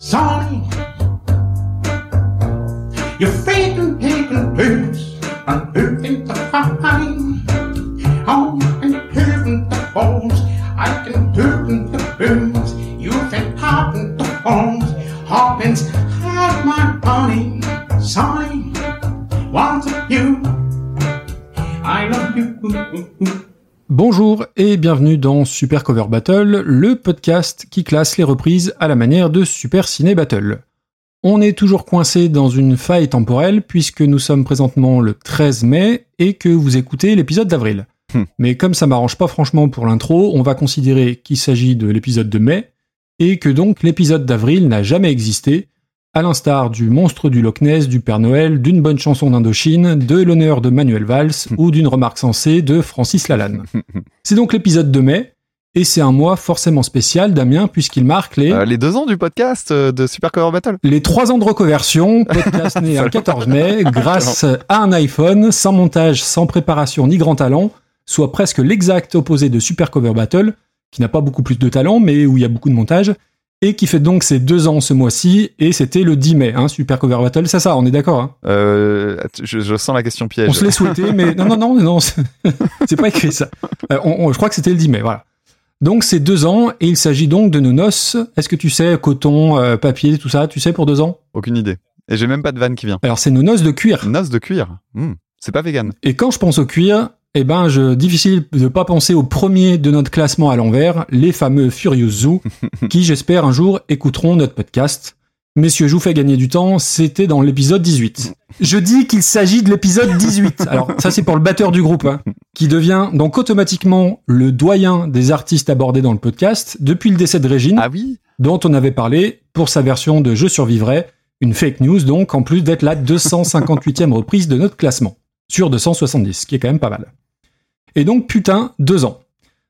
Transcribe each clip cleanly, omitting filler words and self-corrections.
Sonny, you're faking, taking pills, unhooking the fine. Oh, and hooking the balls, I can hooking the booms. You've been hopping the balls, hoppins, have my honey. Sonny, want you, I love you. Bonjour et bienvenue dans Super Cover Battle, le podcast qui classe les reprises à la manière de Super Ciné Battle. On est toujours coincé dans une faille temporelle puisque nous sommes présentement le 13 mai et que vous écoutez l'épisode d'avril. Mais comme ça m'arrange pas franchement pour l'intro, on va considérer qu'il s'agit de l'épisode de mai et que donc l'épisode d'avril n'a jamais existé, à l'instar du monstre du Loch Ness, du Père Noël, d'une bonne chanson d'Indochine, de l'honneur de Manuel Valls ou d'une remarque sensée de Francis Lalanne. C'est donc l'épisode de mai, et c'est un mois forcément spécial, Damien, puisqu'il marque les 2 ans du podcast de Super Cover Battle. Les 3 ans de reconversion, podcast né un 14 mai, grâce à un iPhone, sans montage, sans préparation ni grand talent, soit presque l'exact opposé de Super Cover Battle, qui n'a pas beaucoup plus de talent, mais où il y a beaucoup de montage, et qui fait donc ses 2 ans ce mois-ci, et c'était le 10 mai, Super Cover Battle, c'est ça, on est d'accord, je sens la question piège. On se l'est souhaité, mais non, c'est pas écrit ça. Je crois que c'était le 10 mai, voilà. Donc c'est 2 ans, et il s'agit donc de nos noces. Est-ce que tu sais, coton, papier, tout ça, tu sais pour 2 ans? Aucune idée. Et j'ai même pas de vanne qui vient. Alors c'est nos noces de cuir. Noces de cuir. C'est pas vegan. Et quand je pense au cuir, difficile de pas penser au premier de notre classement à l'envers, les fameux Furious Zoo, qui j'espère un jour écouteront notre podcast. Messieurs, je vous fais gagner du temps, c'était dans l'épisode 18. Je dis qu'il s'agit de l'épisode 18. Alors ça c'est pour le batteur du groupe, qui devient donc automatiquement le doyen des artistes abordés dans le podcast depuis le décès de Régine, dont on avait parlé pour sa version de Je survivrai, une fake news donc, en plus d'être la 258e reprise de notre classement, sur 270, ce qui est quand même pas mal. Et donc, 2 ans.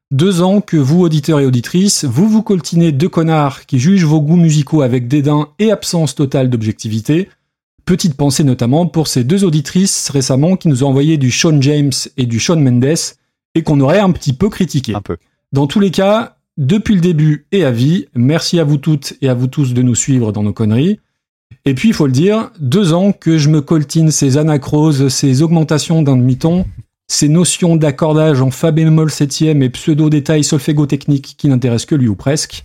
2 ans que vous, auditeurs et auditrices, vous coltinez 2 connards qui jugent vos goûts musicaux avec dédain et absence totale d'objectivité. Petite pensée notamment pour ces 2 auditrices récemment qui nous ont envoyé du Shawn James et du Shawn Mendes et qu'on aurait un petit peu critiqué. Un peu. Dans tous les cas, depuis le début et à vie, merci à vous toutes et à vous tous de nous suivre dans nos conneries. Et puis, il faut le dire, 2 ans que je me coltine ces anacroses, ces augmentations d'un demi-ton, ces notions d'accordage en fa bémol septième et pseudo-détails solfégo-techniques qui n'intéressent que lui ou presque.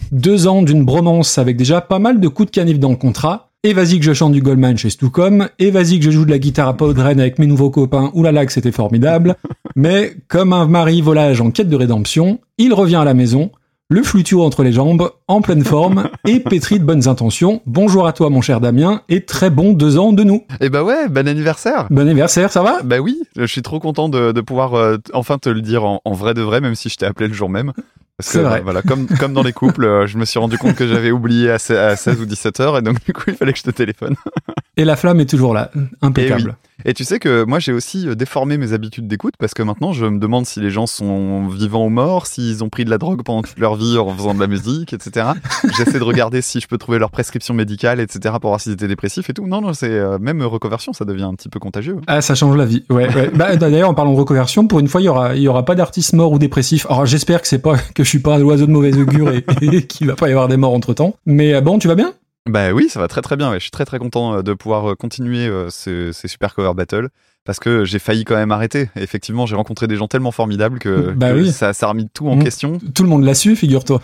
2 ans d'une bromance avec déjà pas mal de coups de canif dans le contrat. Et vas-y que je chante du Goldman chez Stucom. Et vas-y que je joue de la guitare à Podren avec mes nouveaux copains. Oulala que c'était formidable. Mais comme un mari volage en quête de rédemption, il revient à la maison, le flutio entre les jambes, en pleine forme et pétri de bonnes intentions. Bonjour à toi mon cher Damien et très bon 2 ans de nous. Et ouais, bon anniversaire. Bon anniversaire, ça va? Bah oui, je suis trop content de pouvoir enfin te le dire en vrai de vrai, même si je t'ai appelé le jour même. Parce que vrai. Voilà, comme dans les couples, je me suis rendu compte que j'avais oublié à 16 ou 17 heures et donc du coup il fallait que je te téléphone. Et la flamme est toujours là, impeccable. Et tu sais que moi j'ai aussi déformé mes habitudes d'écoute parce que maintenant je me demande si les gens sont vivants ou morts, s'ils ont pris de la drogue pendant toute leur vie en faisant de la musique, etc. J'essaie de regarder si je peux trouver leur prescription médicale, etc. pour voir s'ils étaient dépressifs et tout. Non, c'est même reconversion, ça devient un petit peu contagieux. Ah, ça change la vie. Ouais. D'ailleurs, en parlant de reconversion, pour une fois, il y aura pas d'artistes morts ou dépressifs. Alors j'espère que je suis pas un oiseau de mauvaise augure et qu'il va pas y avoir des morts entre temps. Mais bon, tu vas bien? Bah oui, ça va très très bien. Ouais. Je suis très très content de pouvoir continuer ces Super Cover Battle parce que j'ai failli quand même arrêter. Et effectivement, j'ai rencontré des gens tellement formidables que ça a remis tout en question. Tout le monde l'a su, figure-toi.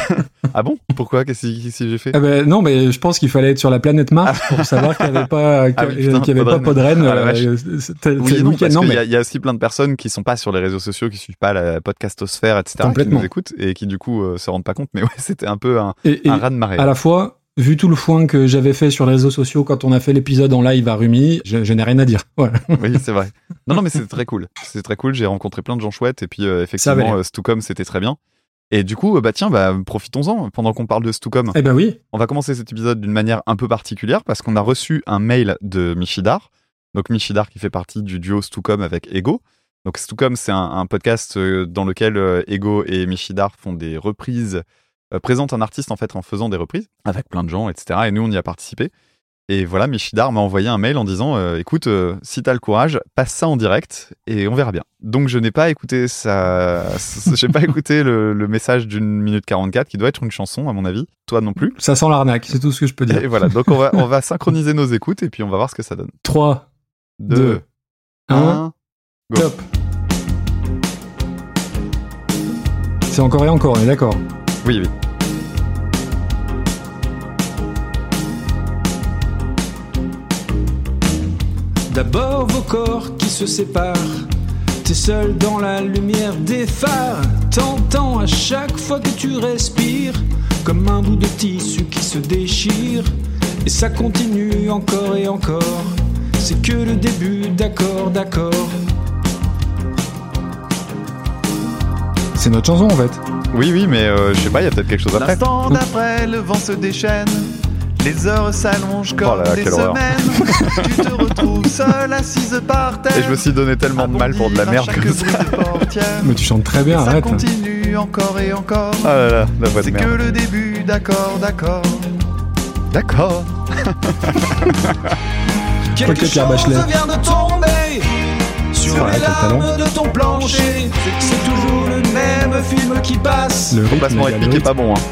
Ah bon? Pourquoi? Qu'est-ce que j'ai fait? Non, mais je pense qu'il fallait être sur la planète Mars pour savoir qu'il n'y avait pas, pas Podren. Oui, non, parce qu'il y a aussi plein de personnes qui sont pas sur les réseaux sociaux, qui suivent pas la podcastosphère, etc., qui nous écoutent et qui du coup se rendent pas compte. Mais ouais, c'était un peu un raz-de-marée. À la fois, vu tout le foin que j'avais fait sur les réseaux sociaux quand on a fait l'épisode en live à Rumi, je n'ai rien à dire. Voilà. Oui, c'est vrai. Non, mais c'est très cool. C'est très cool. J'ai rencontré plein de gens chouettes et puis effectivement, Stucom, c'était très bien. Et du coup, profitons-en pendant qu'on parle de Stucom. Eh ben oui. On va commencer cet épisode d'une manière un peu particulière parce qu'on a reçu un mail de Michidar. Donc Michidar qui fait partie du duo Stucom avec Ego. Donc Stucom, c'est un podcast dans lequel Ego et Michidar font des reprises, présentent un artiste en fait en faisant des reprises avec plein de gens, etc. Et nous, on y a participé. Et voilà, Michidar m'a envoyé un mail en disant écoute, si t'as le courage, passe ça en direct et on verra bien. Donc je n'ai pas écouté j'ai pas écouté le message d'1 minute 44 qui doit être une chanson à mon avis. Toi non plus. Ça sent l'arnaque, c'est tout ce que je peux dire. Et voilà, donc on va synchroniser nos écoutes et puis on va voir ce que ça donne. 3, 2, 1, go. top. C'est encore et encore, on est d'accord. Oui. D'abord vos corps qui se séparent. T'es seul dans la lumière des phares. T'entends à chaque fois que tu respires comme un bout de tissu qui se déchire. Et ça continue encore et encore. C'est que le début, d'accord. C'est notre chanson en fait. Oui, mais je sais pas, il y a peut-être quelque chose après. L'instant d'après, le vent se déchaîne. Les heures s'allongent comme des quelle horreur. semaines. Tu te retrouves seule, assise par terre. Et je me suis donné tellement de mal pour de la merde comme ça. Mais tu chantes très bien, ça arrête. continue encore et encore. Ah là là, la voix de C'est merde. que le début, d'accord. D'accord. Quelque Ok, Pierre Bachelet. chose vient de tomber sur vrai, les quel talent. larmes de ton plancher. C'est toujours le même film qui passe. Le Ton rythme, placement il y a le rythmique est rythme. pas bon. Hein.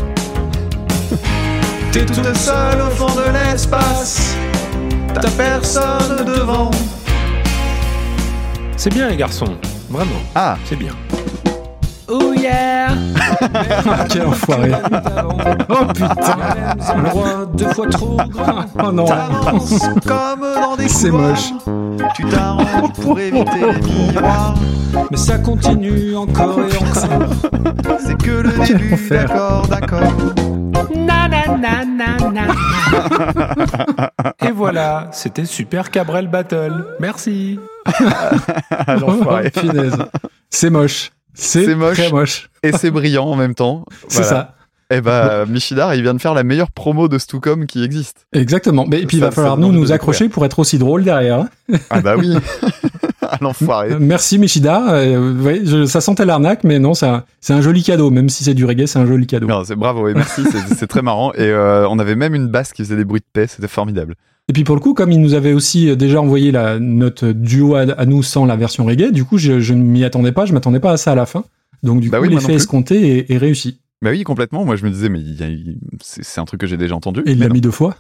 T'es toute seule au fond de l'espace. T'as personne devant. C'est bien les garçons, vraiment, Ah, c'est bien. Oh yeah. Quel enfoiré. Oh putain. Un endroit 2 fois trop grand. Oh non. T'avances comme dans des C'est couloirs. moche. Tu t'arranges pour éviter les miroirs. Mais ça continue encore et encore. C'est que le Quel début, enfer. d'accord. Et voilà, c'était Super Cabrel Battle. Merci. l'enfoiré. Oh, punaise. C'est moche. C'est moche. Très moche. Et c'est brillant en même temps. C'est ça. Et bah, Michidar, il vient de faire la meilleure promo de Stucom qui existe. Exactement. Mais et puis il Ça- va falloir ça demande nous de accrocher pour être aussi drôle derrière. Ah bah oui. Ah, l'enfoiré. Merci Michida. Ça sentait l'arnaque, mais non, c'est un joli cadeau. Même si c'est du reggae, c'est un joli cadeau. Non, c'est bravo et merci, c'est très marrant. Et on avait même une basse qui faisait des bruits de paix, c'était formidable. Et puis pour le coup, comme il nous avait aussi déjà envoyé notre duo à nous sans la version reggae, du coup je ne m'y attendais pas, je m'attendais pas à ça à la fin. Donc du Bah coup oui, moi non l'effet plus. escompté est réussi. Bah oui, complètement. Moi, je me disais, mais c'est un truc que j'ai déjà entendu. Et il Mais l'a non. mis 2 fois.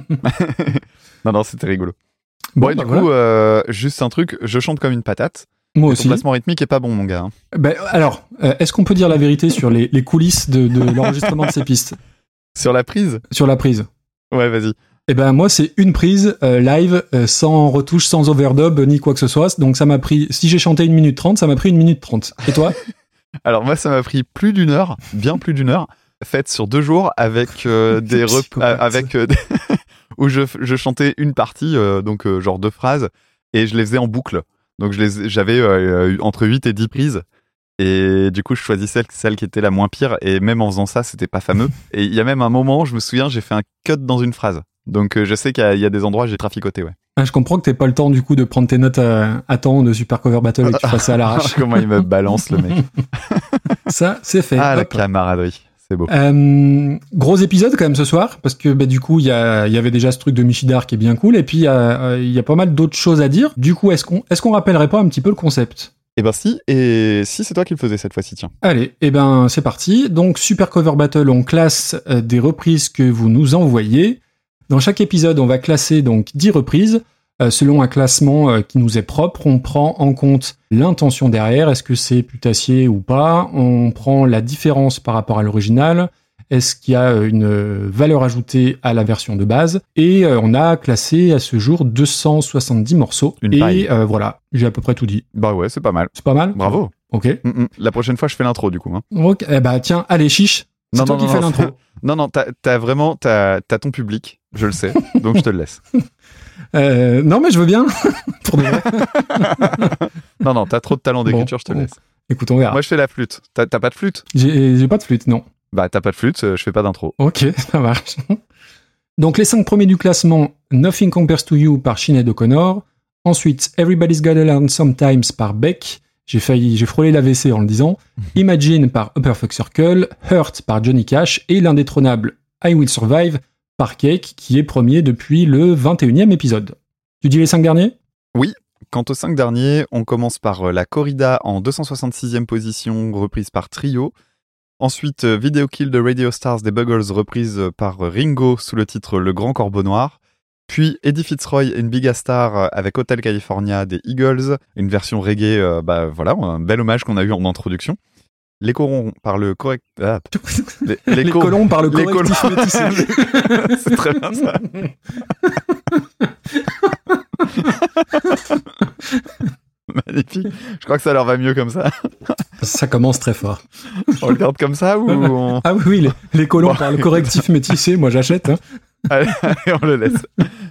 Non, c'était rigolo. Bon, et bah du voilà. coup, juste un truc, je chante comme une patate. Moi Et ton aussi. placement rythmique est pas bon, mon gars. Hein. Ben, alors, est-ce qu'on peut dire la vérité sur les coulisses de l'enregistrement de ces pistes? Sur la prise. Sur la prise. Ouais, vas-y. Eh ben moi c'est une prise live sans retouche, sans overdub ni quoi que ce soit. Donc ça m'a pris, si j'ai chanté 1 minute 30, ça m'a pris 1 minute 30. Et toi? Alors moi, ça m'a pris plus d'une heure, bien plus d'une heure, faite sur 2 jours avec des Psychopathe. où je chantais une partie, donc genre 2 phrases, et je les faisais en boucle. Donc j'avais entre 8 et 10 prises. Et du coup, je choisissais celle qui était la moins pire. Et même en faisant ça, c'était pas fameux. Et il y a même un moment, je me souviens, j'ai fait un cut dans une phrase. Donc je sais qu'il y a des endroits où j'ai traficoté, ouais. Ah, je comprends que t'aies pas le temps du coup de prendre tes notes à temps de Super Cover Battle et que tu fasses ça à l'arrache. Comment il me balance, le mec. Ça, c'est fait. Ah, la Hop. camaraderie. C'est beau. Gros épisode quand même ce soir, parce que bah, du coup, il y avait déjà ce truc de Michidar qui est bien cool, et puis il y a pas mal d'autres choses à dire. Du coup, est-ce qu'on rappellerait pas un petit peu le concept? Eh ben si, et si c'est toi qui le faisais cette fois-ci, tiens. Allez, eh ben c'est parti. Donc Super Cover Battle, on classe des reprises que vous nous envoyez. Dans chaque épisode, on va classer donc 10 reprises selon un classement qui nous est propre. On prend en compte l'intention derrière, est-ce que c'est putassier ou pas. On prend la différence par rapport à l'original. Est-ce qu'il y a une valeur ajoutée à la version de base? Et on a classé à ce jour 270 morceaux. Une et paille. voilà, j'ai à peu près tout dit. Bah ouais, c'est pas mal. C'est pas mal? Bravo. Ok. La prochaine fois, je fais l'intro, du coup. Hein. Ok, eh bah tiens, allez, chiche. C'est toi qui fais l'intro. Non, t'as ton public, je le sais, donc je te le laisse. Non, mais je veux bien. Pour de vrai. Non, t'as trop de talent d'écriture, je te le laisse. Écoute, on verra. Moi, je fais la flûte. T'as pas de flûte? J'ai pas de flûte, non. Bah, t'as pas de flûte, je fais pas d'intro. Ok, ça marche. Donc, les 5 premiers du classement, Nothing Compares to You par Sinead O'Connor. Ensuite, Everybody's Gotta Learn Sometimes par Beck. J'ai frôlé l'AVC en le disant. Imagine par Upper Fuck Circle. Hurt par Johnny Cash. Et l'indétrônable I Will Survive par Cake, qui est premier depuis le 21e épisode. Tu dis les 5 derniers ? Oui. Quant aux 5 derniers, on commence par la corrida en 266e position, reprise par Trio. Ensuite, Video Kill de Radio Stars des Buggles, reprise par Ringo sous le titre Le Grand Corbeau Noir. Puis Eddie Fitzroy and Big Star avec Hotel California des Eagles, une version reggae, voilà, un bel hommage qu'on a eu en introduction. Les colons par le correct... Ah. Les colons par le correctif métissé. C'est très bien ça. Magnifique. Je crois que ça leur va mieux comme ça. Ça commence très fort. On le garde comme ça ou on... Ah oui, les colons par le correctif métissé, moi j'achète. Hein. Allez, on le laisse.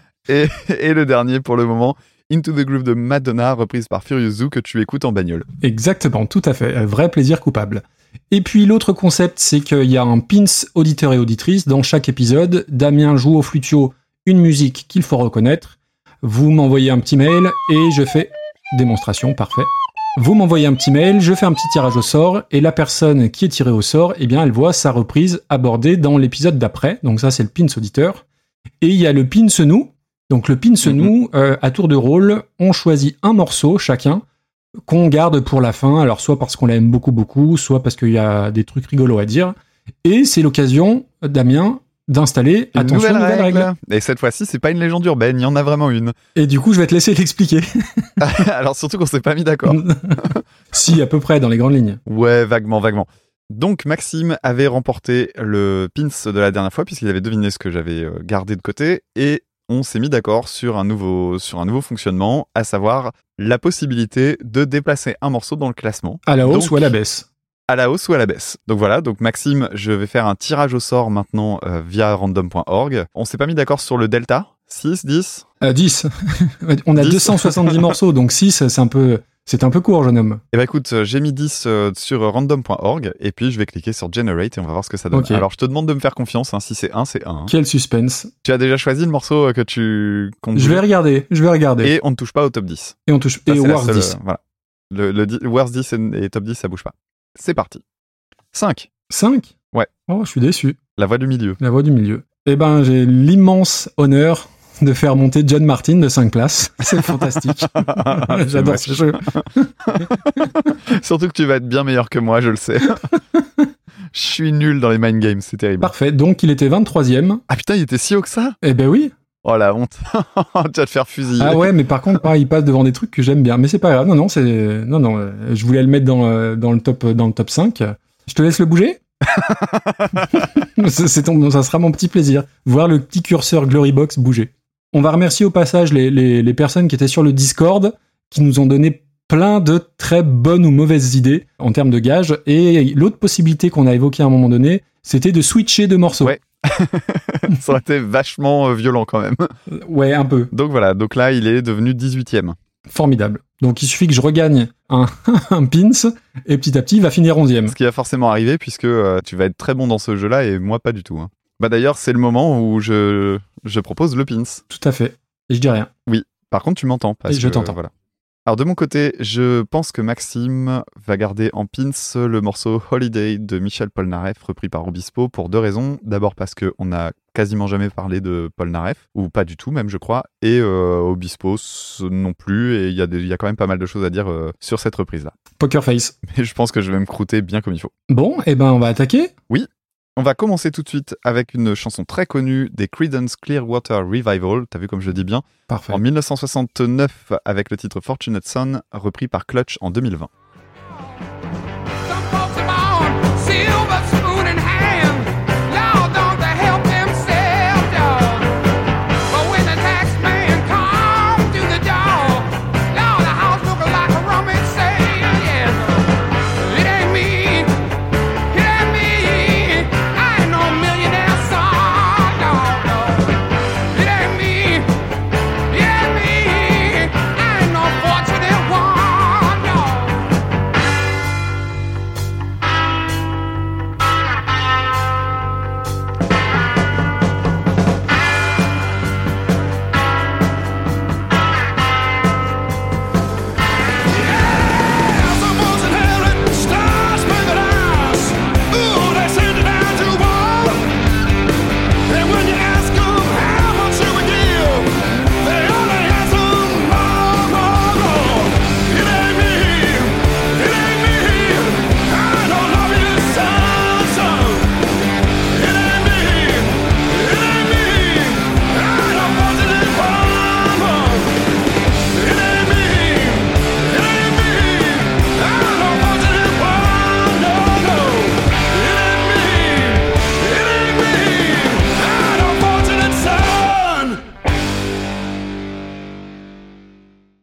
Et le dernier pour le moment, Into the Groove de Madonna, reprise par Furious Zoo, que tu écoutes en bagnole. Exactement, tout à fait. Un vrai plaisir coupable. Et puis l'autre concept, c'est qu'il y a un pins auditeur et auditrice dans chaque épisode. Damien joue au flutio une musique qu'il faut reconnaître. Vous m'envoyez un petit mail et je fais... Démonstration, parfait. Vous m'envoyez un petit mail, je fais un petit tirage au sort, et la personne qui est tirée au sort, eh bien, elle voit sa reprise abordée dans l'épisode d'après. Donc ça, c'est le pins auditeur. Et il y a le pins nous. Donc le pins nous, à tour de rôle, on choisit un morceau chacun qu'on garde pour la fin. Alors soit parce qu'on l'aime beaucoup beaucoup, soit parce qu'il y a des trucs rigolos à dire. Et c'est l'occasion, Damien, d'installer une attention, nouvelle règle. Et cette fois-ci, c'est pas une légende urbaine, il y en a vraiment une. Et du coup, je vais te laisser l'expliquer. Alors surtout qu'on s'est pas mis d'accord. Si, à peu près, dans les grandes lignes. Ouais, vaguement. Donc Maxime avait remporté le pins de la dernière fois puisqu'il avait deviné ce que j'avais gardé de côté et on s'est mis d'accord sur un nouveau fonctionnement, à savoir la possibilité de déplacer un morceau dans le classement. À la hausse ou à la baisse. À la hausse ou à la baisse. Donc voilà, donc Maxime, je vais faire un tirage au sort maintenant via random.org. On s'est pas mis d'accord sur le delta. 6, 10 10. On a 10. 270 morceaux, donc 6, c'est un peu court, jeune homme. Eh ben écoute, j'ai mis 10 sur random.org et puis je vais cliquer sur Generate et on va voir ce que ça donne. Okay. Alors je te demande de me faire confiance, hein, si c'est 1, c'est 1. Hein. Quel suspense. Tu as déjà choisi le morceau que tu comptes. Je vais regarder. Et on ne touche pas au top 10. Et on touche. Ça, et au Worst 10. Voilà. Le Worst 10 et top 10, ça bouge pas. C'est parti. 5. 5 ? Ouais. Oh, je suis déçu. La voix du milieu. La voix du milieu. Eh ben, j'ai l'immense honneur de faire monter John Martin de 5 places. C'est fantastique. J'adore ce jeu. Surtout que tu vas être bien meilleur que moi, je le sais. Je suis nul dans les mind games, c'est terrible. Parfait, donc il était 23e. Ah putain, il était si haut que ça ? Eh ben oui. Oh la honte. Tu vas te faire fusiller. Ah ouais, mais par contre, pareil, il passe devant des trucs que j'aime bien. Mais c'est pas grave, non, je voulais le mettre dans le top 5. Je te laisse le bouger. Ça sera mon petit plaisir. Voir le petit curseur Glorybox bouger. On va remercier au passage les personnes qui étaient sur le Discord, qui nous ont donné plein de très bonnes ou mauvaises idées en termes de gages. Et l'autre possibilité qu'on a évoquée à un moment donné, c'était de switcher de morceaux. Ouais. Ça aurait été vachement violent quand même. Ouais, un peu. Donc voilà, donc là, il est devenu 18e. Formidable. Donc il suffit que je regagne un pins et petit à petit, il va finir 11e. Ce qui va forcément arriver puisque tu vas être très bon dans ce jeu-là et moi pas du tout. Hein. Bah d'ailleurs, c'est le moment où je propose le pins. Tout à fait. Et je dis rien. Oui. Par contre, tu m'entends. Et je t'entends. Voilà. Alors de mon côté, je pense que Maxime va garder en pins le morceau Holiday de Michel Polnareff, repris par Obispo, pour 2 raisons. D'abord parce qu'on n'a quasiment jamais parlé de Polnareff, ou pas du tout même, je crois, et Obispo non plus, et il y a quand même pas mal de choses à dire sur cette reprise-là. Poker face. Mais je pense que je vais me croûter bien comme il faut. Bon, et ben on va attaquer ? Oui. On va commencer tout de suite avec une chanson très connue des Creedence Clearwater Revival, t'as vu comme je dis bien ? Parfait. En 1969 avec le titre Fortunate Son, repris par Clutch en 2020.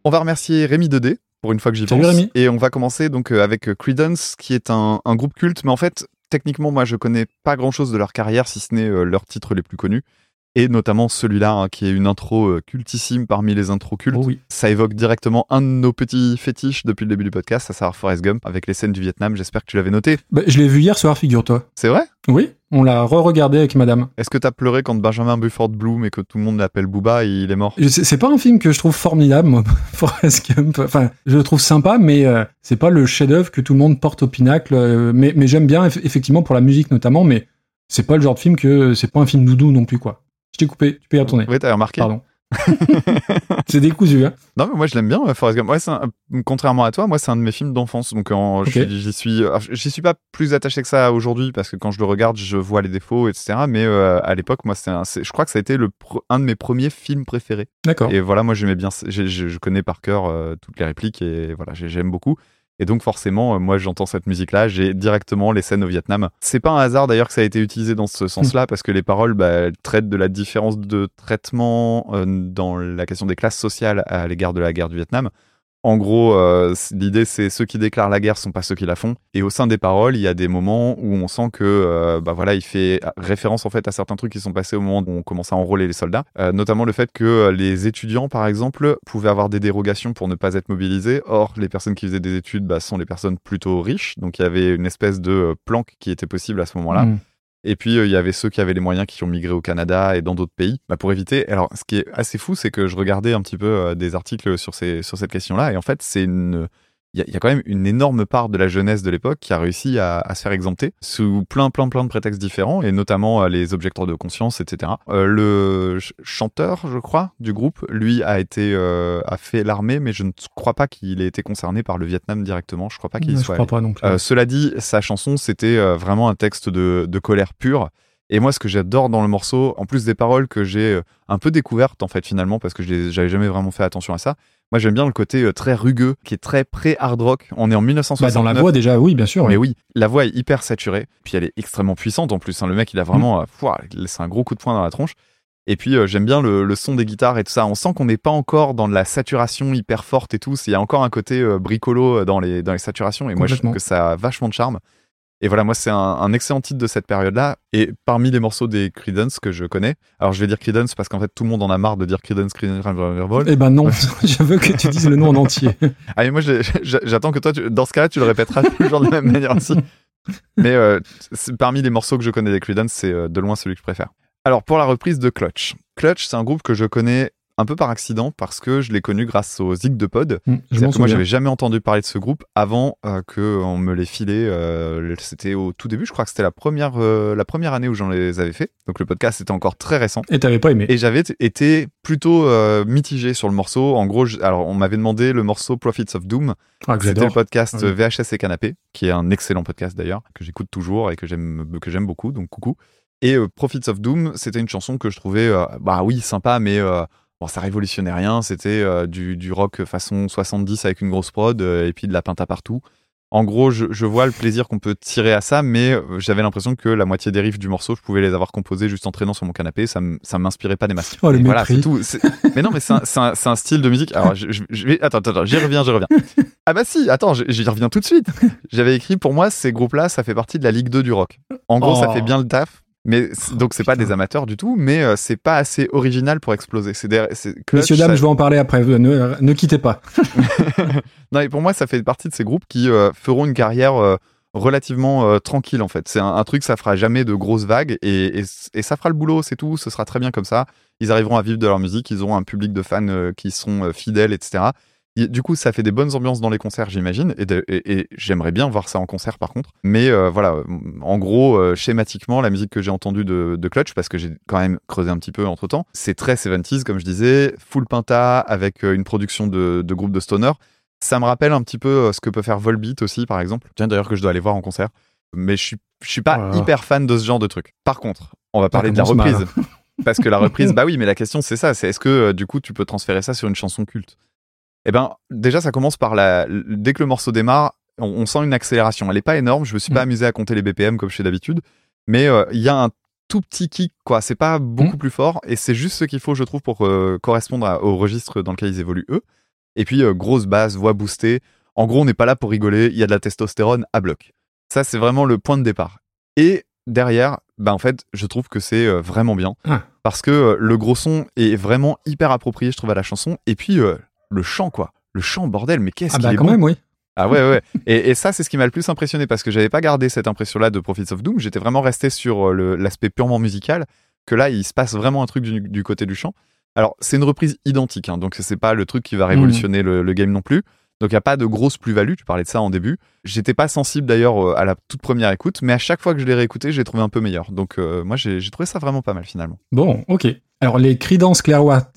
On va remercier Rémi 2D pour une fois que j'y Salut pense. Rémi. Et on va commencer donc avec Creedence, qui est un groupe culte, mais en fait, techniquement, moi, je connais pas grand-chose de leur carrière, si ce n'est leurs titres les plus connus. Et notamment celui-là, hein, qui est une intro cultissime parmi les intros cultes. Oh oui. Ça évoque directement un de nos petits fétiches depuis le début du podcast, à savoir Forrest Gump, avec les scènes du Vietnam. J'espère que tu l'avais noté. Bah, je l'ai vu hier soir, figure-toi. C'est vrai ? Oui, on l'a re-regardé avec madame. Est-ce que t'as pleuré quand Benjamin Buford Bloom et que tout le monde l'appelle Booba, il est mort ? C'est pas un film que je trouve formidable, moi, Forrest Gump. Enfin, je le trouve sympa, mais c'est pas le chef-d'œuvre que tout le monde porte au pinacle. Mais j'aime bien, effectivement, pour la musique notamment, mais c'est pas le genre de film c'est pas un film doudou non plus, quoi. Je t'ai coupé, tu peux y retourner. Oui, t'as remarqué. Pardon. C'est décousu, hein. Non, mais moi je l'aime bien, Forrest Gump. Ouais, contrairement à toi, moi c'est un de mes films d'enfance. Donc Ok. j'y suis pas plus attaché que ça aujourd'hui parce que quand je le regarde, je vois les défauts, etc. Mais à l'époque, moi je crois que ça a été un de mes premiers films préférés. D'accord. Et voilà, moi j'aimais bien, je connais par cœur toutes les répliques et voilà, j'aime beaucoup. Et donc forcément, moi j'entends cette musique-là, j'ai directement les scènes au Vietnam. C'est pas un hasard d'ailleurs que ça a été utilisé dans ce sens-là, parce que les paroles elles traitent de la différence de traitement dans la question des classes sociales à l'égard de la guerre du Vietnam. En gros, l'idée c'est ceux qui déclarent la guerre sont pas ceux qui la font. Et au sein des paroles, il y a des moments où on sent que, il fait référence en fait à certains trucs qui sont passés au moment où on commence à enrôler les soldats. Notamment le fait que les étudiants, par exemple, pouvaient avoir des dérogations pour ne pas être mobilisés. Or, les personnes qui faisaient des études sont les personnes plutôt riches. Donc il y avait une espèce de planque qui était possible à ce moment-là. Mm. Et puis, il y avait ceux qui avaient les moyens qui ont migré au Canada et dans d'autres pays pour éviter. Alors, ce qui est assez fou, c'est que je regardais un petit peu des articles sur cette question-là. Et en fait, il y a quand même une énorme part de la jeunesse de l'époque qui a réussi à se faire exempter sous plein de prétextes différents, et notamment les objecteurs de conscience, etc. Le chanteur, je crois, du groupe, lui, a fait l'armée, mais je ne crois pas qu'il ait été concerné par le Vietnam directement. Je crois pas qu'il Je soit crois allé. pas non plus. Cela dit, sa chanson, c'était vraiment un texte de colère pure. Et moi, ce que j'adore dans le morceau, en plus des paroles que j'ai un peu découvertes, en fait, finalement, parce que j'avais jamais vraiment fait attention à ça, moi, j'aime bien le côté très rugueux, qui est très pré-hard rock. On est en 1969. Dans la voix, déjà, oui, bien sûr. Mais oui, la voix est hyper saturée, puis elle est extrêmement puissante en plus. Hein. Le mec, il a vraiment... c'est un gros coup de poing dans la tronche. Et puis, j'aime bien le son des guitares et tout ça. On sent qu'on n'est pas encore dans de la saturation hyper forte et tout. Il y a encore un côté bricolo dans les saturations. Et moi, je trouve que ça a vachement de charme. Et voilà, moi, c'est un excellent titre de cette période-là. Et parmi les morceaux des Creedence que je connais, alors je vais dire Creedence parce qu'en fait, tout le monde en a marre de dire Creedence. Eh ben non, je veux que tu dises le nom en entier. Ah, mais moi, j'attends que toi, dans ce cas-là, tu le répéteras toujours de la même manière aussi. Mais parmi les morceaux que je connais des Creedence, c'est de loin celui que je préfère. Alors, pour la reprise de Clutch. Clutch, c'est un groupe que je connais un peu par accident parce que je l'ai connu grâce aux Zig de Pod. Moi, j'avais jamais entendu parler de ce groupe avant qu'on me les filait. C'était au tout début, je crois que c'était la première année où j'en les avais fait. Donc le podcast était encore très récent. Et t'avais pas aimé. Et j'avais été plutôt mitigé sur le morceau. En gros, alors on m'avait demandé le morceau Prophets of Doom. C'était le podcast VHS et Canapé, qui est un excellent podcast d'ailleurs, que j'écoute toujours et que j'aime beaucoup, donc coucou. Et Prophets of Doom, c'était une chanson que je trouvais, oui, sympa, mais... ça révolutionnait rien, c'était du rock façon 70 avec une grosse prod et puis de la pinta partout. En gros, je vois le plaisir qu'on peut tirer à ça, mais j'avais l'impression que la moitié des riffs du morceau, je pouvais les avoir composés juste en traînant sur mon canapé, ça m'inspirait pas des masses. Oh, le mépris. Voilà, c'est tout. Mais non, mais c'est un style de musique. Alors, attends, j'y reviens. Ah bah si, attends, j'y reviens tout de suite. J'avais écrit, pour moi, ces groupes-là, ça fait partie de la Ligue 2 du rock. En gros, ça fait bien le taf. Mais donc c'est pas des amateurs du tout, mais c'est pas assez original pour exploser. Messieurs dames, je vais en parler après. Ne quittez pas. Non, et pour moi, ça fait partie de ces groupes qui feront une carrière relativement tranquille en fait. C'est un truc, ça fera jamais de grosses vagues et ça fera le boulot, c'est tout. Ce sera très bien comme ça. Ils arriveront à vivre de leur musique, ils auront un public de fans qui seront fidèles, etc. Et du coup, ça fait des bonnes ambiances dans les concerts, j'imagine, et j'aimerais bien voir ça en concert par contre. Mais voilà, en gros, schématiquement, la musique que j'ai entendue de Clutch, parce que j'ai quand même creusé un petit peu entre-temps, c'est très 70s, comme je disais, full pinta, avec une production de groupe de stoner. Ça me rappelle un petit peu ce que peut faire Volbeat aussi, par exemple. Tiens, d'ailleurs, que je dois aller voir en concert. Mais je suis pas hyper fan de ce genre de truc. Par contre, on va parler de la reprise. Parce que la reprise, bah oui, mais la question c'est ça, c'est est-ce que du coup tu peux transférer ça sur une chanson culte ? Eh ben, déjà, ça commence par dès que le morceau démarre, on sent une accélération. Elle est pas énorme, je me suis pas amusé à compter les BPM comme je fais d'habitude, mais il y a un tout petit kick, quoi. C'est pas beaucoup plus fort, et c'est juste ce qu'il faut, je trouve, pour correspondre au registre dans lequel ils évoluent eux. Et puis, grosse basse, voix boostée. En gros, on n'est pas là pour rigoler, il y a de la testostérone à bloc. Ça, c'est vraiment le point de départ. Et derrière, en fait, je trouve que c'est vraiment bien. Parce que le gros son est vraiment hyper approprié, je trouve, à la chanson. Et puis, le chant, quoi. Le chant, bordel, mais qu'est-ce qu'il est quand bon. Même, oui. Ah ouais. Et ça, c'est ce qui m'a le plus impressionné parce que j'avais pas gardé cette impression-là de Prophets of Doom. J'étais vraiment resté sur l'aspect purement musical. Que là, il se passe vraiment un truc du côté du chant. Alors, c'est une reprise identique, hein, donc c'est pas le truc qui va révolutionner le game non plus. Donc, il n'y a pas de grosse plus-value. Tu parlais de ça en début. J'étais pas sensible d'ailleurs à la toute première écoute, mais à chaque fois que je l'ai réécouté, je l'ai trouvé un peu meilleur. Donc, moi, j'ai trouvé ça vraiment pas mal finalement. Bon, ok. Alors, les Creedence Clearwater.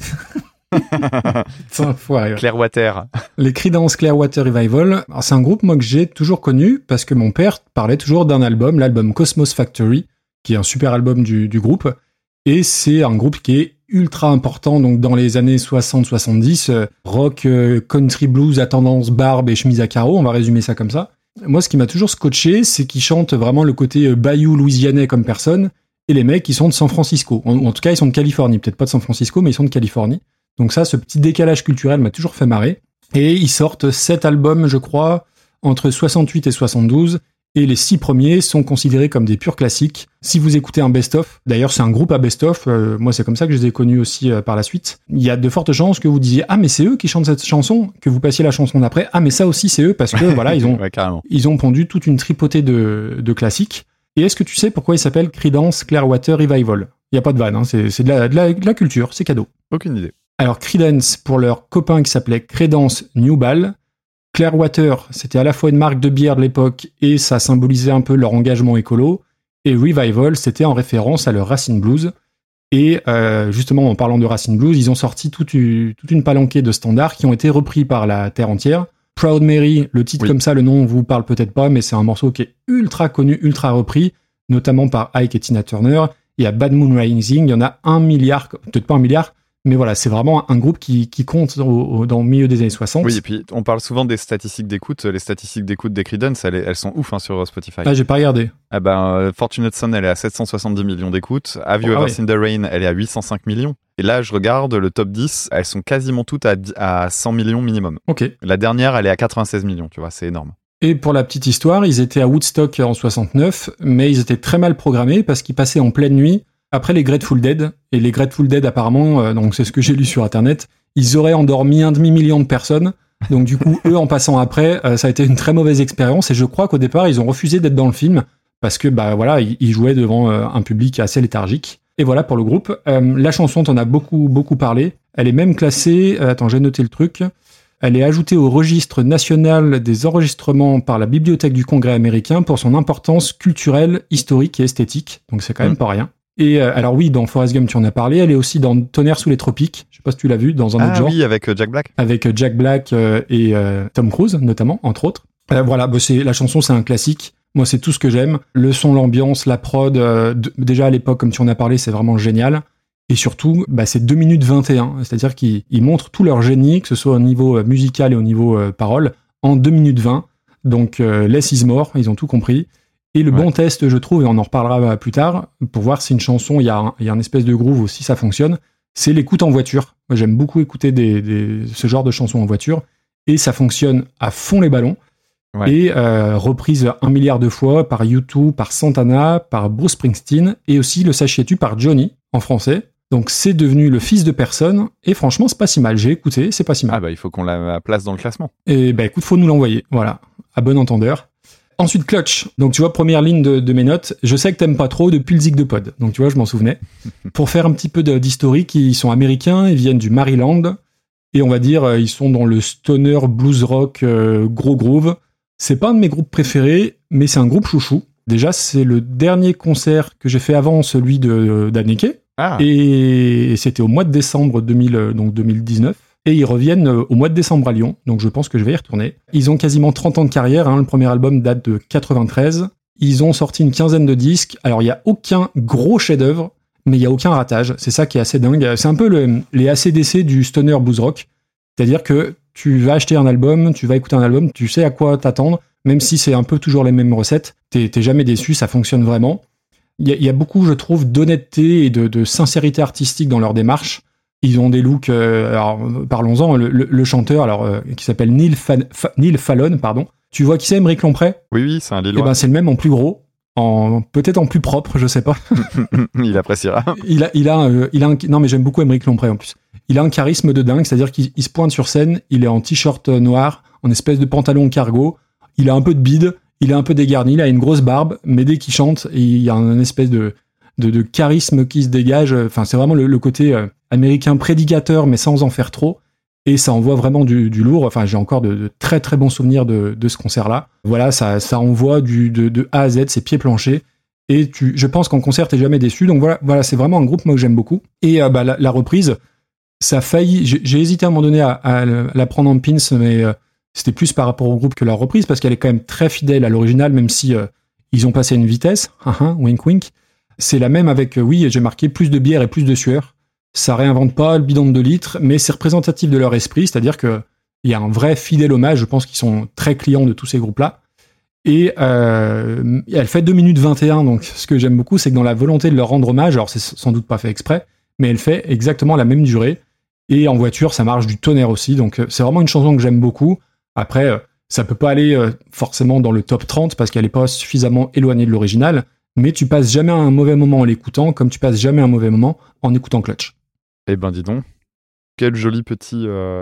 Clearwater. Les Creedence Clearwater Revival. Alors, c'est un groupe, moi, que j'ai toujours connu parce que mon père parlait toujours d'un album, l'album Cosmos Factory, qui est un super album du groupe. Et c'est un groupe qui est ultra important, donc dans les années 60-70, rock, country blues à tendance barbe et chemise à carreaux, on va résumer ça comme ça. Moi, ce qui m'a toujours scotché, c'est qu'ils chantent vraiment le côté bayou louisianais comme personne, et les mecs, ils sont de San Francisco. En tout cas, ils sont de Californie, peut-être pas de San Francisco, mais ils sont de Californie. Donc ça, ce petit décalage culturel m'a toujours fait marrer. Et ils sortent 7 albums, je crois, entre 68 et 72, et les 6 premiers sont considérés comme des purs classiques. Si vous écoutez un best-of, d'ailleurs c'est un groupe à best-of, moi c'est comme ça que je les ai connus aussi par la suite, il y a de fortes chances que vous disiez « Ah mais c'est eux qui chantent cette chanson », que vous passiez la chanson d'après « Ah mais ça aussi c'est eux » parce que voilà, ils ont pondu toute une tripotée de classiques. Et est-ce que tu sais pourquoi ils s'appellent Creedence Clearwater Revival ? Il n'y a pas de vanne, hein, c'est de la culture, c'est cadeau. Aucune idée. Alors Creedence pour leur copain qui s'appelait Creedence Newball. Clearwater, c'était à la fois une marque de bière de l'époque et ça symbolisait un peu leur engagement écolo. Et Revival, c'était en référence à leur Racine Blues. Et justement, en parlant de Racine Blues, ils ont sorti toute une palanquée de standards qui ont été repris par la terre entière. Proud Mary, le titre comme ça, le nom vous parle peut-être pas, mais c'est un morceau qui est ultra connu, ultra repris, notamment par Ike et Tina Turner. Il y a Bad Moon Rising, il y en a 1 milliard, peut-être pas 1 milliard, mais voilà, c'est vraiment un groupe qui compte dans le milieu des années 60. Oui, et puis on parle souvent des statistiques d'écoute. Les statistiques d'écoute des Creedence, elles sont ouf sur Spotify. Ah, j'ai pas regardé. Fortunate Son, elle est à 770 millions d'écoutes. Have You Ever Seen the Rain, elle est à 805 millions. Et là, je regarde le top 10, elles sont quasiment toutes à 100 millions minimum. Ok. La dernière, elle est à 96 millions, tu vois, c'est énorme. Et pour la petite histoire, ils étaient à Woodstock en 69, mais ils étaient très mal programmés parce qu'ils passaient en pleine nuit après les Grateful Dead. Et les Grateful Dead, apparemment, donc c'est ce que j'ai lu sur Internet, ils auraient endormi 1 demi-million de personnes. Donc du coup, eux, en passant après, ça a été une très mauvaise expérience. Et je crois qu'au départ, ils ont refusé d'être dans le film parce que, voilà, ils jouaient devant un public assez léthargique. Et voilà pour le groupe. La chanson, t'en as beaucoup parlé. Elle est même classée... attends, j'ai noté le truc. Elle est ajoutée au registre national des enregistrements par la Bibliothèque du Congrès américain pour son importance culturelle, historique et esthétique. Donc c'est quand même pas rien. Et alors oui, dans Forrest Gump, tu en as parlé. Elle est aussi dans Tonnerre sous les tropiques. Je sais pas si tu l'as vu, dans un autre genre. Ah oui, avec Jack Black. Avec Jack Black et Tom Cruise, notamment, entre autres. Voilà, la chanson, c'est un classique. Moi, c'est tout ce que j'aime. Le son, l'ambiance, la prod. Déjà à l'époque, comme tu en as parlé, c'est vraiment génial. Et surtout, c'est 2 minutes 21. C'est-à-dire qu'ils montrent tout leur génie, que ce soit au niveau musical et au niveau parole, en 2 minutes 20. Donc, less is more, ils ont tout compris. Et le bon test, je trouve, et on en reparlera plus tard, pour voir si une chanson, il y a un espèce de groove ou si ça fonctionne, c'est l'écoute en voiture. Moi, j'aime beaucoup écouter ce genre de chansons en voiture. Et ça fonctionne à fond les ballons. Ouais. Et reprise 1 milliard de fois par U2, par Santana, par Bruce Springsteen, et aussi le sachiez-tu par Johnny, en français. Donc c'est devenu le fils de personne, et franchement c'est pas si mal, j'ai écouté, c'est pas si mal. Il faut qu'on la place dans le classement. Et écoute, faut nous l'envoyer, voilà, à bon entendeur. Ensuite Clutch, donc tu vois, première ligne de mes notes, je sais que t'aimes pas trop depuis le Zig de Pod, donc tu vois, je m'en souvenais. Pour faire un petit peu d'historique, ils sont américains, ils viennent du Maryland, et on va dire, ils sont dans le stoner blues rock gros groove. C'est pas un de mes groupes préférés, mais c'est un groupe chouchou. Déjà, c'est le dernier concert que j'ai fait avant celui d'Anneke. Et c'était au mois de décembre 2019. Et ils reviennent au mois de décembre à Lyon. Donc je pense que je vais y retourner. Ils ont quasiment 30 ans de carrière. Le premier album date de 93. Ils ont sorti une quinzaine de disques. Alors il n'y a aucun gros chef-d'œuvre, mais il n'y a aucun ratage. C'est ça qui est assez dingue. C'est un peu les AC/DC du stoner blues rock. C'est-à-dire que tu vas acheter un album, tu vas écouter un album, tu sais à quoi t'attendre, même si c'est un peu toujours les mêmes recettes, t'es jamais déçu, ça fonctionne vraiment. Il y a beaucoup, je trouve, d'honnêteté et de sincérité artistique dans leur démarche. Ils ont des looks, alors parlons-en, le chanteur qui s'appelle Neil Fallon, pardon. Tu vois qui c'est, Aymeric Lomprey ? Oui, c'est un Lillois. Eh ben, c'est le même en plus gros, peut-être en plus propre, je sais pas. Il appréciera. Non, mais j'aime beaucoup Aymeric Lomprey en plus. Il a un charisme de dingue, c'est-à-dire qu'il se pointe sur scène, il est en t-shirt noir, en espèce de pantalon cargo, il a un peu de bide, il est un peu dégarni, il a une grosse barbe, mais dès qu'il chante, il y a un espèce de charisme qui se dégage. Enfin, c'est vraiment le côté américain prédicateur, mais sans en faire trop. Et ça envoie vraiment du lourd. Enfin, j'ai encore de très très bons souvenirs de ce concert-là. Voilà, ça envoie de A à Z, c'est pieds planchers. Et je pense qu'en concert, t'es jamais déçu. Donc voilà, c'est vraiment un groupe moi que j'aime beaucoup. Et la reprise, ça a failli. J'ai hésité à un moment donné à la prendre en pins, mais c'était plus par rapport au groupe que la reprise, parce qu'elle est quand même très fidèle à l'original, même si ils ont passé à une vitesse. Wink wink. C'est la même avec, j'ai marqué plus de bière et plus de sueur. Ça réinvente pas le bidon de 2 litres, mais c'est représentatif de leur esprit, c'est-à-dire que il y a un vrai fidèle hommage. Je pense qu'ils sont très clients de tous ces groupes-là. Et elle fait 2 minutes 21, donc ce que j'aime beaucoup, c'est que dans la volonté de leur rendre hommage, alors c'est sans doute pas fait exprès, mais elle fait exactement la même durée. Et en voiture, ça marche du tonnerre aussi, donc c'est vraiment une chanson que j'aime beaucoup. Après, ça peut pas aller forcément dans le top 30 parce qu'elle est pas suffisamment éloignée de l'original, mais tu passes jamais un mauvais moment en l'écoutant, comme tu passes jamais un mauvais moment en écoutant Clutch. Eh ben dis donc, quel joli petit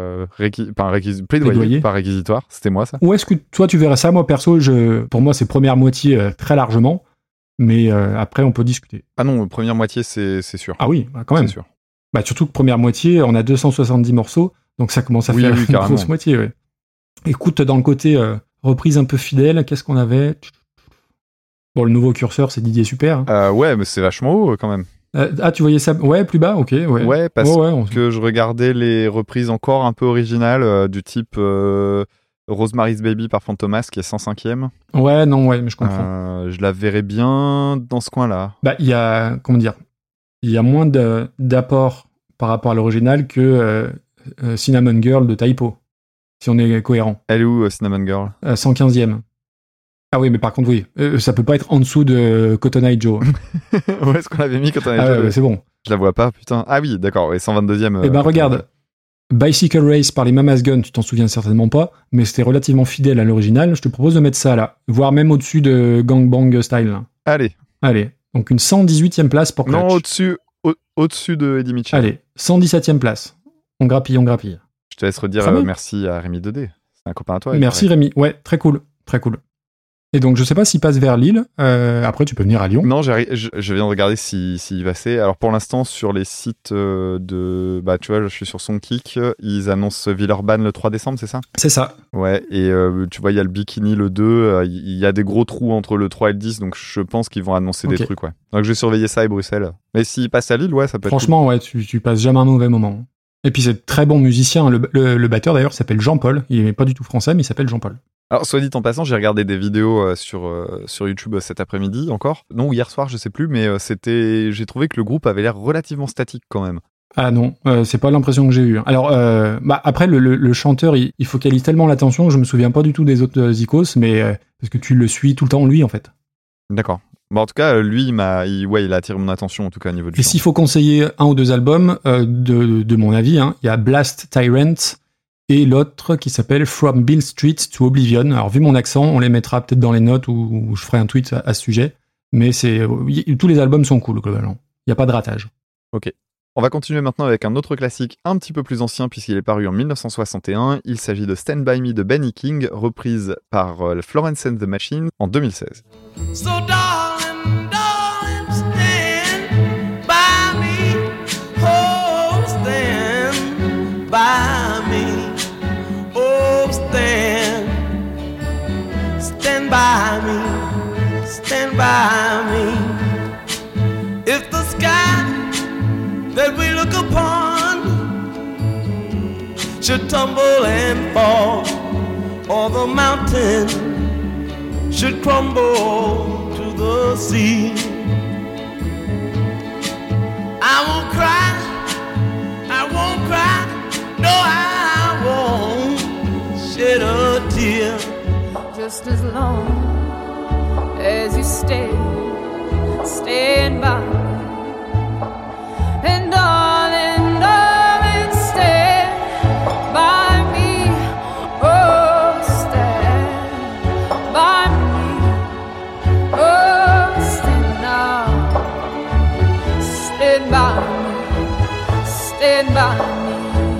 plaidoyer par réquisitoire, c'était moi ça. Où est-ce que toi tu verrais ça ? Moi perso, pour moi c'est première moitié très largement, mais après on peut discuter. Ah non, première moitié c'est sûr. Ah oui, quand même. C'est sûr. Bah surtout que première moitié, on a 270 morceaux, donc ça commence à faire une grosse moitié. Ouais. Écoute, dans le côté reprise un peu fidèle, qu'est-ce qu'on avait ? Bon, le nouveau curseur, c'est Didier Super. Ouais, mais c'est vachement haut quand même. Tu voyais ça ? Ouais, plus bas, ok. Ouais, parce que je regardais les reprises encore un peu originales, du type Rosemary's Baby par Fantomas, qui est 105e. Ouais, mais je comprends. Je la verrais bien dans ce coin-là. Bah, il y a moins d'apport par rapport à l'original que Cinnamon Girl de Typo, si on est cohérent. Elle est où, Cinnamon Girl ? 115e. Ah oui, mais par contre, oui. Ça peut pas être en dessous de Cotton Eye Joe. Où est-ce qu'on l'avait mis, Cotton Eye Joe ? Ouais, c'est bon. Je la vois pas, putain. Ah oui, d'accord, 122e. Eh ben, regarde. Bicycle Race par les Mamas Gun, tu t'en souviens certainement pas, mais c'était relativement fidèle à l'original. Je te propose de mettre ça là. Voire même au-dessus de Gangbang Style. Là. Allez. Donc une 118e place pour Clutch. Non, au-dessus de Eddie Mitchell. Allez, 117e place. On grappille. Je te laisse redire merci à Rémi 2D. C'est un copain à toi. Merci Rémi. Ouais, très cool. Et donc, je sais pas s'il passe vers Lille. Après, tu peux venir à Lyon. Non, je viens de regarder s'il passait. Alors, pour l'instant, sur les sites Bah, tu vois, je suis sur Songkick. Ils annoncent Villeurbanne le 3 décembre, c'est ça ? C'est ça. Ouais, et tu vois, il y a le Bikini le 2. Il y a des gros trous entre le 3 et le 10, donc je pense qu'ils vont annoncer des trucs, ouais. Donc, je vais surveiller ça et Bruxelles. Mais s'il passe à Lille, ouais, ça peut être Franchement, cool. Ouais, tu passes jamais un mauvais moment. Et puis, c'est très bon musicien. Le batteur, d'ailleurs, s'appelle Jean-Paul. Il n'est pas du tout français, mais il s'appelle Jean-Paul. Alors, soit dit en passant, j'ai regardé des vidéos sur YouTube cet après-midi encore. Non, hier soir, je sais plus, mais j'ai trouvé que le groupe avait l'air relativement statique quand même. Ah non, c'est pas l'impression que j'ai eue. Alors, après, le chanteur, il focalise tellement l'attention que je me souviens pas du tout des autres Zikos, mais parce que tu le suis tout le temps, lui, en fait. D'accord. Bon, en tout cas, lui, il a attiré mon attention, en tout cas, au niveau du chant. Et s'il faut conseiller un ou deux albums, de mon avis, il y a Blast Tyrant, et l'autre qui s'appelle From Beale Street to Oblivion. Alors, vu mon accent, on les mettra peut-être dans les notes ou je ferai un tweet à ce sujet. Mais tous les albums sont cool, globalement. Il n'y a pas de ratage. Ok. On va continuer maintenant avec un autre classique un petit peu plus ancien puisqu'il est paru en 1961. Il s'agit de Stand By Me de Benny King, reprise par Florence and the Machine en 2016. So darling, stand by me. Oh, stand by me. Stand by me, stand by me. If the sky that we look upon should tumble and fall, or the mountain should crumble to the sea, I won't cry, no I won't shed a tear. Just as long as you stand by me. And darling, stand by me.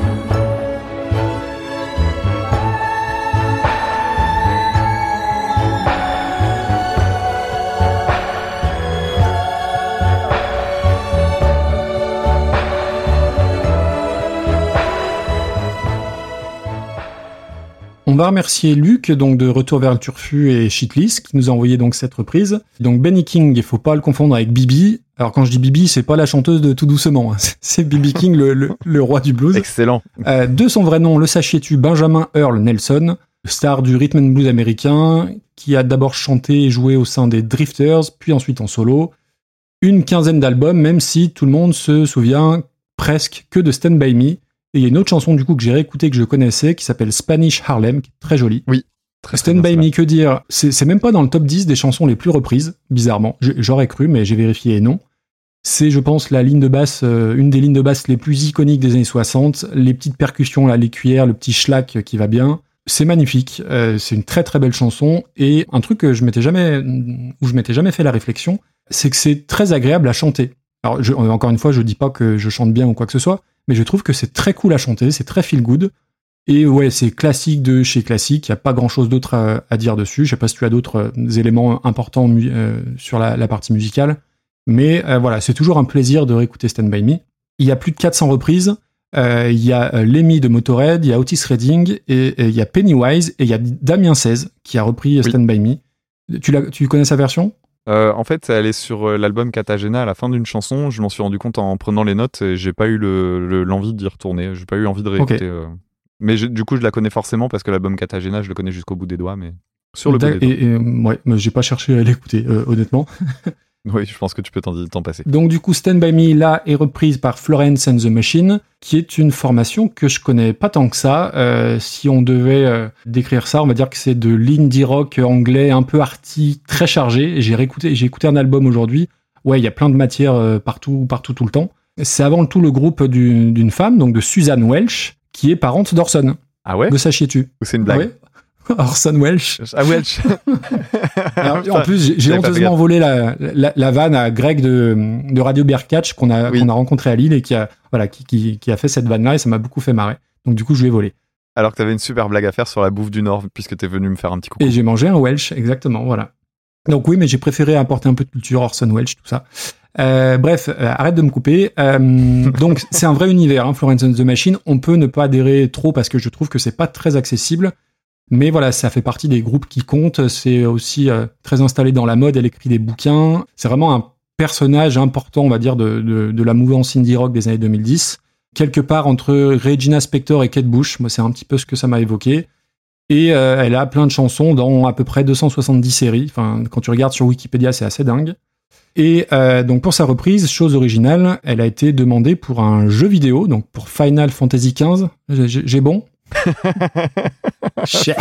On va remercier Luc, donc de Retour vers le Turfu et Shitlist, qui nous a envoyé donc cette reprise. Donc Benny King, il faut pas le confondre avec Bibi. Alors quand je dis Bibi, c'est pas la chanteuse de Tout doucement, hein. C'est Bibi King, le roi du blues. Excellent. De son vrai nom, le sachiez-tu, Benjamin Earl Nelson, star du rhythm and blues américain, qui a d'abord chanté et joué au sein des Drifters, puis ensuite en solo. Une quinzaine d'albums, même si tout le monde se souvient presque que de Stand By Me. Et il y a une autre chanson du coup que j'ai réécoutée, que je connaissais, qui s'appelle Spanish Harlem, qui est très jolie. Oui. Très Stand By Me, que dire, c'est même pas dans le top 10 des chansons les plus reprises, bizarrement. J'aurais cru, mais j'ai vérifié et non. C'est, je pense, la ligne de basse, une des lignes de basse les plus iconiques des années 60. Les petites percussions, là, les cuillères, le petit schlack qui va bien. C'est magnifique. C'est une très très belle chanson. Et un truc que je m'étais jamais fait la réflexion, c'est que c'est très agréable à chanter. Alors, encore une fois, je dis pas que je chante bien ou quoi que ce soit, mais je trouve que c'est très cool à chanter, c'est très feel good. Et ouais, c'est classique de chez classique, il n'y a pas grand chose d'autre à dire dessus. Je sais pas si tu as d'autres éléments importants sur la partie musicale, mais voilà, c'est toujours un plaisir de réécouter Stand By Me. Il y a plus de 400 reprises, il y a Lemmy de Motorhead, il y a Otis Redding, et il y a Pennywise, et il y a Damien 16 qui a repris Stand By Me. Tu connais sa version ? En fait, elle est sur l'album Katagena à la fin d'une chanson. Je m'en suis rendu compte en prenant les notes et j'ai pas eu l'envie d'y retourner. J'ai pas eu envie de réécouter. Okay. Mais du coup, je la connais forcément parce que l'album Katagena, je le connais jusqu'au bout des doigts, mais sur le bout des doigts. Ouais, mais j'ai pas cherché à l'écouter, honnêtement. Oui, je pense que tu peux t'en passer. Donc du coup, Stand By Me, là, est reprise par Florence and the Machine, qui est une formation que je connais pas tant que ça. Si on devait décrire ça, on va dire que c'est de l'indie rock anglais un peu arty, très chargé. J'ai écouté un album aujourd'hui. Ouais, il y a plein de matière partout, tout le temps. C'est avant tout le groupe d'une femme, donc de Suzanne Welch, qui est parente d'Orson. Ah ouais ? Le sachiez-tu ? Ou c'est une blague ? Ouais. Orson Welles. Ah, Welch. Alors, en plus, j'ai honteusement volé la vanne à Greg de Radio Bear Catch qu'on a rencontré à Lille et qui a fait cette vanne-là et ça m'a beaucoup fait marrer. Donc, du coup, je l'ai volé. Alors que t'avais une super blague à faire sur la bouffe du Nord puisque t'es venu me faire un petit coucou. Et j'ai mangé un Welsh, exactement, voilà. Donc oui, mais j'ai préféré apporter un peu de culture, Orson Welles, tout ça. Bref, arrête de me couper. Donc c'est un vrai univers, hein, Florence and the Machine. On peut ne pas adhérer trop parce que je trouve que c'est pas très accessible. Mais voilà, ça fait partie des groupes qui comptent. C'est aussi très installé dans la mode. Elle écrit des bouquins. C'est vraiment un personnage important, on va dire, de la mouvance indie rock des années 2010. Quelque part entre Regina Spektor et Kate Bush. Moi, c'est un petit peu ce que ça m'a évoqué. Et elle a plein de chansons dans à peu près 270 séries. Enfin, quand tu regardes sur Wikipédia, c'est assez dingue. Et donc pour sa reprise, chose originale, elle a été demandée pour un jeu vidéo, donc pour Final Fantasy XV. J'ai bon? Shit.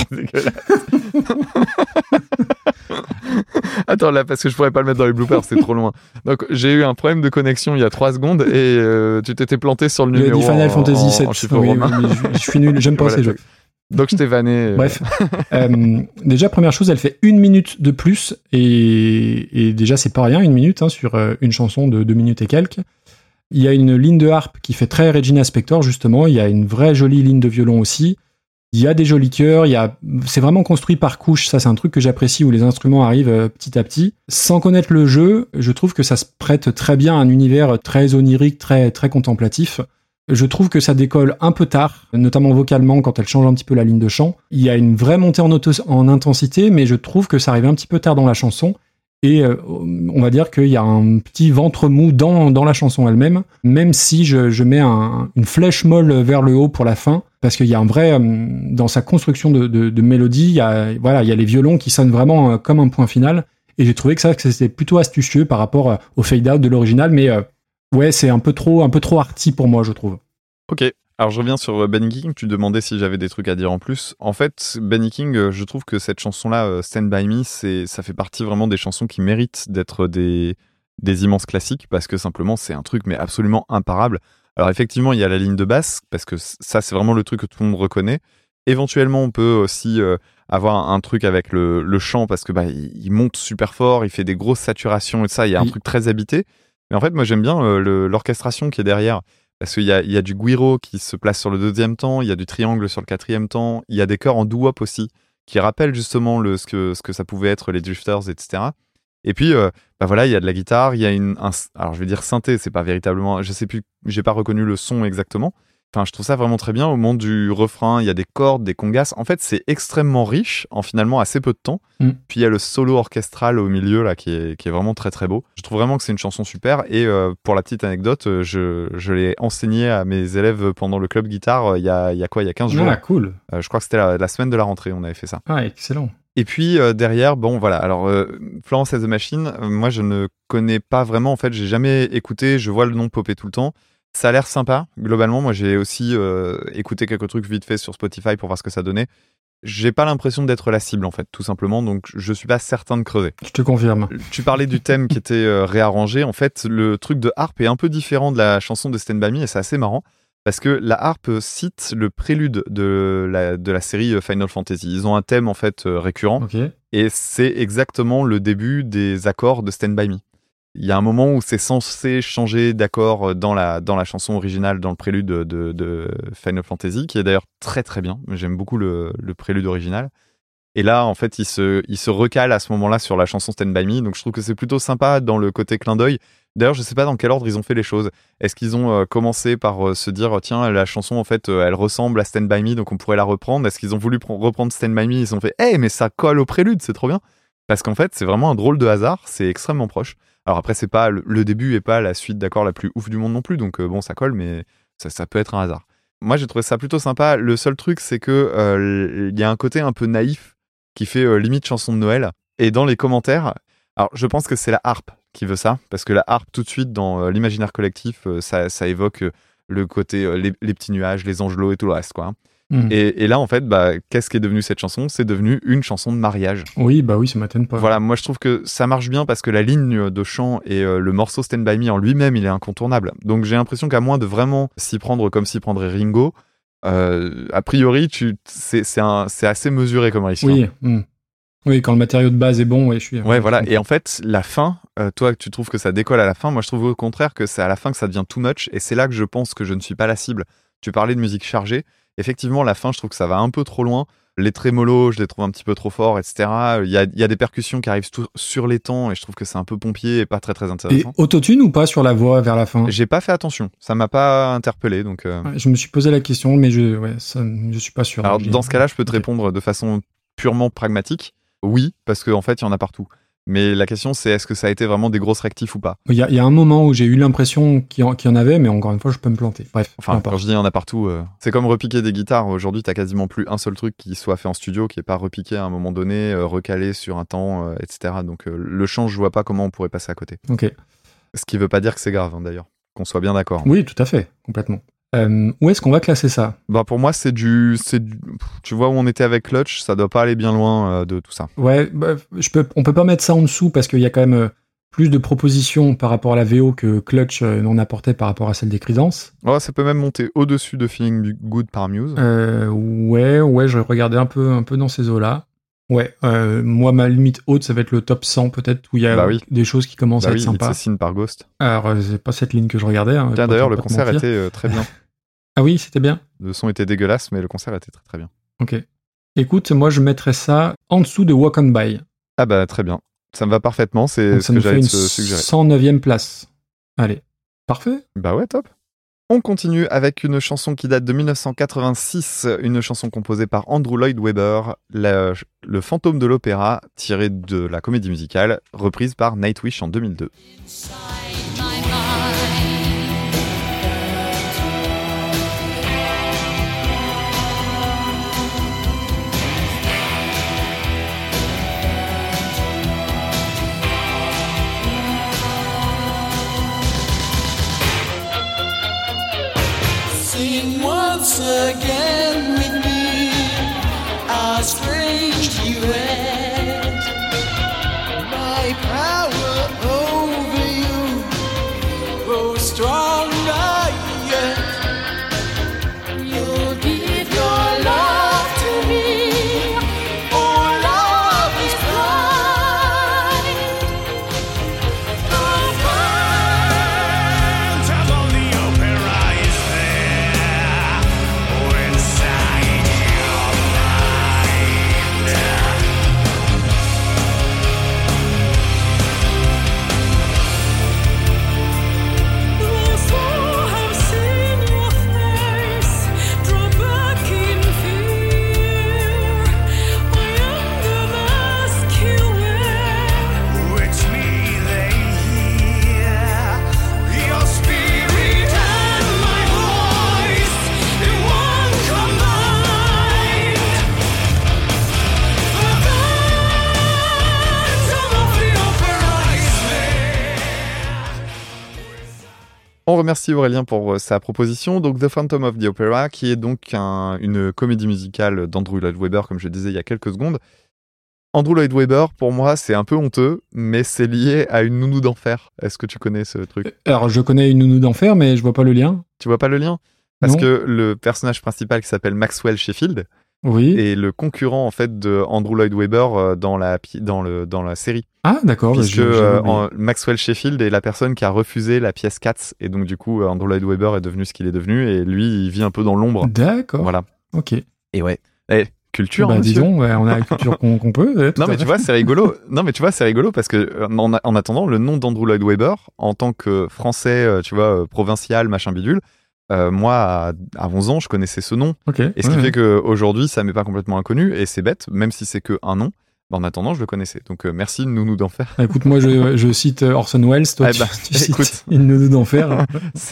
Attends là, parce que je pourrais pas le mettre dans les bloopers, c'est trop loin. Donc j'ai eu un problème de connexion il y a 3 secondes et tu t'étais planté sur le numéro. J'ai dit Final Fantasy 7. Oui, je suis nul, j'aime pas ces jeux. Donc je t'ai vanné. Bref, déjà première chose, elle fait 1 minute de plus et déjà c'est pas rien, 1 minute hein, sur une chanson de 2 minutes et quelques. Il y a une ligne de harpe qui fait très Regina Spektor justement, il y a une vraie jolie ligne de violon aussi. Il y a des jolis chœurs, c'est vraiment construit par couches, ça c'est un truc que j'apprécie où les instruments arrivent petit à petit. Sans connaître le jeu, je trouve que ça se prête très bien à un univers très onirique, très très contemplatif. Je trouve que ça décolle un peu tard, notamment vocalement quand elle change un petit peu la ligne de chant. Il y a une vraie montée en intensité, mais je trouve que ça arrive un petit peu tard dans la chanson. Et on va dire qu'il y a un petit ventre mou dans la chanson elle-même, même si je mets une flèche molle vers le haut pour la fin, parce qu'il y a un vrai, dans sa construction de mélodie, il y a les violons qui sonnent vraiment comme un point final. Et j'ai trouvé que c'était plutôt astucieux par rapport au fade-out de l'original, mais ouais, c'est un peu trop arty pour moi, je trouve. Ok. Alors je reviens sur Benny King, tu demandais si j'avais des trucs à dire en plus. En fait, Benny King, je trouve que cette chanson-là, Stand By Me, ça fait partie vraiment des chansons qui méritent d'être des immenses classiques, parce que simplement c'est un truc mais absolument imparable. Alors effectivement, il y a la ligne de basse, parce que ça c'est vraiment le truc que tout le monde reconnaît. Éventuellement, on peut aussi avoir un truc avec le chant, parce que il monte super fort, il fait des grosses saturations et ça, il y a un truc très habité. Mais en fait, moi j'aime bien l'orchestration qui est derrière. Parce qu'il y a du güiro qui se place sur le 2e temps, il y a du triangle sur le 4e temps, il y a des chœurs en doo-wop aussi, qui rappellent justement ce que ça pouvait être les Drifters, etc. Et puis, voilà, il y a de la guitare, il y a alors je vais dire synthé, c'est pas véritablement, je sais plus, j'ai pas reconnu le son exactement. Enfin, je trouve ça vraiment très bien. Au moment du refrain, il y a des cordes, des congas. En fait, c'est extrêmement riche en finalement assez peu de temps. Puis il y a le solo orchestral au milieu là qui est vraiment très très beau. Je trouve vraiment que c'est une chanson super. Et pour la petite anecdote, je l'ai enseigné à mes élèves pendant le club guitare il y a 15 jours. Ah, cool. Je crois que c'était la semaine de la rentrée, on avait fait ça. Ah, excellent. Et puis derrière, bon voilà, alors Florence and the Machine, moi je ne connais pas vraiment, en fait, j'ai jamais écouté, je vois le nom popper tout le temps. Ça a l'air sympa, globalement. Moi, j'ai aussi écouté quelques trucs vite fait sur Spotify pour voir ce que ça donnait. J'ai pas l'impression d'être la cible, en fait, tout simplement. Donc, je suis pas certain de creuser. Je te confirme. Tu parlais du thème qui était réarrangé. En fait, le truc de harpe est un peu différent de la chanson de Stand By Me et c'est assez marrant parce que la harpe cite le prélude de la série Final Fantasy. Ils ont un thème, en fait, récurrent. Okay. Et c'est exactement le début des accords de Stand By Me. Il y a un moment où c'est censé changer d'accord dans la chanson originale, dans le prélude de Final Fantasy, qui est d'ailleurs très très bien. J'aime beaucoup le prélude original. Et là, en fait, il se recale à ce moment-là sur la chanson Stand By Me. Donc je trouve que c'est plutôt sympa dans le côté clin d'œil. D'ailleurs, je sais pas dans quel ordre ils ont fait les choses. Est-ce qu'ils ont commencé par se dire, tiens, la chanson, en fait, elle ressemble à Stand By Me, donc on pourrait la reprendre. Est-ce qu'ils ont voulu reprendre Stand By Me? Ils se sont fait, mais ça colle au prélude, c'est trop bien. Parce qu'en fait, c'est vraiment un drôle de hasard. C'est extrêmement proche. Alors après, c'est pas le début et pas la suite d'accords la plus ouf du monde non plus, donc bon, ça colle, mais ça peut être un hasard. Moi, j'ai trouvé ça plutôt sympa. Le seul truc, c'est que y a un côté un peu naïf qui fait limite chanson de Noël. Et dans les commentaires, alors je pense que c'est la harpe qui veut ça, parce que la harpe, tout de suite, dans l'imaginaire collectif, ça évoque le côté les petits nuages, les angelots et tout le reste, quoi. Et là, en fait, qu'est-ce qui est devenu cette chanson? C'est devenu une chanson de mariage. Oui, ça m'étonne pas. Voilà, moi je trouve que ça marche bien parce que la ligne de chant et le morceau Stand By Me en lui-même, il est incontournable. Donc j'ai l'impression qu'à moins de vraiment s'y prendre comme s'y prendrait Ringo, a priori, c'est assez mesuré comme réussite. Oui, oui, quand le matériau de base est bon, je suis... Ouais, voilà. Et en fait, la fin, toi, tu trouves que ça décolle à la fin. Moi, je trouve au contraire que c'est à la fin que ça devient too much. Et c'est là que je pense que je ne suis pas la cible. Tu parlais de musique chargée. Effectivement, la fin, je trouve que ça va un peu trop loin. Les trémolos, je les trouve un petit peu trop forts, etc. Il y a des percussions qui arrivent sur les temps et je trouve que c'est un peu pompier et pas très très intéressant. Et autotune ou pas sur la voix vers la fin? J'ai pas fait attention, ça m'a pas interpellé, donc. Je me suis posé la question, mais je suis pas sûr. Alors dans ce cas-là, je peux te répondre de façon purement pragmatique. Oui, parce qu'en fait, il y en a partout. Mais la question, c'est est-ce que ça a été vraiment des grosses rectifs ou pas? Il y a un moment où j'ai eu l'impression qu'il y en avait, mais encore une fois, je peux me planter. Bref. Enfin, quand je dis il y en a partout, c'est comme repiquer des guitares. Aujourd'hui, t'as quasiment plus un seul truc qui soit fait en studio, qui est pas repiqué à un moment donné, recalé sur un temps, etc. Donc le chant, je vois pas comment on pourrait passer à côté. Ok. Ce qui veut pas dire que c'est grave, hein, d'ailleurs. Qu'on soit bien d'accord. Oui, tout à fait, complètement. Où est-ce qu'on va classer ça? Pour moi, c'est du. Tu vois où on était avec Clutch, ça doit pas aller bien loin de tout ça. Ouais, on peut pas mettre ça en dessous parce qu'il y a quand même plus de propositions par rapport à la VO que Clutch n'en apportait par rapport à celle des Creedence. Ouais, ça peut même monter au-dessus de Feeling Good par Muse. Ouais, je regardais un peu dans ces eaux-là. Ouais, moi, ma limite haute, ça va être le top 100 peut-être, où il y a des choses qui commencent à être sympas. It's a Sin par Ghost. Alors, c'est pas cette ligne que je regardais. Hein, tiens, d'ailleurs, le concert était très bien. Ah oui, c'était bien. Le son était dégueulasse, mais le concert était très très bien. Ok. Écoute, moi je mettrais ça en dessous de Walk on By. Ah très bien. Ça me va parfaitement, c'est donc ce que j'allais te suggérer. 109e place. Allez, parfait. Ouais, top. On continue avec une chanson qui date de 1986, une chanson composée par Andrew Lloyd Webber, le fantôme de l'opéra, tiré de la comédie musicale, reprise par Nightwish en 2002. Once again with me, how strange you act. My power over you grows stronger yet. You'll give your love to me, for love is blind. The phantom of the opera is On remercie Aurélien pour sa proposition. Donc The Phantom of the Opera, qui est donc une comédie musicale d'Andrew Lloyd Webber, comme je disais il y a quelques secondes. Andrew Lloyd Webber, pour moi, c'est un peu honteux, mais c'est lié à une nounou d'enfer. Est-ce que tu connais ce truc ? Alors, je connais une nounou d'enfer, mais je vois pas le lien. Tu vois pas le lien ? Parce Non. que le personnage principal qui s'appelle Maxwell Sheffield Oui. est le concurrent en fait de Andrew Lloyd Webber dans la série. Ah, d'accord. Puisque j'ai oublié. Maxwell Sheffield est la personne qui a refusé la pièce Cats, et donc du coup Andrew Lloyd Webber est devenu ce qu'il est devenu, et lui il vit un peu dans l'ombre. D'accord. Voilà. Ok. Et ouais. Culture, Bah, monsieur. disons, ouais, on a la culture qu'on peut. Non mais tu vois c'est rigolo. Non mais tu vois c'est rigolo parce que en attendant le nom d'Andrew Lloyd Webber en tant que français, tu vois, provincial machin bidule, moi à 11 ans je connaissais ce nom. Ok. Et ce qui fait qu'aujourd'hui ça m'est pas complètement inconnu, et c'est bête même si c'est que un nom. En attendant, je le connaissais. Donc, merci, nounou d'enfer. Écoute, moi, je cite Orson Welles. Toi, Eh ben, tu cites écoute. une nounou d'enfer.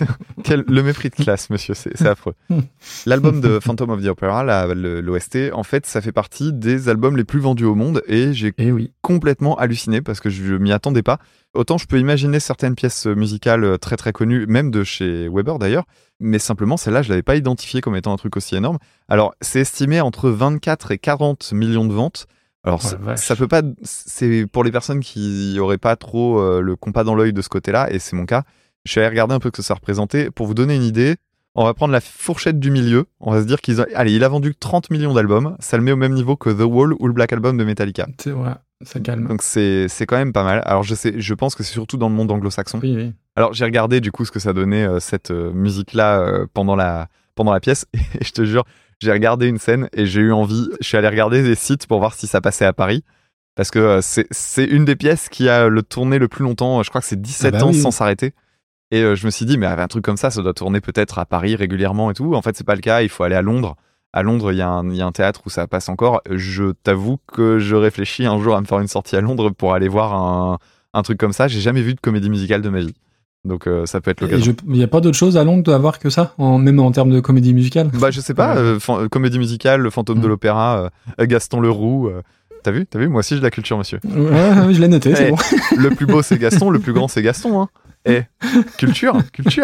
Le mépris de classe, monsieur, c'est affreux. L'album de Phantom of the Opera, l'OST, en fait, ça fait partie des albums les plus vendus au monde, et j'ai complètement halluciné parce que je m'y attendais pas. Autant je peux imaginer certaines pièces musicales très très connues, même de chez Weber d'ailleurs, mais simplement celle-là, je l'avais pas identifiée comme étant un truc aussi énorme. Alors, c'est estimé entre 24 et 40 millions de ventes. Alors, ça peut pas. C'est pour les personnes qui auraient pas trop le compas dans l'œil de ce côté-là, et c'est mon cas. Je suis allé regarder un peu ce que ça représentait. Pour vous donner une idée, on va prendre la fourchette du milieu. On va se dire il a vendu 30 millions d'albums. Ça le met au même niveau que The Wall ou le Black Album de Metallica. C'est vrai, ça calme. Donc c'est quand même pas mal. Alors je pense que c'est surtout dans le monde anglo-saxon. Oui. Alors j'ai regardé du coup ce que ça donnait cette musique-là pendant la pièce, et je te jure. J'ai regardé une scène et j'ai eu envie. Je suis allé regarder des sites pour voir si ça passait à Paris. Parce que c'est une des pièces qui a tourné le plus longtemps. Je crois que c'est 17 ans sans s'arrêter. Et je me suis dit, mais un truc comme ça doit tourner peut-être à Paris régulièrement et tout. En fait, c'est pas le cas. Il faut aller à Londres. À Londres, il y a un théâtre où ça passe encore. Je t'avoue que je réfléchis un jour à me faire une sortie à Londres pour aller voir un truc comme ça. J'ai jamais vu de comédie musicale de ma vie. Donc ça peut être l'occasion. Il n'y a pas d'autre chose à Londres à voir que ça, même en termes de comédie musicale? Bah je sais pas, comédie musicale, le fantôme de l'opéra, Gaston Leroux. T'as vu? Moi aussi j'ai de la culture, monsieur. Ouais, je l'ai noté, c'est bon. Le plus beau c'est Gaston, le plus grand c'est Gaston. Hein. Culture.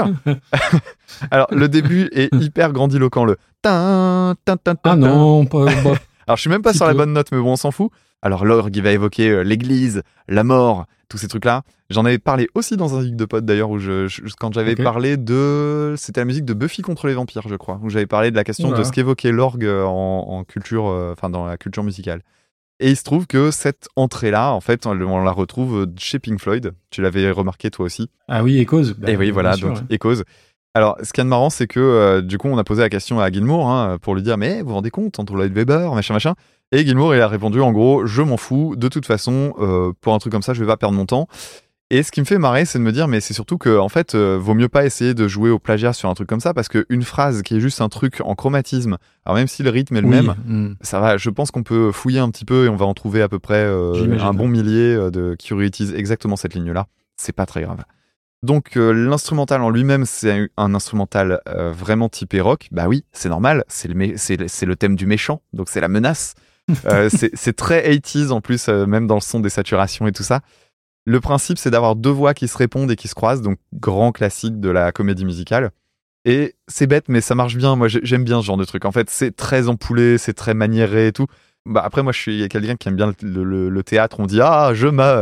Alors le début est hyper grandiloquent, le tin. Ah non, pas. Alors je suis même pas sur la bonne note, mais bon on s'en fout. Alors l'orgue il va évoquer l'église, la mort, tous ces trucs-là. J'en avais parlé aussi dans un geek de potes d'ailleurs, où quand j'avais parlé c'était la musique de Buffy contre les vampires, je crois, où j'avais parlé de la question de ce qu'évoquait l'orgue en culture, dans la culture musicale. Et il se trouve que cette entrée-là, en fait, on la retrouve chez Pink Floyd. Tu l'avais remarqué toi aussi. Ah oui, Echoes. Et oui, voilà, donc Echoes. Alors, ce qui est marrant, c'est que du coup, on a posé la question à Gilmour pour lui dire, mais vous vous rendez compte, Andrew Lloyd Webber, machin. Et Gilmour, il a répondu en gros, je m'en fous, de toute façon, pour un truc comme ça, je vais pas perdre mon temps. Et ce qui me fait marrer, c'est de me dire, mais c'est surtout que, en fait, vaut mieux pas essayer de jouer au plagiat sur un truc comme ça, parce qu'une phrase qui est juste un truc en chromatisme, alors même si le rythme est le même, ça va, je pense qu'on peut fouiller un petit peu et on va en trouver à peu près un bon millier qui réutilisent exactement cette ligne-là. C'est pas très grave. Donc l'instrumental en lui-même, c'est un instrumental vraiment typé rock. Bah oui, c'est normal, c'est le thème du méchant, donc c'est la menace. C'est très 80s en plus, même dans le son des saturations et tout ça. Le principe, c'est d'avoir deux voix qui se répondent et qui se croisent, donc grand classique de la comédie musicale. Et c'est bête, mais ça marche bien. Moi, j'aime bien ce genre de truc. En fait, c'est très empoulé, c'est très maniéré et tout. Bah après, moi, je suis quelqu'un qui aime bien le théâtre. On dit « Ah, je meurs !»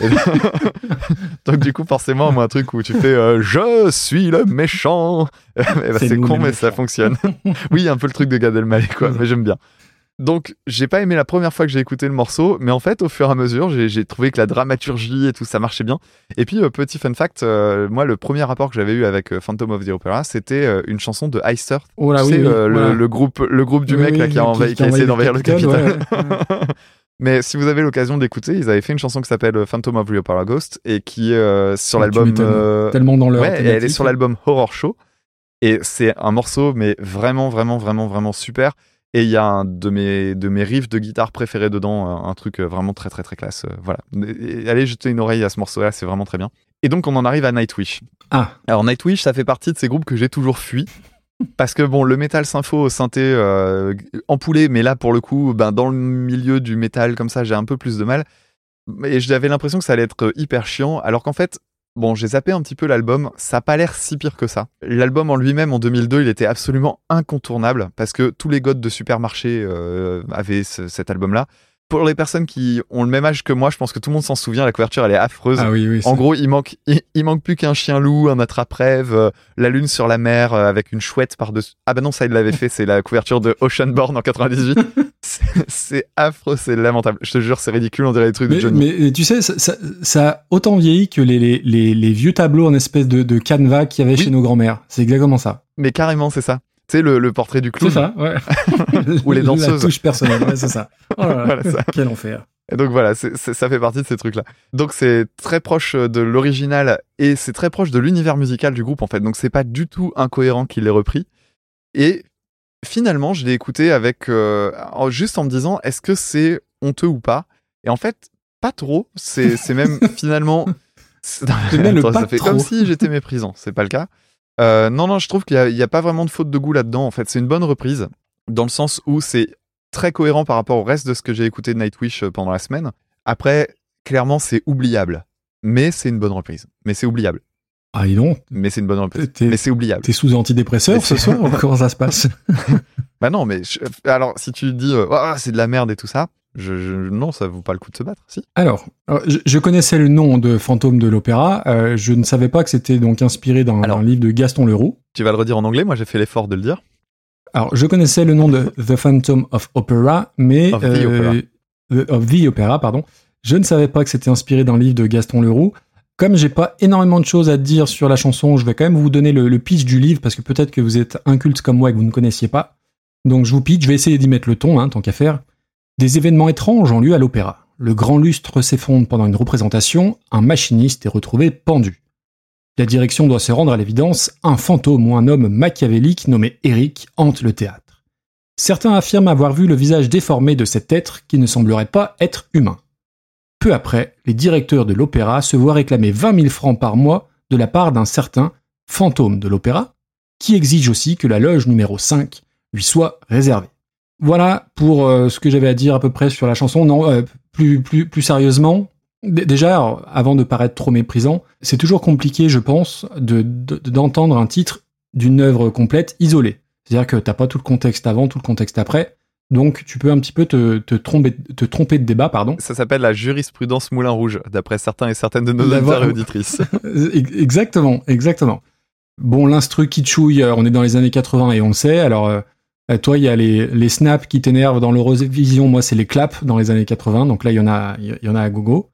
Donc du coup, forcément, moi, un truc où tu fais « Je suis le méchant !» C'est con, mais ça fonctionne. Oui, un peu le truc de Gad Elmaleh, quoi, mais j'aime bien. Donc, j'ai pas aimé la première fois que j'ai écouté le morceau, mais en fait, au fur et à mesure, j'ai trouvé que la dramaturgie et tout, ça marchait bien. Et puis, petit fun fact, moi, le premier rapport que j'avais eu avec Phantom of the Opera, c'était une chanson de Iced Earth. Oh là, tu sais, voilà. le groupe du mec là, qui a essayé d'envahir le Capitole. Ouais. Mais si vous avez l'occasion d'écouter, ils avaient fait une chanson qui s'appelle Phantom of the Opera Ghost, et qui est sur l'album... tellement dans leur et elle est sur l'album Horror Show. Et c'est un morceau, mais vraiment, vraiment, vraiment, vraiment super. Et il y a un de mes riffs de guitare préférés dedans, un truc vraiment très très très classe. Voilà. Et allez jeter une oreille à ce morceau-là, c'est vraiment très bien. Et donc on en arrive à Nightwish. Ah. Alors Nightwish, ça fait partie de ces groupes que j'ai toujours fui. Parce que bon, le métal sympho au synthé empoulé, mais là pour le coup, dans le milieu du métal comme ça, j'ai un peu plus de mal. Et j'avais l'impression que ça allait être hyper chiant, alors qu'en fait, Bon, j'ai zappé un petit peu l'album, ça a pas l'air si pire que ça. L'album en lui-même, en 2002, il était absolument incontournable, parce que tous les goths de supermarché avaient cet album-là. Pour les personnes qui ont le même âge que moi, je pense que tout le monde s'en souvient, la couverture elle est affreuse. Ah oui, En gros, il manque plus qu'un chien loup, un attrape-rêve, la lune sur la mer avec une chouette par-dessus. Ah bah non, ça il l'avait fait, c'est la couverture de Oceanborn en 98. c'est affreux, c'est lamentable. Je te jure, c'est ridicule, on dirait des trucs de Johnny. Mais tu sais, ça a autant vieilli que les vieux tableaux en espèce de canevas qu'il y avait chez nos grands-mères. C'est exactement ça. Mais carrément, c'est ça. Tu sais, le portrait du clown. C'est ça, ouais. Ou les danseuses. La touche personnelle, ouais, c'est ça. Oh là là, Voilà, ça. Quel enfer. Et donc voilà, ça fait partie de ces trucs-là. Donc c'est très proche de l'original et c'est très proche de l'univers musical du groupe en fait. Donc c'est pas du tout incohérent qu'il l'ait repris. Et finalement, je l'ai écouté avec juste en me disant, est-ce que c'est honteux ou pas ? Et en fait, pas trop. C'est même finalement... même Attends, pas ça fait trop. comme si j'étais méprisant. C'est pas le cas. Non, je trouve qu'il y a pas vraiment de faute de goût là-dedans. En fait, c'est une bonne reprise dans le sens où c'est très cohérent par rapport au reste de ce que j'ai écouté de Nightwish pendant la semaine. Après, clairement, c'est oubliable. Mais c'est une bonne reprise. Mais c'est oubliable. Ah, dis donc. Mais c'est une bonne reprise. Mais c'est oubliable. T'es sous antidépresseur ce soir ou comment ça se passe? Bah non, mais alors si tu dis c'est de la merde et tout ça, non, ça vaut pas le coup de se battre, si. Alors, je connaissais le nom de Fantôme de l'Opéra. Je ne savais pas que c'était donc inspiré d'un livre de Gaston Leroux. Tu vas le redire en anglais. Moi, j'ai fait l'effort de le dire. Alors, je connaissais le nom de The Phantom of Opera, mais Of the Opera, pardon. Je ne savais pas que c'était inspiré d'un livre de Gaston Leroux. Comme j'ai pas énormément de choses à dire sur la chanson, je vais quand même vous donner le pitch du livre parce que peut-être que vous êtes inculte comme moi et que vous ne connaissiez pas. Donc je vous pitch, je vais essayer d'y mettre le ton, tant qu'à faire. Des événements étranges ont lieu à l'opéra. Le grand lustre s'effondre pendant une représentation, un machiniste est retrouvé pendu. La direction doit se rendre à l'évidence, un fantôme ou un homme machiavélique nommé Eric hante le théâtre. Certains affirment avoir vu le visage déformé de cet être qui ne semblerait pas être humain. Peu après, les directeurs de l'opéra se voient réclamer 20 000 francs par mois de la part d'un certain fantôme de l'opéra, qui exige aussi que la loge numéro 5 lui soit réservée. Voilà pour ce que j'avais à dire à peu près sur la chanson. Non, plus sérieusement, déjà, alors, avant de paraître trop méprisant, c'est toujours compliqué, je pense, d'entendre un titre d'une œuvre complète isolée. C'est-à-dire que t'as pas tout le contexte avant, tout le contexte après. Donc, tu peux un petit peu te tromper de débat, pardon. Ça s'appelle la jurisprudence Moulin Rouge, d'après certains et certaines de nos auditeurs et auditrices. Exactement. Bon, l'instru kitschouille, on est dans les années 80 et on le sait. Alors, toi, il y a les snaps qui t'énervent dans l'Eurovision. Moi, c'est les claps dans les années 80. Donc là, il y en a à gogo.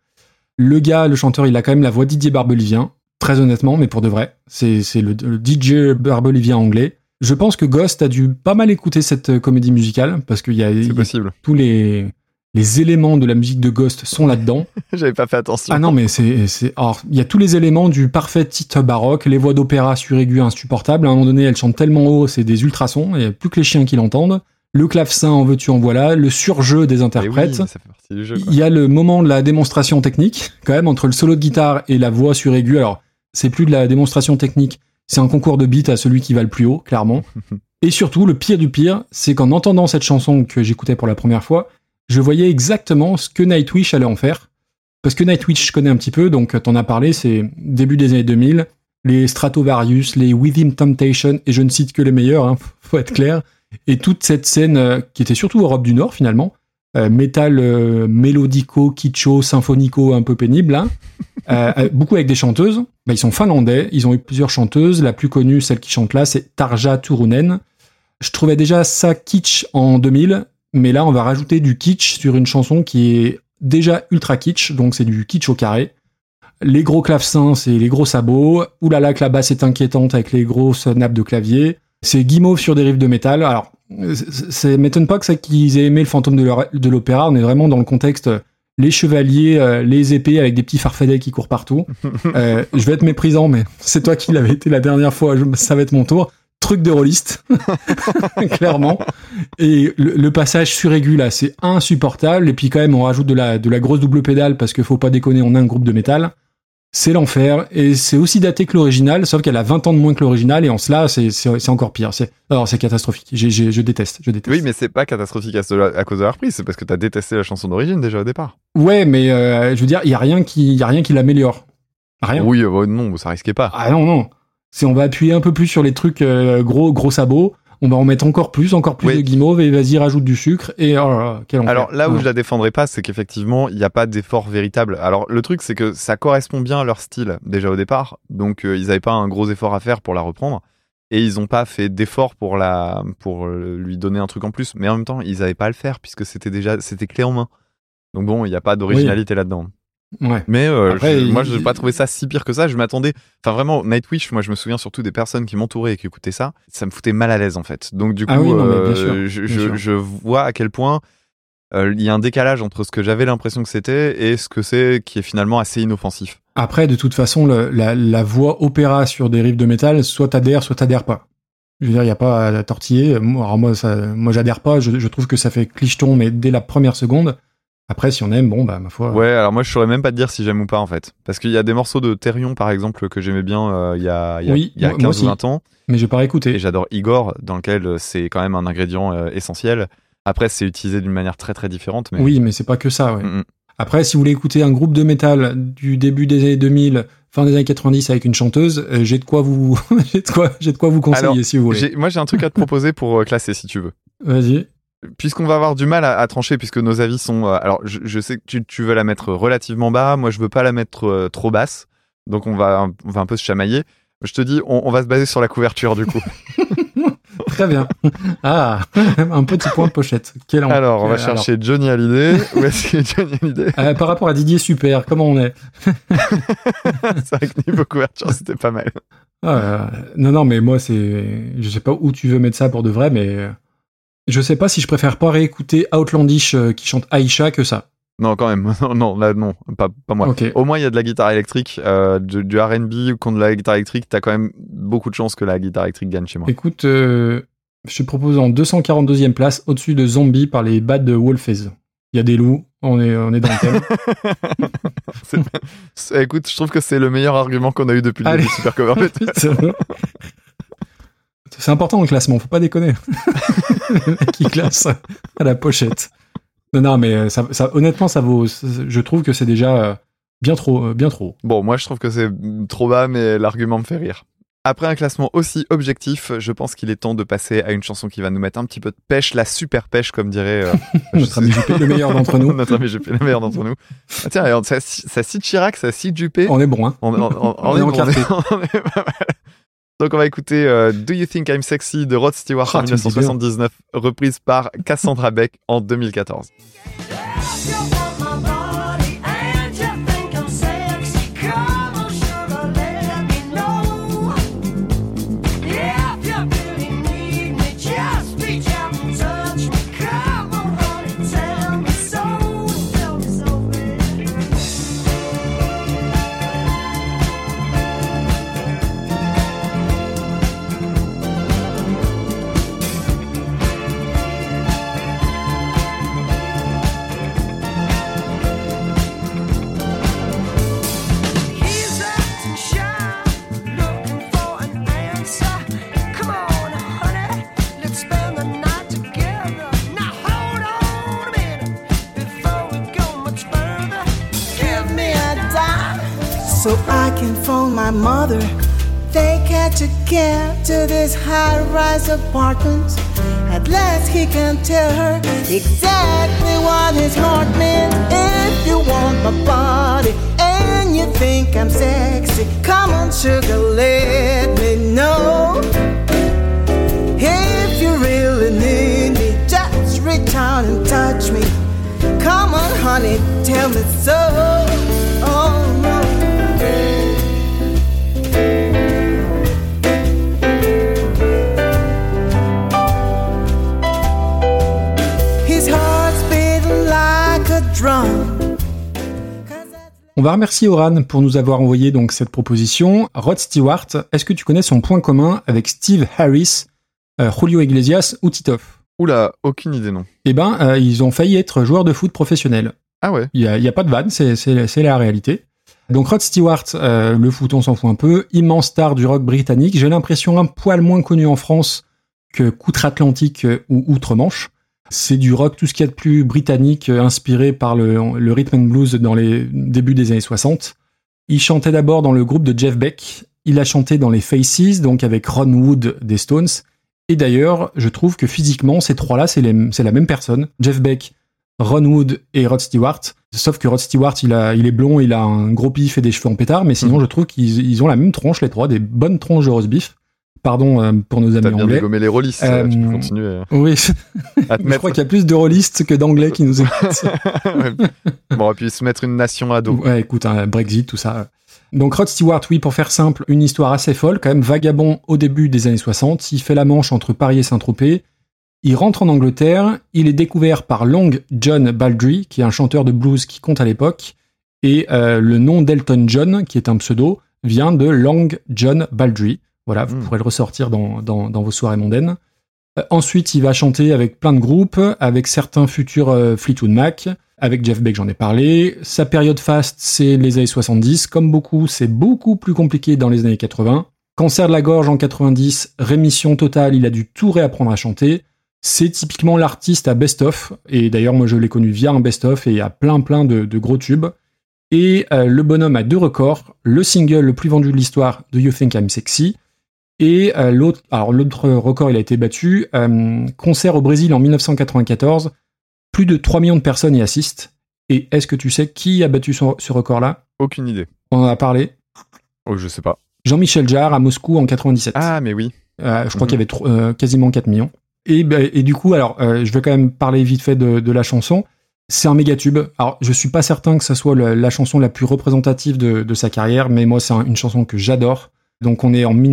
Le chanteur, il a quand même la voix Didier Barbelivien. Très honnêtement, mais pour de vrai. C'est le DJ Barbelivien anglais. Je pense que Ghost a dû pas mal écouter cette comédie musicale, parce qu'il y a tous les éléments de la musique de Ghost sont là-dedans. J'avais pas fait attention. Ah non, mais alors, il y a tous les éléments du parfait titre baroque, les voix d'opéra suraiguës insupportables. À un moment donné, elles chantent tellement haut, c'est des ultrasons, il n'y a plus que les chiens qui l'entendent. Le clavecin, en veux-tu, en voilà. Le surjeu des interprètes. Oui, ça fait partie du jeu, quoi. Il y a le moment de la démonstration technique, quand même, entre le solo de guitare et la voix suraiguë. Alors, c'est plus de la démonstration technique. C'est un concours de beats à celui qui va le plus haut, clairement. Et surtout, le pire du pire, c'est qu'en entendant cette chanson que j'écoutais pour la première fois, je voyais exactement ce que Nightwish allait en faire. Parce que Nightwish, je connais un petit peu, donc t'en as parlé, c'est début des années 2000, les Stratovarius, les Within Temptation, et je ne cite que les meilleurs, faut être clair. Et toute cette scène qui était surtout Europe du Nord, finalement, métal mélodico, kitscho, symphonico, un peu pénible, beaucoup avec des chanteuses. Ils sont finlandais, ils ont eu plusieurs chanteuses. La plus connue, celle qui chante là, c'est Tarja Turunen. Je trouvais déjà ça kitsch en 2000, mais là, on va rajouter du kitsch sur une chanson qui est déjà ultra kitsch, donc c'est du kitsch au carré. Les gros clavecins, c'est les gros sabots. Oulala, que la basse est inquiétante avec les grosses nappes de clavier. C'est guimauve sur des riffs de métal. Alors, ça m'étonne pas que ça qu'ils aient aimé le fantôme de l'opéra. On est vraiment dans le contexte les chevaliers, les épées avec des petits farfadets qui courent partout. Je vais être méprisant, mais c'est toi qui l'avais été la dernière fois. Ça va être mon tour. Truc de rôliste, clairement. Et le passage suraigu là, c'est insupportable. Et puis quand même, on rajoute de la grosse double pédale parce qu'il faut pas déconner, on a un groupe de métal. C'est l'enfer, et c'est aussi daté que l'original, sauf qu'elle a 20 ans de moins que l'original, et en cela, c'est encore pire. Alors, c'est catastrophique. Je déteste. Oui, mais c'est pas catastrophique à cause de la reprise, c'est parce que t'as détesté la chanson d'origine déjà au départ. Ouais, mais je veux dire, il y a rien qui l'améliore. Rien. Oui, non, ça risquait pas. Ah non. On va appuyer un peu plus sur les trucs gros sabots. On va en mettre encore plus Oui. de guimauve et vas-y, rajoute du sucre et oh là là, quel enfer. Alors là où Ouais. je la défendrai pas, c'est qu'effectivement, il n'y a pas d'effort véritable. Alors le truc, c'est que ça correspond bien à leur style déjà au départ, donc ils n'avaient pas un gros effort à faire pour la reprendre, et ils n'ont pas fait d'effort pour lui donner un truc en plus. Mais en même temps, ils n'avaient pas à le faire puisque c'était clé en main. Donc bon, il n'y a pas d'originalité là-dedans. Ouais. Mais Après, moi, je n'ai pas trouvé ça si pire que ça. Je m'attendais. Enfin, vraiment, Nightwish, moi, je me souviens surtout des personnes qui m'entouraient et qui écoutaient ça. Ça me foutait mal à l'aise, en fait. Donc, du coup, Ah oui, non, mais bien sûr, bien sûr. je vois à quel point il y a un décalage entre ce que j'avais l'impression que c'était et ce que c'est qui est finalement assez inoffensif. Après, de toute façon, la voix opéra sur des riffs de métal, soit t'adhères pas. Je veux dire, il n'y a pas à tortiller. Moi, j'adhère pas. Je trouve que ça fait clicheton, mais dès la première seconde. Après, si on aime, bon, bah, ma foi. Ouais, alors moi, je saurais même pas te dire si j'aime ou pas, en fait. Parce qu'il y a des morceaux de Therion, par exemple, que j'aimais bien il y a moi 15 aussi. ou 20 ans. Mais j'ai pas réécouté. Et j'adore Igor, dans lequel c'est quand même un ingrédient essentiel. Après, c'est utilisé d'une manière très très différente. Mais... Oui, mais c'est pas que ça, ouais. Mm-mm. Après, si vous voulez écouter un groupe de métal du début des années 2000, fin des années 90 avec une chanteuse, j'ai de quoi vous, j'ai de quoi vous conseiller, Alors, si vous voulez. moi, j'ai un truc à te proposer pour classer, si tu veux. Vas-y. Puisqu'on va avoir du mal à trancher, puisque nos avis sont... alors, je sais que tu veux la mettre relativement bas, moi je veux pas la mettre trop basse, donc on va un peu se chamailler. Je te dis, on va se baser sur la couverture, du coup. Très bien. Ah, un petit point de pochette. Quel enfer. Alors, on va chercher Johnny Hallyday. Où est-ce qu'il est Johnny Hallyday? Par rapport à Didier Super, comment on est? C'est vrai que niveau couverture, c'était pas mal. Non, mais moi, je sais pas où tu veux mettre ça pour de vrai, mais je sais pas si je préfère pas réécouter Outlandish qui chante Aïcha que ça. Non, quand même. Non, là, non. Pas moi. Ok. Au moins, il y a de la guitare électrique, du R&B contre de la guitare électrique. T'as quand même beaucoup de chances que la guitare électrique gagne chez moi. Écoute, je te propose en 242e place, au-dessus de Zombie par les Bad Wolfes. Il y a des loups, on est dans le thème. Écoute, je trouve que c'est le meilleur argument qu'on a eu depuis le Allez. début de Super Cover Metal. C'est important le classement, faut pas déconner. Le mec qui classe à la pochette. Non, mais ça, honnêtement, ça vaut. Je trouve que c'est déjà bien trop. Bon, moi je trouve que c'est trop bas, mais l'argument me fait rire. Après un classement aussi objectif, je pense qu'il est temps de passer à une chanson qui va nous mettre un petit peu de pêche, la super pêche, comme dirait notre ami Juppé, le meilleur d'entre nous. Notre ami Juppé, le meilleur d'entre nous. Ah, tiens, regarde, ça cite Chirac, ça cite Juppé. On est bon, hein. On est encarté. on est pas mal. Donc on va écouter Do You Think I'm Sexy de Rod Stewart en 1979, reprise par Cassandra Beck en 2014. So I can phone my mother. They catch a cab to this high-rise apartment. At last he can tell her exactly what his heart meant. If you want my body and you think I'm sexy, come on sugar, let me know. If you really need me, just reach out and touch me. Come on honey, tell me so. Oh no. On va remercier Oran pour nous avoir envoyé donc cette proposition. Rod Stewart, est-ce que tu connais son point commun avec Steve Harris, Julio Iglesias ou Titoff? Oula, aucune idée non. Eh ben, ils ont failli être joueurs de foot professionnels. Ah ouais. Il y a pas de vanne, c'est la réalité. Donc Rod Stewart, le foot on s'en fout un peu, immense star du rock britannique. J'ai l'impression un poil moins connu en France que qu'outre-Atlantique ou outre-Manche. C'est du rock, tout ce qu'il y a de plus britannique, inspiré par le rhythm and blues dans les débuts des années 60. Il chantait d'abord dans le groupe de Jeff Beck. Il a chanté dans les Faces, donc avec Ron Wood des Stones. Et d'ailleurs, je trouve que physiquement, ces trois-là, c'est la même personne. Jeff Beck, Ron Wood et Rod Stewart. Sauf que Rod Stewart, il est blond, il a un gros pif et des cheveux en pétard, mais sinon, je trouve qu'ils ont la même tronche, les trois, des bonnes tronches de roast beef. Pardon pour nos amis anglais. T'as bien dégommé les rôlistes, tu peux continuer. Oui, je crois qu'il y a plus de rôlistes que d'anglais qui nous écoutent. Bon, on va puis se mettre une nation à dos. Ouais, écoute, Brexit, tout ça. Donc Rod Stewart, oui, pour faire simple, une histoire assez folle, quand même vagabond au début des années 60. Il fait la Manche entre Paris et Saint-Tropez. Il rentre en Angleterre. Il est découvert par Long John Baldry, qui est un chanteur de blues qui compte à l'époque. Et le nom d'Elton John, qui est un pseudo, vient de Long John Baldry. Voilà, vous pourrez le ressortir dans vos soirées mondaines. Ensuite, il va chanter avec plein de groupes, avec certains futurs Fleetwood Mac, avec Jeff Beck, j'en ai parlé. Sa période faste, c'est les années 70. Comme beaucoup, c'est beaucoup plus compliqué dans les années 80. Cancer de la gorge en 90, rémission totale, il a dû tout réapprendre à chanter. C'est typiquement l'artiste à best-of. Et d'ailleurs, moi, je l'ai connu via un best-of et il y a plein de gros tubes. Et le bonhomme a 2 records. Le single le plus vendu de l'histoire, Do You Think I'm Sexy? Et l'autre record, il a été battu. Concert au Brésil en 1994. Plus de 3 millions de personnes y assistent. Et est-ce que tu sais qui a battu ce record-là? Aucune idée. On en a parlé. Oh, je sais pas. Jean-Michel Jarre à Moscou en 97. Ah, mais oui. Je crois qu'il y avait quasiment 4 millions. Et du coup, alors, je vais quand même parler vite fait de la chanson. C'est un méga tube. Alors, je suis pas certain que ça soit la chanson la plus représentative de sa carrière, mais moi, c'est une chanson que j'adore. Donc, on est en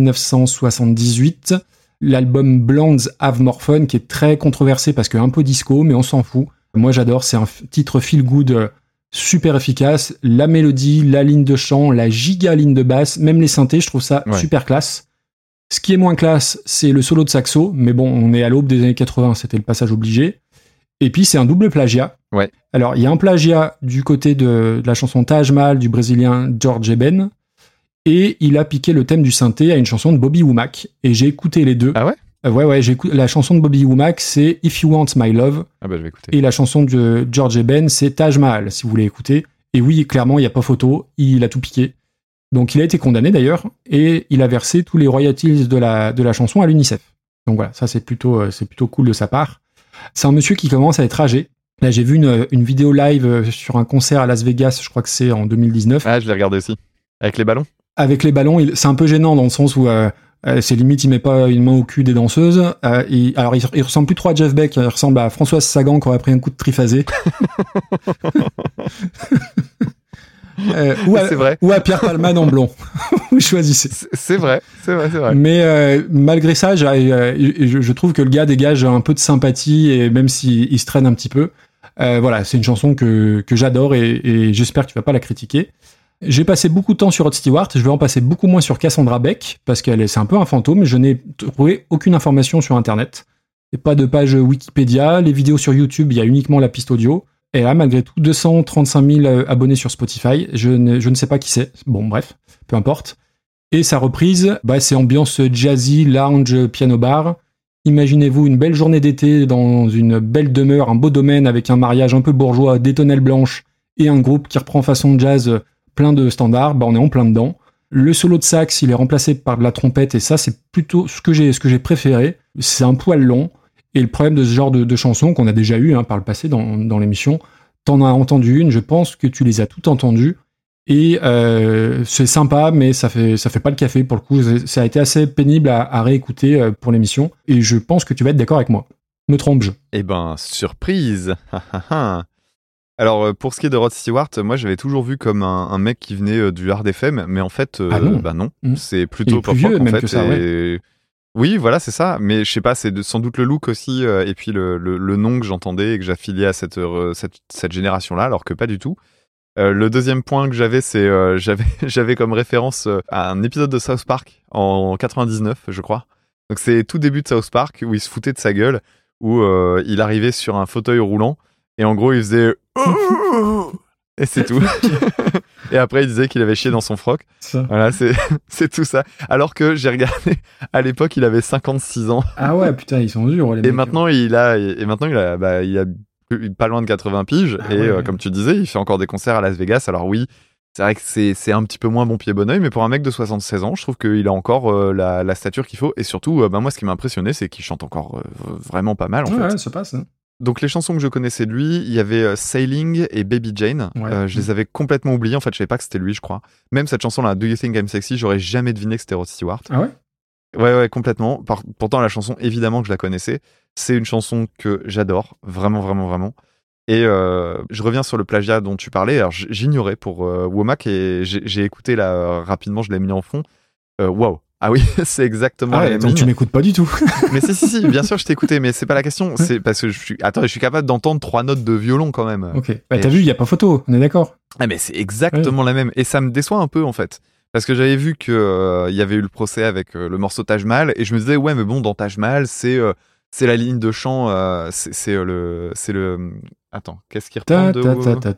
1978. L'album Blondes Have More Fun, qui est très controversé parce qu'un peu disco, mais on s'en fout. Moi, j'adore. C'est un titre feel good super efficace. La mélodie, la ligne de chant, la giga ligne de basse, même les synthés, je trouve ça super classe. Ce qui est moins classe, c'est le solo de saxo, mais bon, on est à l'aube des années 80, c'était le passage obligé. Et puis, c'est un double plagiat. Ouais. Alors, il y a un plagiat du côté de la chanson Taj Mahal du Brésilien George Eben, et il a piqué le thème du synthé à une chanson de Bobby Womack. Et j'ai écouté les deux. Ah ouais? Ouais, la chanson de Bobby Womack, c'est If You Want My Love. Ah bah, je vais écouter. Et la chanson de George Eben, c'est Taj Mahal, si vous voulez écouter. Et oui, clairement, il n'y a pas photo, il a tout piqué. Donc, il a été condamné d'ailleurs, et il a versé tous les royalties de la chanson à l'UNICEF. Donc voilà, ça c'est plutôt cool de sa part. C'est un monsieur qui commence à être âgé. Là, j'ai vu une vidéo live sur un concert à Las Vegas, je crois que c'est en 2019. Ah, je l'ai regardé aussi. Avec les ballons? Avec les ballons, c'est un peu gênant dans le sens où c'est limite, il met pas une main au cul des danseuses. Alors, il ressemble plus trop à Jeff Beck, il ressemble à Françoise Sagan qui aurait pris un coup de triphasé. C'est vrai. Ou à Pierre Palman en blond. Vous choisissez. C'est vrai. Mais malgré ça, je trouve que le gars dégage un peu de sympathie, et même s'il se traîne un petit peu. Voilà, c'est une chanson que j'adore et j'espère que tu vas pas la critiquer. J'ai passé beaucoup de temps sur Rod Stewart, je vais en passer beaucoup moins sur Cassandra Beck, parce c'est un peu un fantôme, je n'ai trouvé aucune information sur Internet. Et pas de page Wikipédia, les vidéos sur YouTube, il y a uniquement la piste audio. Et là, malgré tout, 235 000 abonnés sur Spotify, je ne sais pas qui c'est. Bon, bref, peu importe. Et sa reprise, c'est ambiance jazzy, lounge, piano bar. Imaginez-vous une belle journée d'été dans une belle demeure, un beau domaine avec un mariage un peu bourgeois, des tonnelles blanches et un groupe qui reprend façon jazz plein de standards. On est en plein dedans. Le solo de sax, il est remplacé par de la trompette et ça, c'est plutôt ce que j'ai préféré. C'est un poil long. Et le problème de ce genre de chansons qu'on a déjà eu par le passé dans l'émission, t'en as entendu une, je pense que tu les as toutes entendues. Et c'est sympa, mais ça fait pas le café pour le coup. Ça a été assez pénible à réécouter pour l'émission. Et je pense que tu vas être d'accord avec moi. Me trompe-je? Eh ben, surprise. Alors, pour ce qui est de Rod Stewart, moi, j'avais toujours vu comme un mec qui venait du Hard FM, mais en fait, non. C'est plutôt pop rock, en fait. Que ça, Oui, voilà, c'est ça. Mais je sais pas, c'est sans doute le look aussi, et puis le nom que j'entendais et que j'affiliais à cette génération-là, alors que pas du tout. Le deuxième point que j'avais, c'est j'avais comme référence un épisode de South Park en 99, je crois. Donc c'est tout début de South Park où il se foutait de sa gueule, où il arrivait sur un fauteuil roulant et en gros il faisait et c'est tout. Et après il disait qu'il avait chié dans son froc. Ça. Voilà, c'est tout ça. Alors que j'ai regardé à l'époque, il avait 56 ans. Ah ouais, putain, ils sont durs les mecs. Et maintenant il a pas loin de 80 piges, comme tu disais, il fait encore des concerts à Las Vegas. Alors oui, C'est vrai que c'est un petit peu moins bon pied bon oeil, mais pour un mec de 76 ans, je trouve qu'il a encore la stature qu'il faut. Et surtout, moi, ce qui m'a impressionné, c'est qu'il chante encore vraiment pas mal, en fait. Ouais, ça passe. Hein. Donc, les chansons que je connaissais de lui, il y avait Sailing et Baby Jane. Ouais. Je les avais complètement oubliés. En fait, je savais pas que c'était lui, je crois. Même cette chanson-là, Do You Think I'm Sexy, j'aurais jamais deviné que c'était Rod Stewart. Ah ouais? Ouais, complètement. Pourtant, la chanson, évidemment que je la connaissais. C'est une chanson que j'adore. Vraiment, vraiment, vraiment. Et je reviens sur le plagiat dont tu parlais. Alors, j'ignorais pour Womack et j'ai écouté là rapidement, je l'ai mis en fond. Waouh! Ah oui, c'est exactement la même donc ligne. tu m'écoutes pas du tout. Mais si, bien sûr, je t'ai écouté, mais c'est pas la question. C'est parce que je suis capable d'entendre 3 notes de violon quand même. Ok. Bah, t'as vu, il y a pas photo. On est d'accord. Ah, mais c'est exactement la même. Et ça me déçoit un peu en fait. Parce que j'avais vu que il y avait eu le procès avec le morceau Taj Mahal et je me disais ouais mais bon dans Taj Mahal c'est la ligne de chant c'est le attends qu'est-ce qu'il reprend de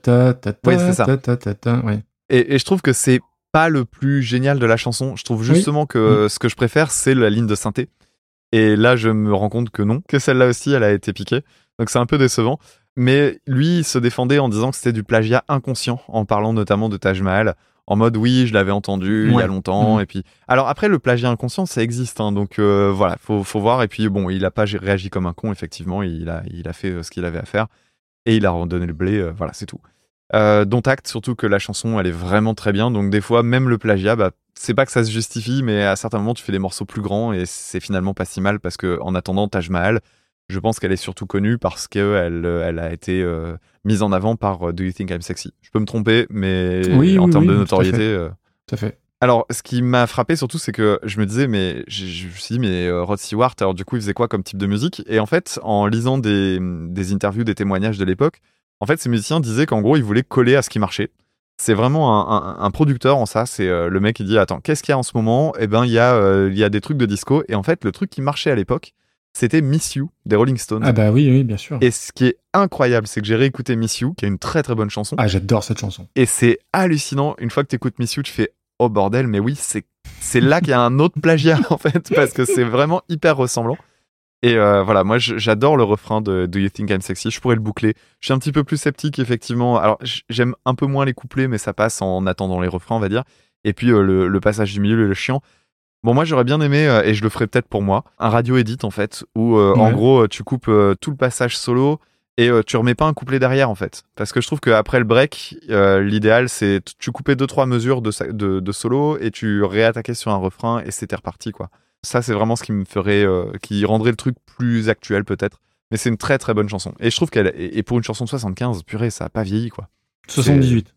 oui c'est ça ouais. Et je trouve que c'est pas le plus génial de la chanson. Je trouve justement que ce que je préfère c'est la ligne de synthé et là je me rends compte que non, que celle-là aussi elle a été piquée, donc c'est un peu décevant. Mais lui il se défendait en disant que c'était du plagiat inconscient en parlant notamment de Taj Mahal. En mode oui, je l'avais entendu il y a longtemps. Et puis, alors après le plagiat inconscient, ça existe, hein, donc voilà, faut voir. Et puis bon, il a pas réagi comme un con, effectivement, il a fait ce qu'il avait à faire et il a redonné le blé. Voilà, c'est tout. Dont acte, surtout que la chanson, elle est vraiment très bien. Donc des fois, même le plagiat, c'est pas que ça se justifie, mais à certains moments, tu fais des morceaux plus grands et c'est finalement pas si mal parce que en attendant Taj Mahal, je pense qu'elle est surtout connue parce qu'elle a été mise en avant par Do You Think I'm Sexy. Je peux me tromper, mais en termes de notoriété... Tout à fait. Alors, ce qui m'a frappé surtout, c'est que je me disais, mais je me suis dit, mais Rod Stewart, alors du coup, il faisait quoi comme type de musique? Et en fait, en lisant des interviews, des témoignages de l'époque, en fait, ces musiciens disaient qu'en gros, ils voulaient coller à ce qui marchait. C'est vraiment un producteur en ça. C'est le mec qui dit, attends, qu'est-ce qu'il y a en ce moment? Eh ben, il y a des trucs de disco. Et en fait, le truc qui marchait à l'époque, c'était Miss You des Rolling Stones. Ah bah oui, bien sûr. Et ce qui est incroyable, c'est que j'ai réécouté Miss You, qui est une très très bonne chanson. Ah, j'adore cette chanson. Et c'est hallucinant. Une fois que t'écoutes Miss You, tu fais oh bordel, mais oui, c'est là qu'il y a un autre plagiat en fait, parce que c'est vraiment hyper ressemblant. Et voilà, moi j'adore le refrain de Do You Think I'm Sexy. Je pourrais le boucler. Je suis un petit peu plus sceptique effectivement. Alors j'aime un peu moins les couplets, mais ça passe en attendant les refrains, on va dire. Et puis le passage du milieu, le chiant. Bon, moi j'aurais bien aimé, et je le ferais peut-être pour moi, un radio edit en fait, où en gros tu coupes tout le passage solo et tu remets pas un couplet derrière en fait. Parce que je trouve qu'après le break, l'idéal c'est tu coupais 2-3 mesures de solo et tu réattaquais sur un refrain et c'était reparti quoi. Ça c'est vraiment ce qui me ferait, qui rendrait le truc plus actuel peut-être. Mais c'est une très très bonne chanson. Et je trouve qu'elle, et pour une chanson de 75, purée, ça a pas vieilli quoi. 78.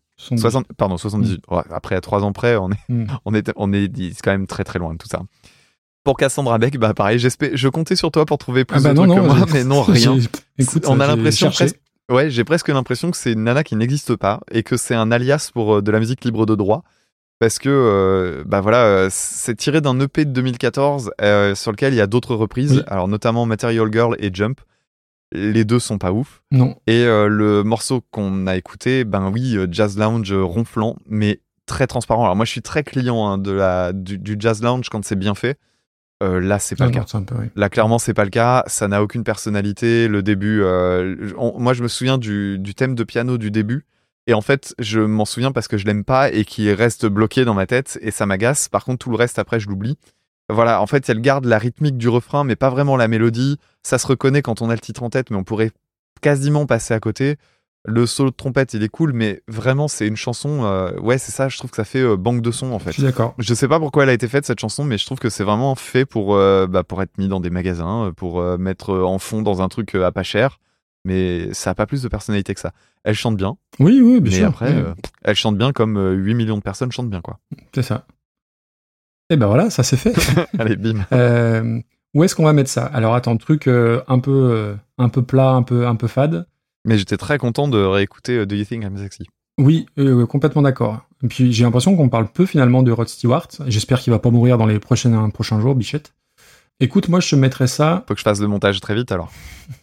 78. Ouais, après, à 3 ans près, on est quand même très très loin de tout ça. Pour Cassandra Beck, pareil, je comptais sur toi pour trouver plus de trucs que moi, mais non, rien. Écoute, on a l'impression j'ai presque l'impression que c'est une nana qui n'existe pas et que c'est un alias pour de la musique libre de droit. Parce que, c'est tiré d'un EP de 2014 sur lequel il y a d'autres reprises, alors notamment Material Girl et Jump. Les deux sont pas ouf. Non. Et le morceau qu'on a écouté, jazz lounge ronflant, mais très transparent. Alors moi, je suis très client du jazz lounge quand c'est bien fait. Là, c'est pas le cas. Là, clairement, c'est pas le cas. Ça n'a aucune personnalité. Le début, moi, je me souviens du thème de piano du début. Et en fait, je m'en souviens parce que je l'aime pas et qui reste bloqué dans ma tête et ça m'agace. Par contre, tout le reste, après, je l'oublie. Voilà, en fait, elle garde la rythmique du refrain, mais pas vraiment la mélodie. Ça se reconnaît quand on a le titre en tête, mais on pourrait quasiment passer à côté. Le solo de trompette, il est cool, mais vraiment, c'est une chanson... c'est ça, je trouve que ça fait banque de son, en fait. Je suis d'accord. Je sais pas pourquoi elle a été faite, cette chanson, mais je trouve que c'est vraiment fait pour être mis dans des magasins, pour mettre en fond dans un truc à pas cher. Mais ça a pas plus de personnalité que ça. Elle chante bien. Oui, bien sûr. Mais après, elle chante bien comme 8 millions de personnes chantent bien, quoi. C'est ça. Et ben voilà, ça c'est fait. Allez, bim. Où est-ce qu'on va mettre ça? Alors attends, truc un peu plat, un peu fade. Mais j'étais très content de réécouter Do You Think I'm Sexy. Oui, complètement d'accord. Et puis j'ai l'impression qu'on parle peu finalement de Rod Stewart. J'espère qu'il va pas mourir dans les prochains jours, Bichette. Écoute, moi je te mettrais ça... Faut que je fasse le montage très vite alors.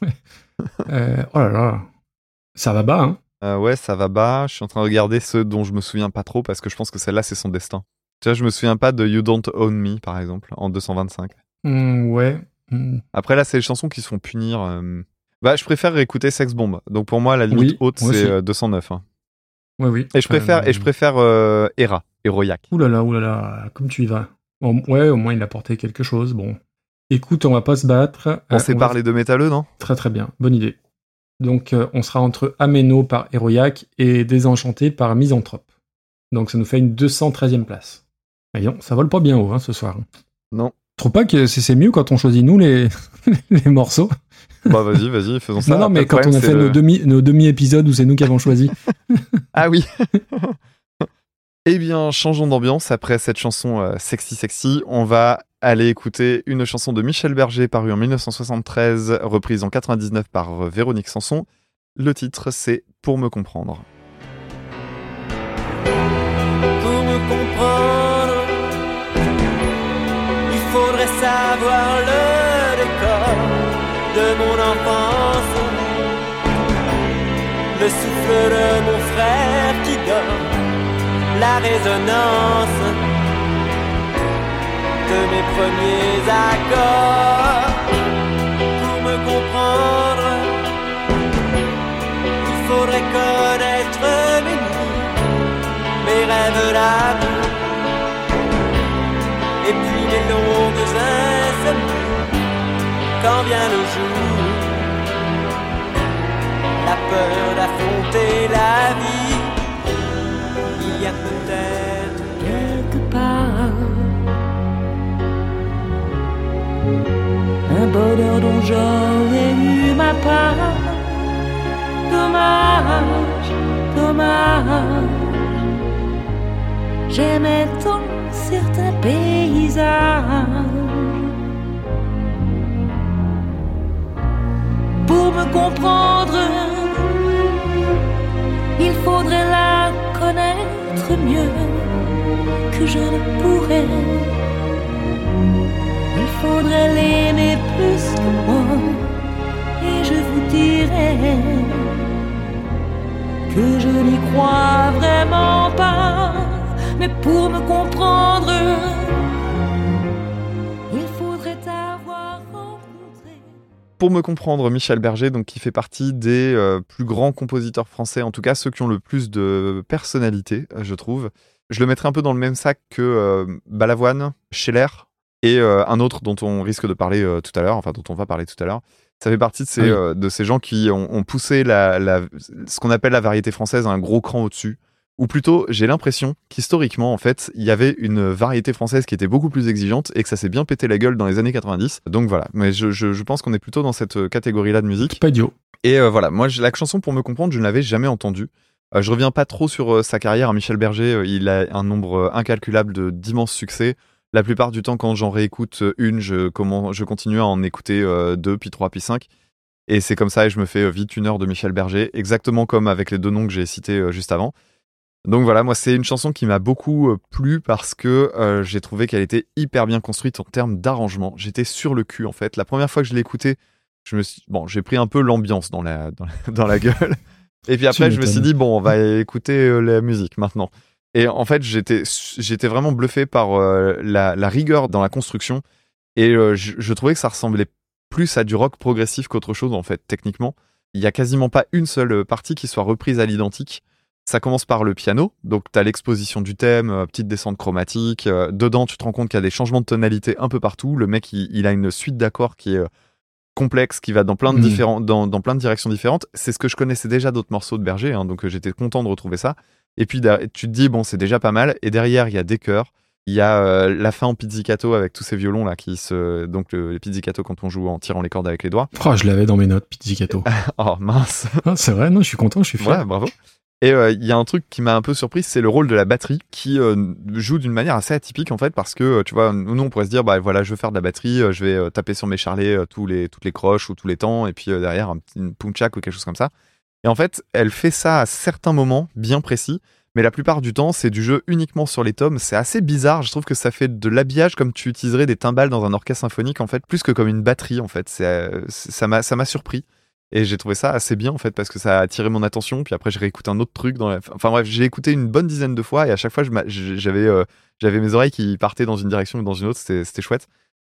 Oh là là, ça va bas, hein. Ouais, ça va bas. Je suis en train de regarder ceux dont je me souviens pas trop parce que je pense que celle-là c'est son destin. Tu vois, je me souviens pas de You Don't Own Me par exemple en 225. Ouais. Après là, c'est les chansons qui se font punir. Je préfère réécouter Sex Bomb. Donc pour moi, la limite haute c'est 209. Hein. Oui. Et je préfère Héroïaque. Ouh là là, comme tu y vas. Bon, ouais, au moins il a apporté quelque chose. Bon, écoute, on va pas se battre. On sépare les deux métalleux, non ? Très très bien, bonne idée. Donc on sera entre Améno par Héroïaque et Désenchanté par Misanthrope. Donc ça nous fait une 213e place. Voyons, ça vole pas bien haut ce soir. Non. Je trouve pas que c'est mieux quand on choisit nous les morceaux. Bah vas-y, faisons ça. Non, mais quand on a fait nos demi-épisodes où c'est nous qui avons choisi. Ah oui. Eh bien, changeons d'ambiance. Après cette chanson sexy, on va aller écouter une chanson de Michel Berger parue en 1973, reprise en 99 par Véronique Sanson. Le titre, c'est Pour me comprendre. Pour me comprendre, il faudrait savoir le décor de mon enfance, le souffle de mon frère qui dort, la résonance de mes premiers accords. Pour me comprendre, il faudrait connaître mes nuits, mes rêves d'amour, et puis les longues insomnies quand vient le jour, la peur d'affronter la vie. Il y a peut-être quelque part un bonheur dont j'aurais eu ma part. Dommage, j'aimais tant certains paysages. Pour me comprendre, il faudrait la connaître mieux que je ne pourrais. Il faudrait l'aimer plus que moi, et je vous dirais que je n'y crois vraiment pas. Mais pour me comprendre, il faudrait avoir rencontré. Pour me comprendre, Michel Berger, donc, qui fait partie des plus grands compositeurs français, en tout cas ceux qui ont le plus de personnalité, je trouve. Je le mettrais un peu dans le même sac que Balavoine, Scheller et un autre dont on risque de parler tout à l'heure, enfin dont on va parler tout à l'heure. Ça fait partie de ces gens qui ont poussé ce qu'on appelle la variété française à un gros cran au-dessus. Ou plutôt, j'ai l'impression qu'historiquement, en fait, il y avait une variété française qui était beaucoup plus exigeante et que ça s'est bien pété la gueule dans les années 90. Donc voilà, mais je pense qu'on est plutôt dans cette catégorie-là de musique. Pas idiot. Et voilà, moi, la chanson Pour me comprendre, je ne l'avais jamais entendue. Je reviens pas trop sur sa carrière à Michel Berger. Il a un nombre incalculable d'immenses succès. La plupart du temps, quand j'en réécoute une, je continue à en écouter 2, puis 3, puis 5. Et c'est comme ça, et je me fais vite 1 heure de Michel Berger, exactement comme avec les 2 noms que j'ai cités juste avant. Donc voilà, moi c'est une chanson qui m'a beaucoup plu parce que j'ai trouvé qu'elle était hyper bien construite en termes d'arrangement. J'étais sur le cul en fait. La première fois que je l'ai écoutée, j'ai pris un peu l'ambiance dans la gueule. Et puis après je me suis dit bon, on va écouter la musique maintenant. Et en fait j'étais vraiment bluffé par la rigueur dans la construction et je trouvais que ça ressemblait plus à du rock progressif qu'autre chose en fait techniquement. Il y a quasiment pas une seule partie qui soit reprise à l'identique. Ça commence par le piano, donc t'as l'exposition du thème, petite descente chromatique. Dedans, tu te rends compte qu'il y a des changements de tonalité un peu partout. Le mec, il a une suite d'accords qui est complexe, qui va dans plein de dans plein de directions différentes. C'est ce que je connaissais déjà d'autres morceaux de Berger, donc j'étais content de retrouver ça. Et puis tu te dis bon, c'est déjà pas mal. Et derrière, il y a des chœurs. Il y a la fin en pizzicato avec tous ces violons là donc les pizzicato quand on joue en tirant les cordes avec les doigts. Oh, je l'avais dans mes notes, pizzicato. Oh mince. Ah, c'est vrai, non, je suis content, je suis fier. Ouais, bravo. Et il y a un truc qui m'a un peu surpris, c'est le rôle de la batterie qui joue d'une manière assez atypique en fait, parce que tu vois, nous on pourrait se dire bah voilà, je veux faire de la batterie, je vais taper sur mes charlets toutes les croches ou tous les temps, et puis derrière une punchak ou quelque chose comme ça. Et en fait, elle fait ça à certains moments bien précis, mais la plupart du temps, c'est du jeu uniquement sur les tomes. C'est assez bizarre, je trouve que ça fait de l'habillage comme tu utiliserais des timbales dans un orchestre symphonique en fait, plus que comme une batterie en fait. Ça m'a surpris. Et j'ai trouvé ça assez bien en fait parce que ça a attiré mon attention. Puis après j'ai réécouté un autre truc enfin bref, j'ai écouté une bonne dizaine de fois et à chaque fois j'avais mes oreilles qui partaient dans une direction ou dans une autre. C'était chouette.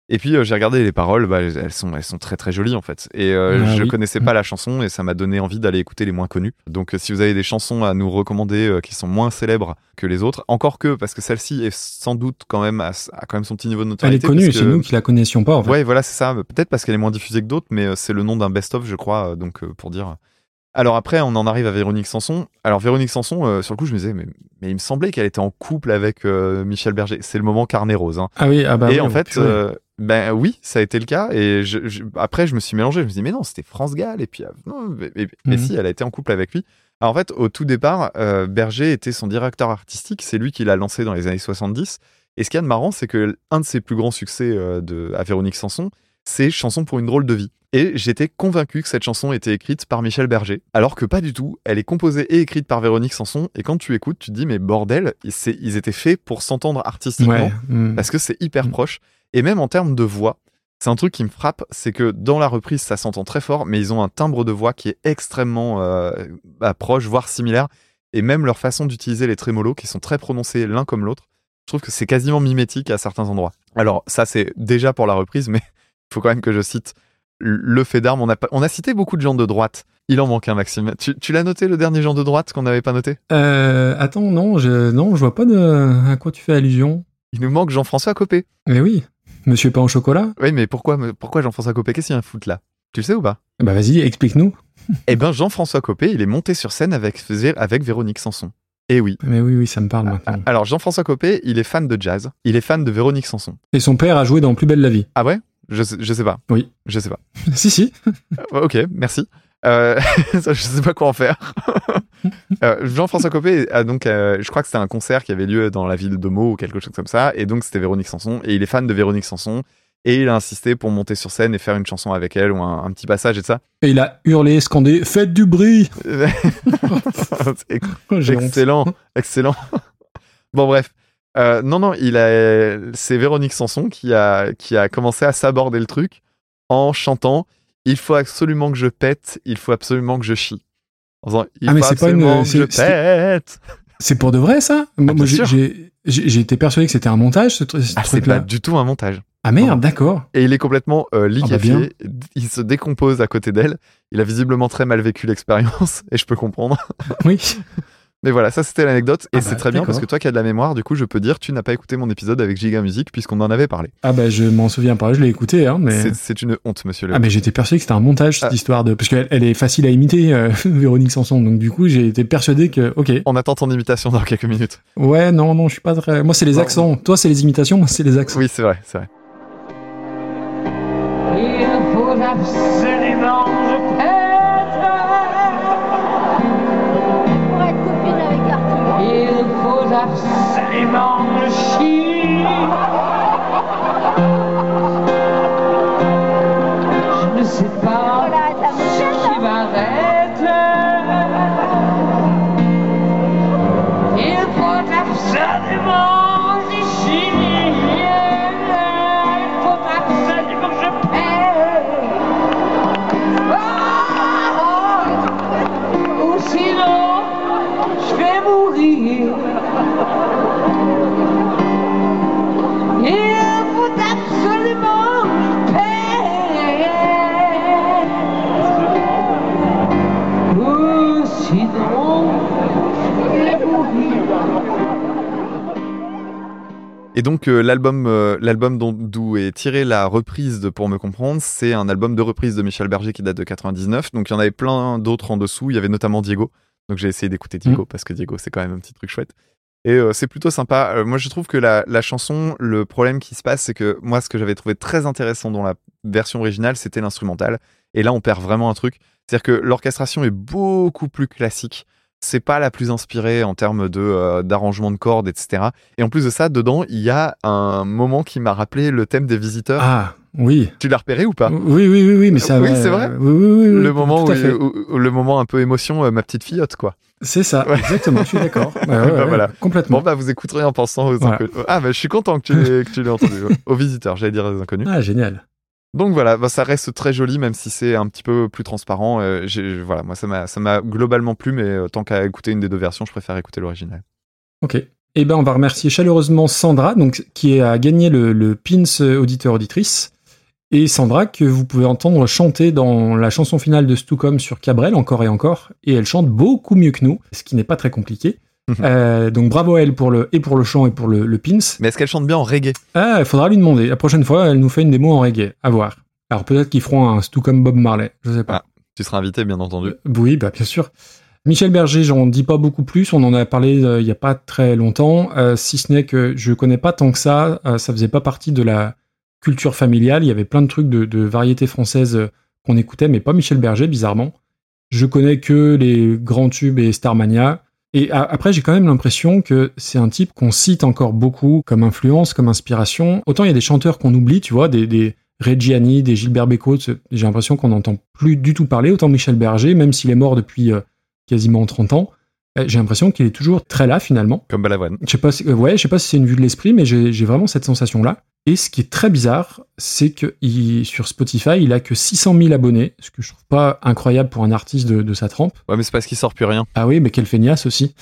Et puis j'ai regardé les paroles, elles sont très très jolies en fait. Et je connaissais pas la chanson et ça m'a donné envie d'aller écouter les moins connues. Donc si vous avez des chansons à nous recommander qui sont moins célèbres que les autres, encore que parce que celle-ci est sans doute quand même a quand même son petit niveau de notoriété. Elle est connue, c'est nous qui la connaissions pas en fait. Ouais, voilà, c'est ça. Peut-être parce qu'elle est moins diffusée que d'autres, mais c'est le nom d'un best-of, je crois. Donc pour dire. Alors après, on en arrive à Véronique Sanson. Alors Véronique Sanson, sur le coup, je me disais, mais il me semblait qu'elle était en couple avec Michel Berger. C'est le moment carnet rose. Hein. Ah oui, et oui, en fait, oui, ça a été le cas. Et après, je me suis mélangé. Je me suis dit, mais non, c'était France Gall. Et puis, non, mais si, elle a été en couple avec lui. Alors en fait, au tout départ, Berger était son directeur artistique. C'est lui qui l'a lancé dans les années 70. Et ce qu'il y a de marrant, c'est que un de ses plus grands succès à Véronique Sanson, c'est Chanson pour une drôle de vie. Et j'étais convaincu que cette chanson était écrite par Michel Berger, alors que pas du tout. Elle est composée et écrite par Véronique Sanson, et quand tu écoutes, tu te dis, mais bordel, ils étaient faits pour s'entendre artistiquement, parce que c'est hyper proche. Et même en termes de voix, c'est un truc qui me frappe, c'est que dans la reprise, ça s'entend très fort, mais ils ont un timbre de voix qui est extrêmement proche, voire similaire, et même leur façon d'utiliser les trémolos, qui sont très prononcés l'un comme l'autre, je trouve que c'est quasiment mimétique à certains endroits. Alors ça, c'est déjà pour la reprise, mais il faut quand même que je cite le fait d'armes. On a cité beaucoup de gens de droite. Il en manque un, Maxime. Tu l'as noté, le dernier gens de droite qu'on n'avait pas noté ? Attends, non, je vois pas à quoi tu fais allusion. Il nous manque Jean-François Copé. Mais oui, Monsieur Pain au chocolat. Oui, mais pourquoi Jean-François Copé ? Qu'est-ce qu'il y a à foutre là ? Tu le sais ou pas ? Bah vas-y, explique-nous. Eh ben, Jean-François Copé, il est monté sur scène avec Véronique Sanson. Eh oui. Mais oui, ça me parle maintenant. Alors, Jean-François Copé, il est fan de jazz. Il est fan de Véronique Sanson. Et son père a joué dans Plus belle la vie. Ah ouais ? Je sais pas. Oui. Je sais pas. Si. Ok, merci. Je sais pas quoi en faire. Jean-François Copé a donc, je crois que c'était un concert qui avait lieu dans la ville de Meaux ou quelque chose comme ça, et donc c'était Véronique Sanson, et il est fan de Véronique Sanson, et il a insisté pour monter sur scène et faire une chanson avec elle, ou un petit passage et tout ça. Et il a hurlé, scandé, faites du bruit. Excellent. Bon bref. Non, c'est Véronique Sanson qui a commencé à s'aborder le truc en chantant « Il faut absolument que je pète, il faut absolument que je chie ». En disant « Il faut absolument que je pète ». C'est pour de vrai, ça ? Moi, j'ai été persuadé que c'était un montage, ce truc-là. C'est pas du tout un montage. Ah merde, d'accord. Et il est complètement liquéfié. Il se décompose à côté d'elle. Il a visiblement très mal vécu l'expérience, et je peux comprendre. Oui. Mais voilà, ça c'était l'anecdote, et c'est très bien parce que toi qui as de la mémoire, du coup je peux dire tu n'as pas écouté mon épisode avec Giga Music puisqu'on en avait parlé. Ah bah je m'en souviens pas, je l'ai écouté, hein, mais... C'est une honte, monsieur le... Ah mais j'étais persuadé que c'était un montage, cette histoire de... Parce qu'elle est facile à imiter, Véronique Sanson, donc du coup j'ai été persuadé que... Ok. On attend ton imitation dans quelques minutes. Ouais, non, je suis pas très... Moi c'est les accents, toi c'est les imitations, moi c'est les accents. Oui, c'est vrai. Il faut absolument je pète. Il faut absolument le chie. Je ne sais pas ce qui m'arrête. Il faut absolument que je chie. Il faut absolument que je pète. Ou sinon je vais mourir. Il faut absolument paix. Ou sinon je vais mourir. Et donc l'album d'où est tirée la reprise de Pour me comprendre, c'est un album de reprise de Michel Berger qui date de 99. Donc il y en avait plein d'autres en dessous. Il y avait notamment Diego. Donc j'ai essayé d'écouter Diego parce que Diego c'est quand même un petit truc chouette. Et c'est plutôt sympa. Moi je trouve que la chanson, le problème qui se passe, c'est que moi ce que j'avais trouvé très intéressant dans la version originale, c'était l'instrumental. Et là on perd vraiment un truc. C'est-à-dire que l'orchestration est beaucoup plus classique. C'est pas la plus inspirée en termes d'arrangement de cordes, etc. Et en plus de ça, dedans, il y a un moment qui m'a rappelé le thème des Visiteurs. Ah, oui. Tu l'as repéré ou pas ? Oui, mais ça... Oui, c'est vrai. Oui, le moment le moment un peu émotion, ma petite fillotte, quoi. C'est ça, exactement, je suis d'accord. Voilà. Complètement. Bon, vous écouterez en pensant aux inconnus. Ah, je suis content que tu l'aies entendu. Aux Visiteurs, j'allais dire aux inconnus. Ah, génial. Donc voilà, ça reste très joli, même si c'est un petit peu plus transparent. Moi ça m'a globalement plu, mais tant qu'à écouter une des deux versions, je préfère écouter l'original. Ok. Eh ben, on va remercier chaleureusement Sandra, donc, qui a gagné le Pins auditeur-auditrice. Et Sandra, que vous pouvez entendre chanter dans la chanson finale de Stucom sur Cabrel, encore et encore. Et elle chante beaucoup mieux que nous, ce qui n'est pas très compliqué. Donc bravo à elle pour le chant et pour le Pins. Mais est-ce qu'elle chante bien en reggae ? Ah, il faudra lui demander. La prochaine fois, elle nous fait une démo en reggae. À voir. Alors peut-être qu'ils feront un Stucom Bob Marley. Je sais pas. Ah, tu seras invité, bien entendu. Oui, bah bien sûr. Michel Berger, j'en dis pas beaucoup plus. On en a parlé il y a pas très longtemps. Si ce n'est que je connais pas tant que ça. Ça faisait pas partie de la culture familiale. Il y avait plein de trucs de variétés françaises qu'on écoutait, mais pas Michel Berger, bizarrement. Je connais que les grands tubes et Starmania. Et après, j'ai quand même l'impression que c'est un type qu'on cite encore beaucoup comme influence, comme inspiration. Autant il y a des chanteurs qu'on oublie, tu vois, des Reggiani, des Gilbert Bécaud, j'ai l'impression qu'on n'entend plus du tout parler. Autant Michel Berger, même s'il est mort depuis quasiment 30 ans, j'ai l'impression qu'il est toujours très là, finalement. Comme Balavoine. Je sais pas si c'est une vue de l'esprit, mais j'ai vraiment cette sensation-là. Et ce qui est très bizarre, c'est que sur Spotify, il a que 600 000 abonnés, ce que je trouve pas incroyable pour un artiste de sa trempe. Ouais, mais c'est parce qu'il sort plus rien. Ah oui, mais quel feignasse aussi.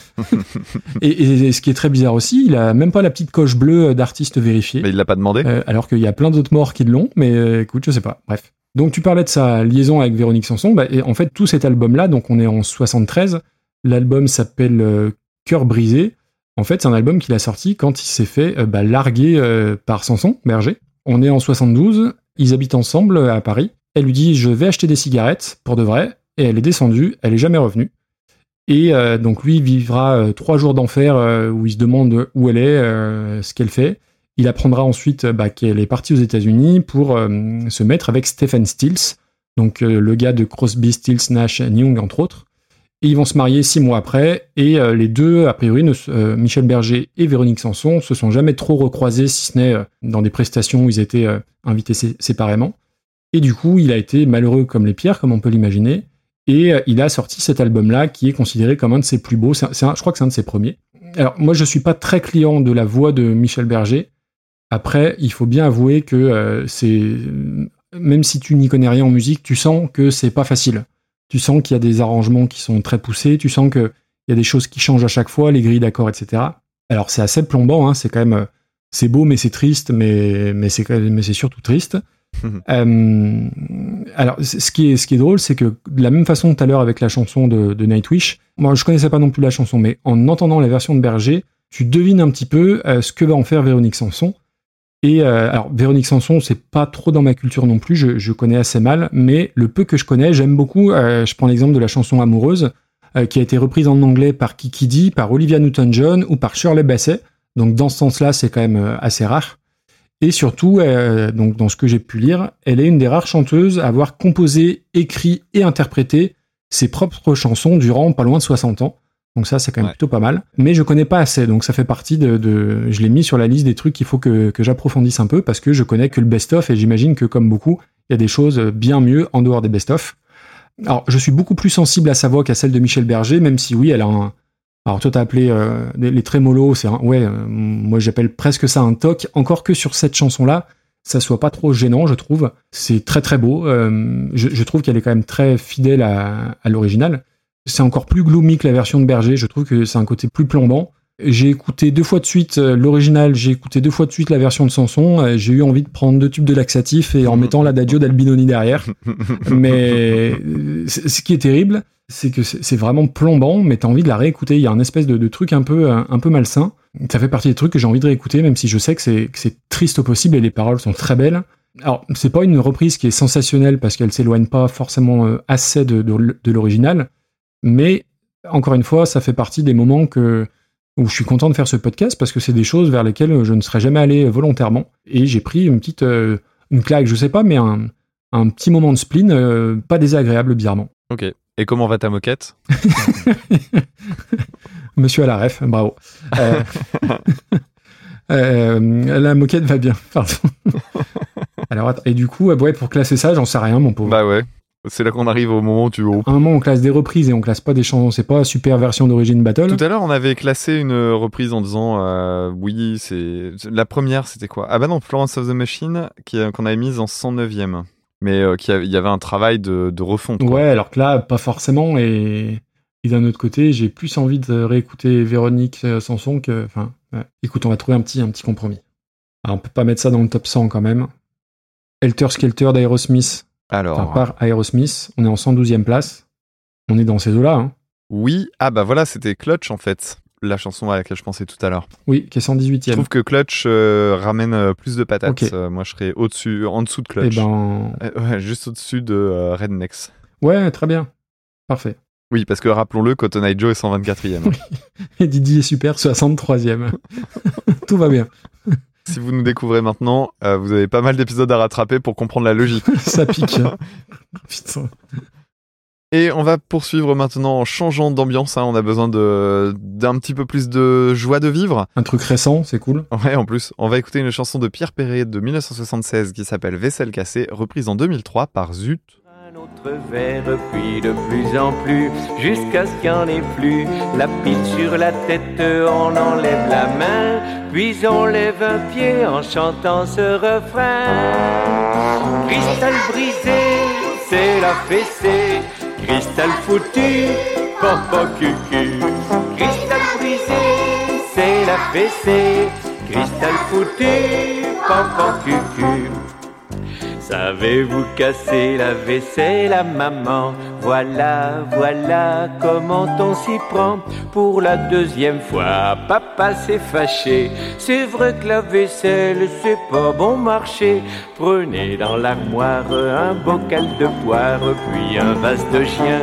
et ce qui est très bizarre aussi, il a même pas la petite coche bleue d'artiste vérifié. Mais il l'a pas demandé. Alors qu'il y a plein d'autres morts qui l'ont, mais écoute, je sais pas. Bref. Donc tu parlais de sa liaison avec Véronique Sanson, et en fait tout cet album-là, donc on est en 73, l'album s'appelle Cœur brisé. En fait, c'est un album qu'il a sorti quand il s'est fait larguer par Sanson, Berger. On est en 72, ils habitent ensemble à Paris. Elle lui dit « Je vais acheter des cigarettes, pour de vrai », et elle est descendue, elle est jamais revenue. Et donc lui vivra 3 jours d'enfer où il se demande où elle est, ce qu'elle fait. Il apprendra ensuite qu'elle est partie aux États-Unis pour se mettre avec Stephen Stills, donc le gars de Crosby, Stills, Nash & Young, entre autres. Et ils vont se marier 6 mois après, et les deux, a priori, Michel Berger et Véronique Sanson, se sont jamais trop recroisés, si ce n'est dans des prestations où ils étaient invités séparément. Et du coup, il a été malheureux comme les pierres, comme on peut l'imaginer, et il a sorti cet album-là, qui est considéré comme un de ses plus beaux. Je crois que c'est un de ses premiers. Alors, moi, je suis pas très client de la voix de Michel Berger. Après, il faut bien avouer que même si tu n'y connais rien en musique, tu sens que c'est pas facile. Tu sens qu'il y a des arrangements qui sont très poussés, tu sens qu'il y a des choses qui changent à chaque fois, les grilles d'accords, etc. Alors c'est assez plombant, hein, c'est quand même, c'est beau mais c'est triste, mais c'est surtout triste. Alors ce qui est drôle, c'est que de la même façon tout à l'heure avec la chanson de Nightwish, moi je connaissais pas non plus la chanson, mais en entendant la version de Berger, tu devines un petit peu ce que va en faire Véronique Sanson. Et alors Véronique Sanson, c'est pas trop dans ma culture non plus, je connais assez mal, mais le peu que je connais, j'aime beaucoup. Je prends l'exemple de la chanson Amoureuse, qui a été reprise en anglais par Kiki Dee, par Olivia Newton-John ou par Shirley Bassey. Donc dans ce sens-là, c'est quand même assez rare. Et surtout, donc dans ce que j'ai pu lire, elle est une des rares chanteuses à avoir composé, écrit et interprété ses propres chansons durant pas loin de 60 ans. Donc ça, c'est quand même plutôt pas mal. Mais je connais pas assez, donc ça fait partie je l'ai mis sur la liste des trucs qu'il faut que j'approfondisse un peu, parce que je connais que le best-of, et j'imagine que, comme beaucoup, il y a des choses bien mieux en dehors des best-of. Alors, je suis beaucoup plus sensible à sa voix qu'à celle de Michel Berger, même si oui, elle a un... Alors toi, t'as appelé les trémolos, c'est moi j'appelle presque ça un toc, encore que sur cette chanson-là, ça soit pas trop gênant, je trouve. C'est très très beau. Je trouve qu'elle est quand même très fidèle à l'original. C'est encore plus gloomy que la version de Berger, je trouve que c'est un côté plus plombant. J'ai écouté 2 fois de suite l'original, j'ai écouté 2 fois de suite la version de Sanson, j'ai eu envie de prendre 2 tubes de laxatif et en mettant l'adagio d'Albinoni derrière. Mais ce qui est terrible, c'est que c'est vraiment plombant, mais t'as envie de la réécouter. Il y a un espèce de truc un peu malsain. Ça fait partie des trucs que j'ai envie de réécouter, même si je sais que c'est triste au possible et les paroles sont très belles. Alors, c'est pas une reprise qui est sensationnelle parce qu'elle s'éloigne pas forcément assez de l'original, mais encore une fois, ça fait partie des moments où je suis content de faire ce podcast parce que c'est des choses vers lesquelles je ne serais jamais allé volontairement. Et j'ai pris une claque, je sais pas, mais un petit moment de spleen pas désagréable, bizarrement. Ok. Et comment va ta moquette ? Monsieur à la ref, bravo. La moquette va bien, pardon. Alors, attends, et du coup, pour classer ça, j'en sais rien, mon pauvre. Bah ouais. C'est là qu'on arrive au moment où tu... À un moment, on classe des reprises et on classe pas des chansons. C'est pas super version d'origine battle. Tout à l'heure, on avait classé une reprise en disant oui, c'est... La première, c'était quoi ? Ah bah non, Florence of the Machine, qu'on avait mise en 109e. Mais il y avait un travail de refonte. Quoi. Ouais, alors que là, pas forcément. Et Et d'un autre côté, j'ai plus envie de réécouter Véronique Sanson que... Enfin, ouais. Écoute, on va trouver un petit compromis. Alors, on peut pas mettre ça dans le top 100 quand même. Helter Skelter d'Aerosmith. Alors... Enfin, par Aerosmith, on est en 112e place. On est dans ces eaux-là, hein. Oui, ah bah voilà, c'était Clutch en fait, la chanson à laquelle je pensais tout à l'heure. Oui, qui est 118e. Je trouve que Clutch ramène plus de patates. Okay. Moi, je serais en dessous de Clutch. Eh ben... ouais, juste au-dessus de Rednecks. Ouais, très bien. Parfait. Oui, parce que rappelons-le, Cotton Eye Joe est 124e. Oui. Et Didi est super, 63e. Tout va bien. Si vous nous découvrez maintenant, vous avez pas mal d'épisodes à rattraper pour comprendre la logique. Ça pique. Putain. Et on va poursuivre maintenant en changeant d'ambiance. Hein. On a besoin d'un petit peu plus de joie de vivre. Un truc récent, c'est cool. Ouais, en plus. On va écouter une chanson de Pierre Perret de 1976 qui s'appelle Vaisselle cassée, reprise en 2003 par Zut. Un autre verre, puis de plus en plus, jusqu'à ce qu'il n'y en ait plus. La pile sur la tête, on enlève la main, puis on lève un pied en chantant ce refrain. Cristal brisé, c'est la fessée. Cristal foutu, papa cucu. Cristal brisé, c'est la fessée. Cristal foutu, papa cucu. Savez-vous casser la vaisselle à maman? Voilà, voilà comment on s'y prend. Pour la deuxième fois, papa s'est fâché. C'est vrai que la vaisselle, c'est pas bon marché. Prenez dans l'armoire un bocal de poire, puis un vase de chien.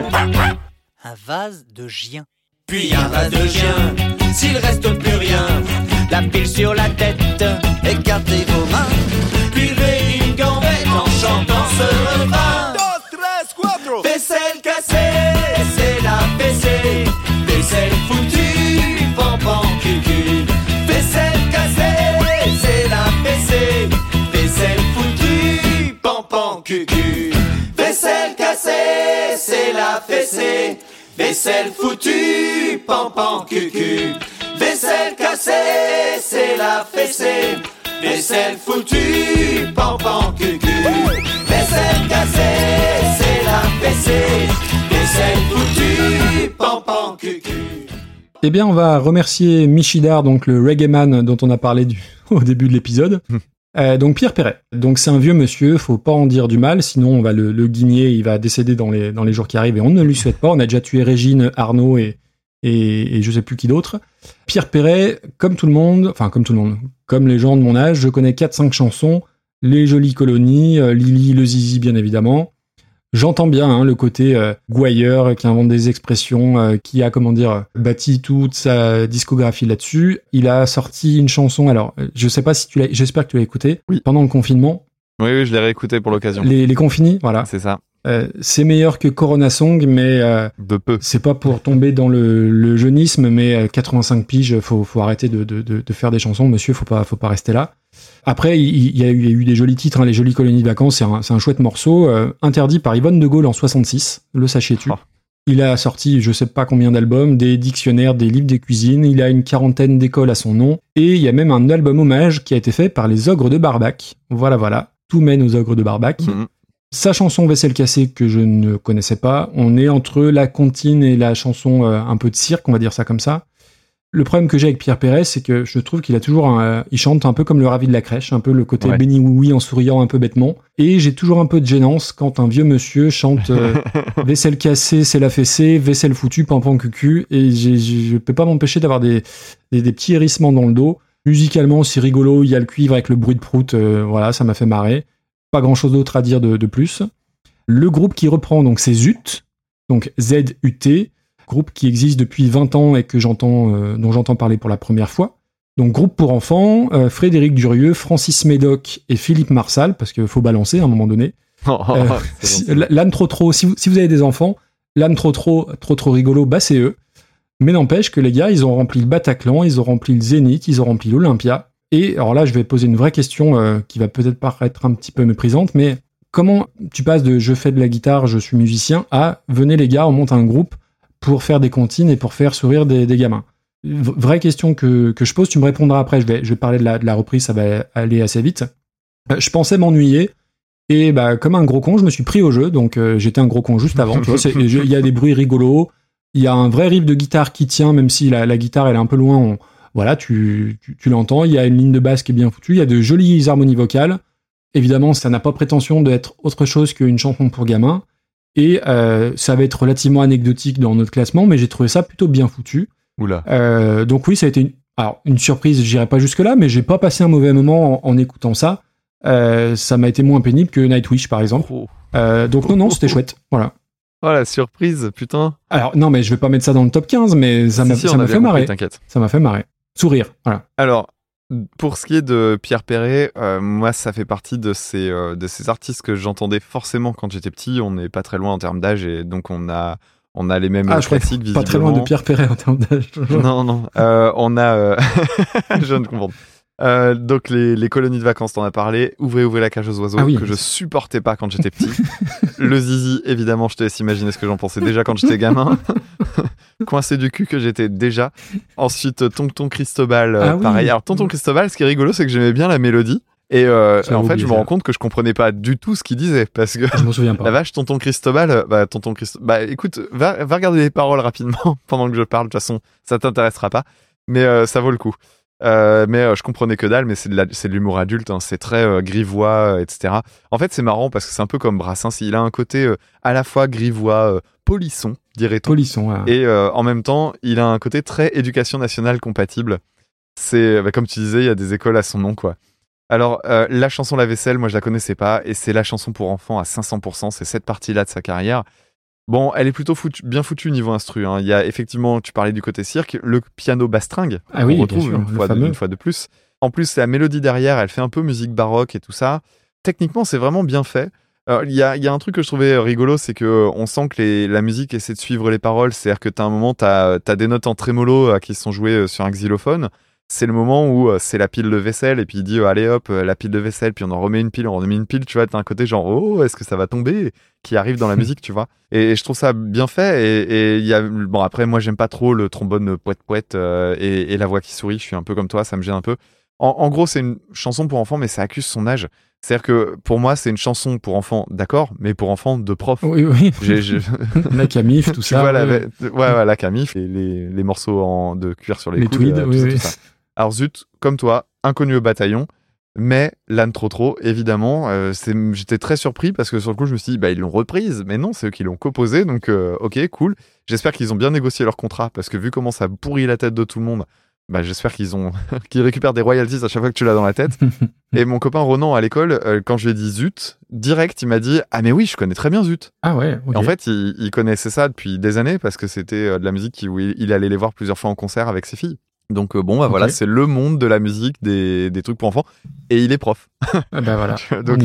Un vase de chien. Puis un vase de chien, s'il reste plus rien. La pile sur la tête, écartez vos mains. Puis une gambette en chantant ce refrain. 2, 3, 4. Vaisselle cassée, c'est la fessée. Vaisselle foutue, pampan cucu. Vaisselle cassée, c'est la fessée. Vaisselle foutue, pampan cucu. Vaisselle cassée, c'est la fessée. Vaisselle foutue, pampan cucu. Vaisselle cassée, c'est la fessée. Vaisselle foutue, pampan cucu. Vaisselle cassée, c'est la fessée. Vaisselle foutue, pampan cucu. Eh bien, on va remercier Michidar, donc le reggae man dont on a parlé au début de l'épisode. Donc Pierre Perret. Donc c'est un vieux monsieur, faut pas en dire du mal, sinon on va le guigner, il va décéder dans les jours qui arrivent et on ne lui souhaite pas. On a déjà tué Régine, Arnaud et je sais plus qui d'autre. Pierre Perret, comme les gens de mon âge, je connais 4-5 chansons, Les Jolies Colonies, Lily, le Zizi bien évidemment. J'entends bien le côté gouailleur qui invente des expressions, qui a bâti toute sa discographie là-dessus. Il a sorti une chanson, alors je sais pas si j'espère que tu l'as écouté, oui. Pendant le confinement. Oui, je l'ai réécouté pour l'occasion. Les confinis, voilà. C'est ça. C'est meilleur que Corona Song, mais de peu. C'est pas pour tomber dans le jeunisme, mais 85 piges, faut arrêter de faire des chansons, monsieur, faut pas rester là. Après, il y a eu des jolis titres, Les Jolies Colonies de Vacances, c'est un chouette morceau, interdit par Yvonne de Gaulle en 66, le sachiez-tu. Il a sorti je sais pas combien d'albums, des dictionnaires, des livres de cuisine, il a une 40aine d'écoles à son nom, et il y a même un album hommage qui a été fait par les Ogres de Barbac. Voilà, tout mène aux Ogres de Barbac. Sa chanson Vaisselle cassée que je ne connaissais pas, on est entre la comptine et la chanson un peu de cirque, on va dire ça comme ça. Le problème que j'ai avec Pierre Perret, c'est que je trouve qu'il a toujours il chante un peu comme le Ravi de la crèche, un peu le côté béni oui en souriant un peu bêtement. Et j'ai toujours un peu de gênance quand un vieux monsieur chante vaisselle cassée, c'est la fessée, vaisselle foutue, pampan cucu. Et je peux pas m'empêcher d'avoir des petits hérissements dans le dos. Musicalement, c'est rigolo, il y a le cuivre avec le bruit de prout, voilà, ça m'a fait marrer. Pas grand chose d'autre à dire de plus. Le groupe qui reprend, donc c'est Zut, donc Z-U-T. Groupe qui existe depuis 20 ans et dont j'entends parler pour la première fois. Donc groupe pour enfants, Frédéric Durieux, Francis Médoc et Philippe Marsal, parce qu'il faut balancer à un moment donné. L'âne trop, si vous avez des enfants, l'âne trop rigolo, c'est eux. Mais n'empêche que les gars, ils ont rempli le Bataclan, ils ont rempli le Zénith, ils ont rempli l'Olympia. Et alors là, je vais poser une vraie question qui va peut-être paraître un petit peu méprisante, mais comment tu passes de je fais de la guitare, je suis musicien, à venez les gars, on monte un groupe pour faire des comptines et pour faire sourire des gamins. Vraie question que je pose, tu me répondras après, je vais parler de la reprise, ça va aller assez vite. Je pensais m'ennuyer, et comme un gros con, je me suis pris au jeu, donc j'étais un gros con juste avant, tu vois, il y a des bruits rigolos, Il y a un vrai riff de guitare qui tient, même si la guitare elle est un peu loin. Voilà, tu l'entends. Il y a une ligne de basse qui est bien foutue. Il y a de jolies harmonies vocales. Évidemment, ça n'a pas prétention d'être autre chose qu'une chanson pour gamins. Et ça va être relativement anecdotique dans notre classement, mais j'ai trouvé ça plutôt bien foutu. Oula. Donc oui, ça a été une surprise, j'irai pas jusque-là, mais j'ai pas passé un mauvais moment en écoutant ça. Ça m'a été moins pénible que Nightwish, par exemple. Donc non, c'était chouette. Voilà. Oh la surprise, putain. Alors non, mais je vais pas mettre ça dans le top 15, mais ça m'a fait marrer. T'inquiète. Ça m'a fait marrer. Sourire, voilà. Alors, pour ce qui est de Pierre Perret, moi, ça fait partie de ces artistes que j'entendais forcément quand j'étais petit. On n'est pas très loin en termes d'âge, et donc on a les mêmes classiques, visiblement. Pas très loin de Pierre Perret en termes d'âge. Non. On a... je viens de comprendre. Donc les colonies de vacances, t'en as parlé. Ouvrez la cage aux oiseaux, que je supportais pas quand j'étais petit. Le zizi, évidemment, je te laisse imaginer ce que j'en pensais déjà quand j'étais gamin. Coincé du cul que j'étais déjà. Ensuite, Tonton Cristobal, pareil. Alors Tonton Cristobal, ce qui est rigolo, c'est que j'aimais bien la mélodie. Et en fait, je me rends compte que je comprenais pas du tout ce qu'il disait, parce que je m'en souviens pas. La vache, Tonton Cristobal, écoute, va regarder les paroles rapidement pendant que je parle. De toute façon, ça t'intéressera pas, mais ça vaut le coup. Mais je comprenais que dalle, mais c'est de l'humour adulte, hein, c'est très grivois, etc. En fait, c'est marrant parce que c'est un peu comme Brassens, il a un côté à la fois grivois, polisson, dirait-on. Polisson, ouais. Et en même temps, il a un côté très éducation nationale compatible. C'est, comme tu disais, il y a des écoles à son nom, quoi. Alors, la chanson La Vaisselle, moi je la connaissais pas, et c'est la chanson pour enfants à 500%, c'est cette partie-là de sa carrière. Bon, elle est plutôt bien foutue niveau instru. Hein. Il y a effectivement, tu parlais du côté cirque, le piano bastringue, qu'on retrouve une fois de plus. En plus, la mélodie derrière, elle fait un peu musique baroque et tout ça. Techniquement, c'est vraiment bien fait. Il y a un truc que je trouvais rigolo, c'est que on sent que la musique essaie de suivre les paroles. C'est-à-dire que t'as un moment, t'as des notes en trémolo qui sont jouées sur un xylophone. C'est le moment où c'est la pile de vaisselle et puis il dit allez hop, la pile de vaisselle, puis on en remet une pile, tu vois, t'as un côté genre oh, est-ce que ça va tomber qui arrive dans la musique, tu vois. Et je trouve ça bien fait et il y a bon après moi j'aime pas trop le trombone poète et la voix qui sourit, je suis un peu comme toi, ça me gêne un peu. En gros, c'est une chanson pour enfants mais ça accuse son âge. C'est-à-dire que pour moi, c'est une chanson pour enfants, d'accord, mais pour enfants de prof. Oui. La camif, tout ça. Ouais, la camif et les morceaux de cuir sur les coudes, tweeds, tout ça. Alors zut, comme toi, inconnu au bataillon, mais l'âne trop, évidemment, j'étais très surpris parce que sur le coup, je me suis dit, ils l'ont reprise, mais non, c'est eux qui l'ont composée, donc ok, cool. J'espère qu'ils ont bien négocié leur contrat parce que vu comment ça pourrit la tête de tout le monde, j'espère qu'ils récupèrent des royalties à chaque fois que tu l'as dans la tête. Et mon copain Ronan à l'école, quand je lui ai dit zut, direct, il m'a dit ah mais oui, je connais très bien zut. Ah ouais. Okay. Et en fait, il connaissait ça depuis des années parce que c'était de la musique où il allait les voir plusieurs fois en concert avec ses filles. Donc voilà, c'est le monde de la musique, des trucs pour enfants, et il est prof. Voilà. Donc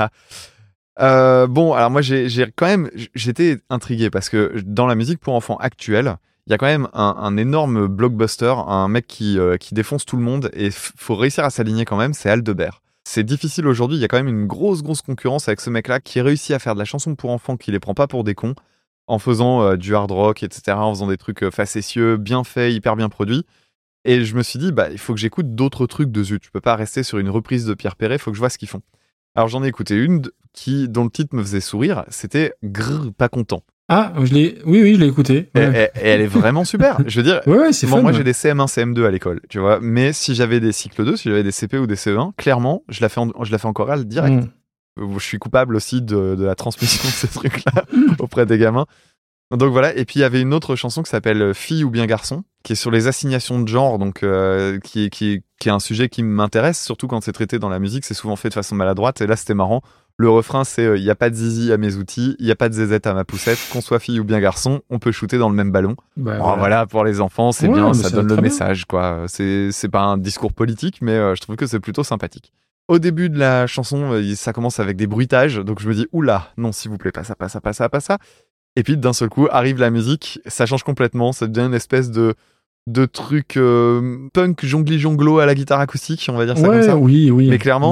bon, alors moi j'étais intrigué parce que dans la musique pour enfants actuelle, il y a quand même un énorme blockbuster, un mec qui défonce tout le monde et faut réussir à s'aligner quand même, c'est Aldebert. C'est difficile aujourd'hui, il y a quand même une grosse concurrence avec ce mec-là qui réussit à faire de la chanson pour enfants qui les prend pas pour des cons, en faisant du hard rock, etc., en faisant des trucs facétieux, bien faits, hyper bien produits. Et je me suis dit, il faut que j'écoute d'autres trucs de zut. Tu peux pas rester sur une reprise de Pierre Perret, il faut que je vois ce qu'ils font. Alors j'en ai écouté une dont le titre me faisait sourire, c'était Grrr, pas content. Ah, je l'ai écouté. Ouais. Et elle est vraiment super. Je veux dire, c'est fun, moi j'ai des CM1, CM2 à l'école, tu vois. Mais si j'avais des cycles 2, si j'avais des CP ou des CE1, clairement, je la fais en chorale direct. Je suis coupable aussi de la transmission de ces trucs-là auprès des gamins. Donc voilà, et puis il y avait une autre chanson qui s'appelle Fille ou bien garçon, qui est sur les assignations de genre, donc qui est un sujet qui m'intéresse, surtout quand c'est traité dans la musique, c'est souvent fait de façon maladroite, et là c'était marrant. Le refrain c'est il y a pas de zizi à mes outils, il y a pas de zézette à ma poussette, qu'on soit fille ou bien garçon, on peut shooter dans le même ballon. Voilà, pour les enfants, c'est bien, ça donne le message, quoi. C'est pas un discours politique, mais je trouve que c'est plutôt sympathique. Au début de la chanson, ça commence avec des bruitages, donc je me dis oula, non s'il vous plaît, pas ça. Et puis d'un seul coup arrive la musique, ça change complètement, ça devient une espèce de truc punk jongli-jonglo à la guitare acoustique, on va dire ça comme ça. Oui. Mais clairement, c'est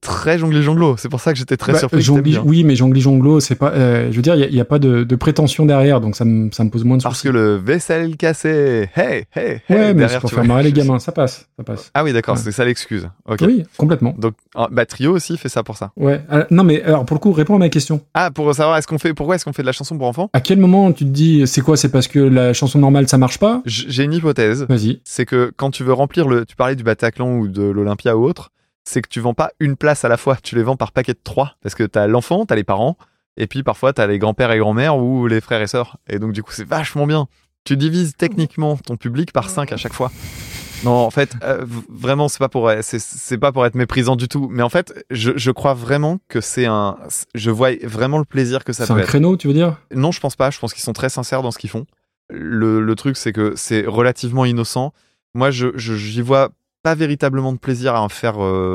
très jongli-jonglo. C'est pour ça que j'étais très surpris que t'aimes bien. Oui, mais jongli-jonglo, c'est pas... je veux dire, il n'y a pas de prétention derrière, donc ça me pose moins de soucis. Parce que le vaisselle cassé, hey. Ouais, mais c'est pour faire marrer les gamins, ça passe. Ah oui, d'accord, Ouais. c'est ça l'excuse. Ok. Oui, complètement. Donc, Trio aussi fait ça pour ça. Ouais. Non, mais alors, pour le coup, réponds à ma question. Ah, pour savoir pourquoi est-ce qu'on fait de la chanson pour enfants? À quel moment tu te dis, c'est quoi? C'est parce que la chanson normale, ça marche pas? J'ai une hypothèse. Vas-y. C'est que quand tu veux remplir tu parlais du Bataclan ou de l'Olympia ou autre, c'est que tu vends pas une place à la fois, tu les vends par paquet de 3. Parce que t'as l'enfant, t'as les parents, et puis parfois t'as les grands-pères et grand-mères ou les frères et sœurs. Et donc du coup, c'est vachement bien. Tu divises techniquement ton public par 5 à chaque fois. Non, en fait, vraiment, c'est pas pour être méprisant du tout. Mais en fait, je crois vraiment que je vois vraiment le plaisir que ça peut être. C'est un créneau, tu veux dire? Non, je pense pas. Je pense qu'ils sont très sincères dans ce qu'ils font. Le truc, c'est que c'est relativement innocent. Moi, j'y vois pas véritablement de plaisir à en faire,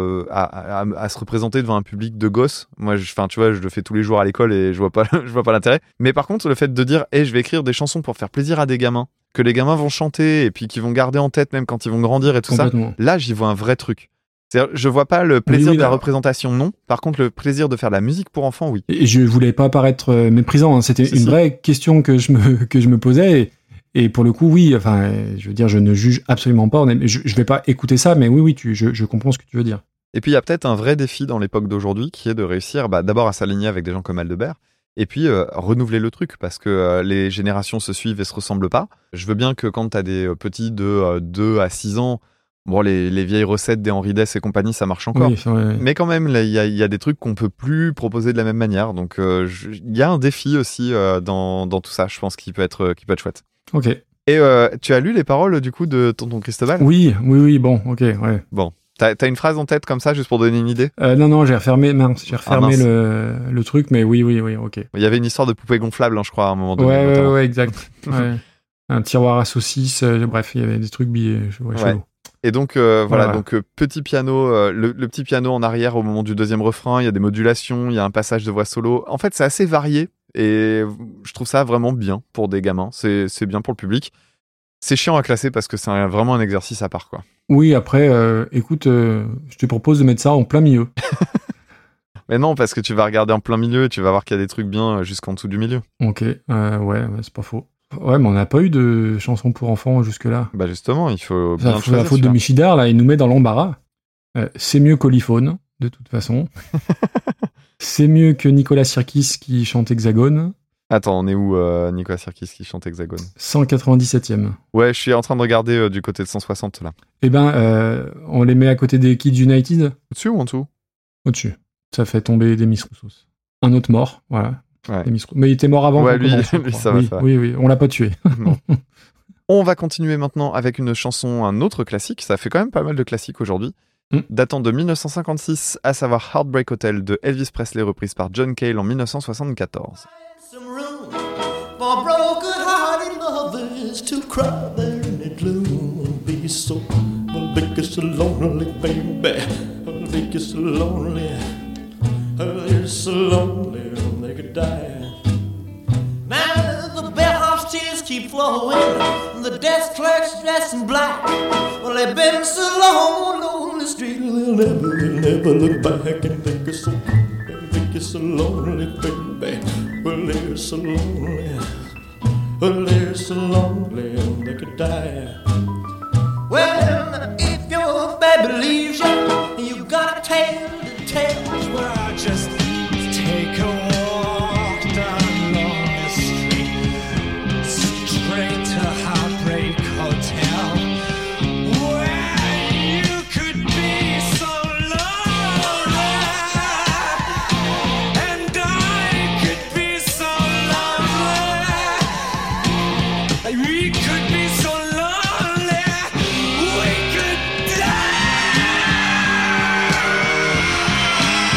à se représenter devant un public de gosses. Moi, tu vois, je le fais tous les jours à l'école et je vois pas l'intérêt. Mais par contre, le fait de dire, je vais écrire des chansons pour faire plaisir à des gamins, que les gamins vont chanter et puis qu'ils vont garder en tête même quand ils vont grandir et tout ça. Là, j'y vois un vrai truc. C'est-à-dire, je vois pas le plaisir de la représentation, non. Par contre, le plaisir de faire de la musique pour enfants, oui. Et je voulais pas paraître méprisant. Hein. C'était vraie question que je me posais. Et pour le coup, oui, enfin, je veux dire, je ne juge absolument pas. Je vais pas écouter ça, mais oui, je comprends ce que tu veux dire. Et puis, il y a peut-être un vrai défi dans l'époque d'aujourd'hui qui est de réussir, d'abord à s'aligner avec des gens comme Aldebert, et puis renouveler le truc, parce que les générations se suivent et se ressemblent pas. Je veux bien que quand t'as des petits de 2 à 6 ans, bon, les vieilles recettes des Henri Dess et compagnie, ça marche encore. Oui, mais quand même, il y a des trucs qu'on peut plus proposer de la même manière. Donc, il y a un défi aussi dans tout ça, je pense, qui peut être chouette. Ok. Et tu as lu les paroles du coup de Tonton Cristobal? Oui, bon, ok, ouais. Bon, t'as une phrase en tête comme ça, juste pour donner une idée? Non, j'ai refermé le truc, mais oui, ok. Il y avait une histoire de poupée gonflable, hein, je crois, à un moment donné. Ouais, exact. Ouais. Un tiroir à saucisses, bref, il y avait des trucs chelous. Et donc, voilà. Donc petit piano, le petit piano en arrière au moment du deuxième refrain, il y a des modulations, il y a un passage de voix solo. En fait, c'est assez varié. Et je trouve ça vraiment bien pour des gamins. C'est bien pour le public. C'est chiant à classer parce que c'est vraiment un exercice à part, quoi. Oui, après, écoute, je te propose de mettre ça en plein milieu. Mais non, parce que tu vas regarder en plein milieu et tu vas voir qu'il y a des trucs bien jusqu'en dessous du milieu. Ok, ouais, c'est pas faux. Ouais, mais on n'a pas eu de chansons pour enfants jusque-là. Bah justement, il faut bien choisir. La faute de Michidar, là, il nous met dans l'embarras. C'est mieux qu'Oliphone, de toute façon. C'est mieux que Nicolas Sirkis qui chante Hexagone. Attends, on est où Nicolas Sirkis qui chante Hexagone? 197e. Ouais, je suis en train de regarder du côté de 160 là. Eh ben, on les met à côté des Kids United. Au-dessus ou en dessous? Au-dessus. Ça fait tomber des Roussos. Un autre mort, voilà. Ouais. Mais il était mort avant. Ouais, lui ça va. Oui, on l'a pas tué. On va continuer maintenant avec une chanson, un autre classique. Ça fait quand même pas mal de classiques aujourd'hui. Datant de 1956, à savoir Heartbreak Hotel de Elvis Presley, reprise par John Cale en 1974. Some room for broken-hearted lovers to cry there in the gloom. Be so, make you so lonely, baby. Make you so lonely. You're so lonely, they could die. Now the bellhop's tears keep flowing. The desk clerk's dressed in black. Well, they've been so long on the street, they'll never look back and think you're so lonely, baby. Well, they're so lonely. Well, they're so lonely, they could die. Well, if your baby leaves you, you got a tale to tell. Well, just take a walk down the street, straight to Heartbreak Hotel. Where you could be so lonely, and I could be so lonely. We could be so lonely, we could die.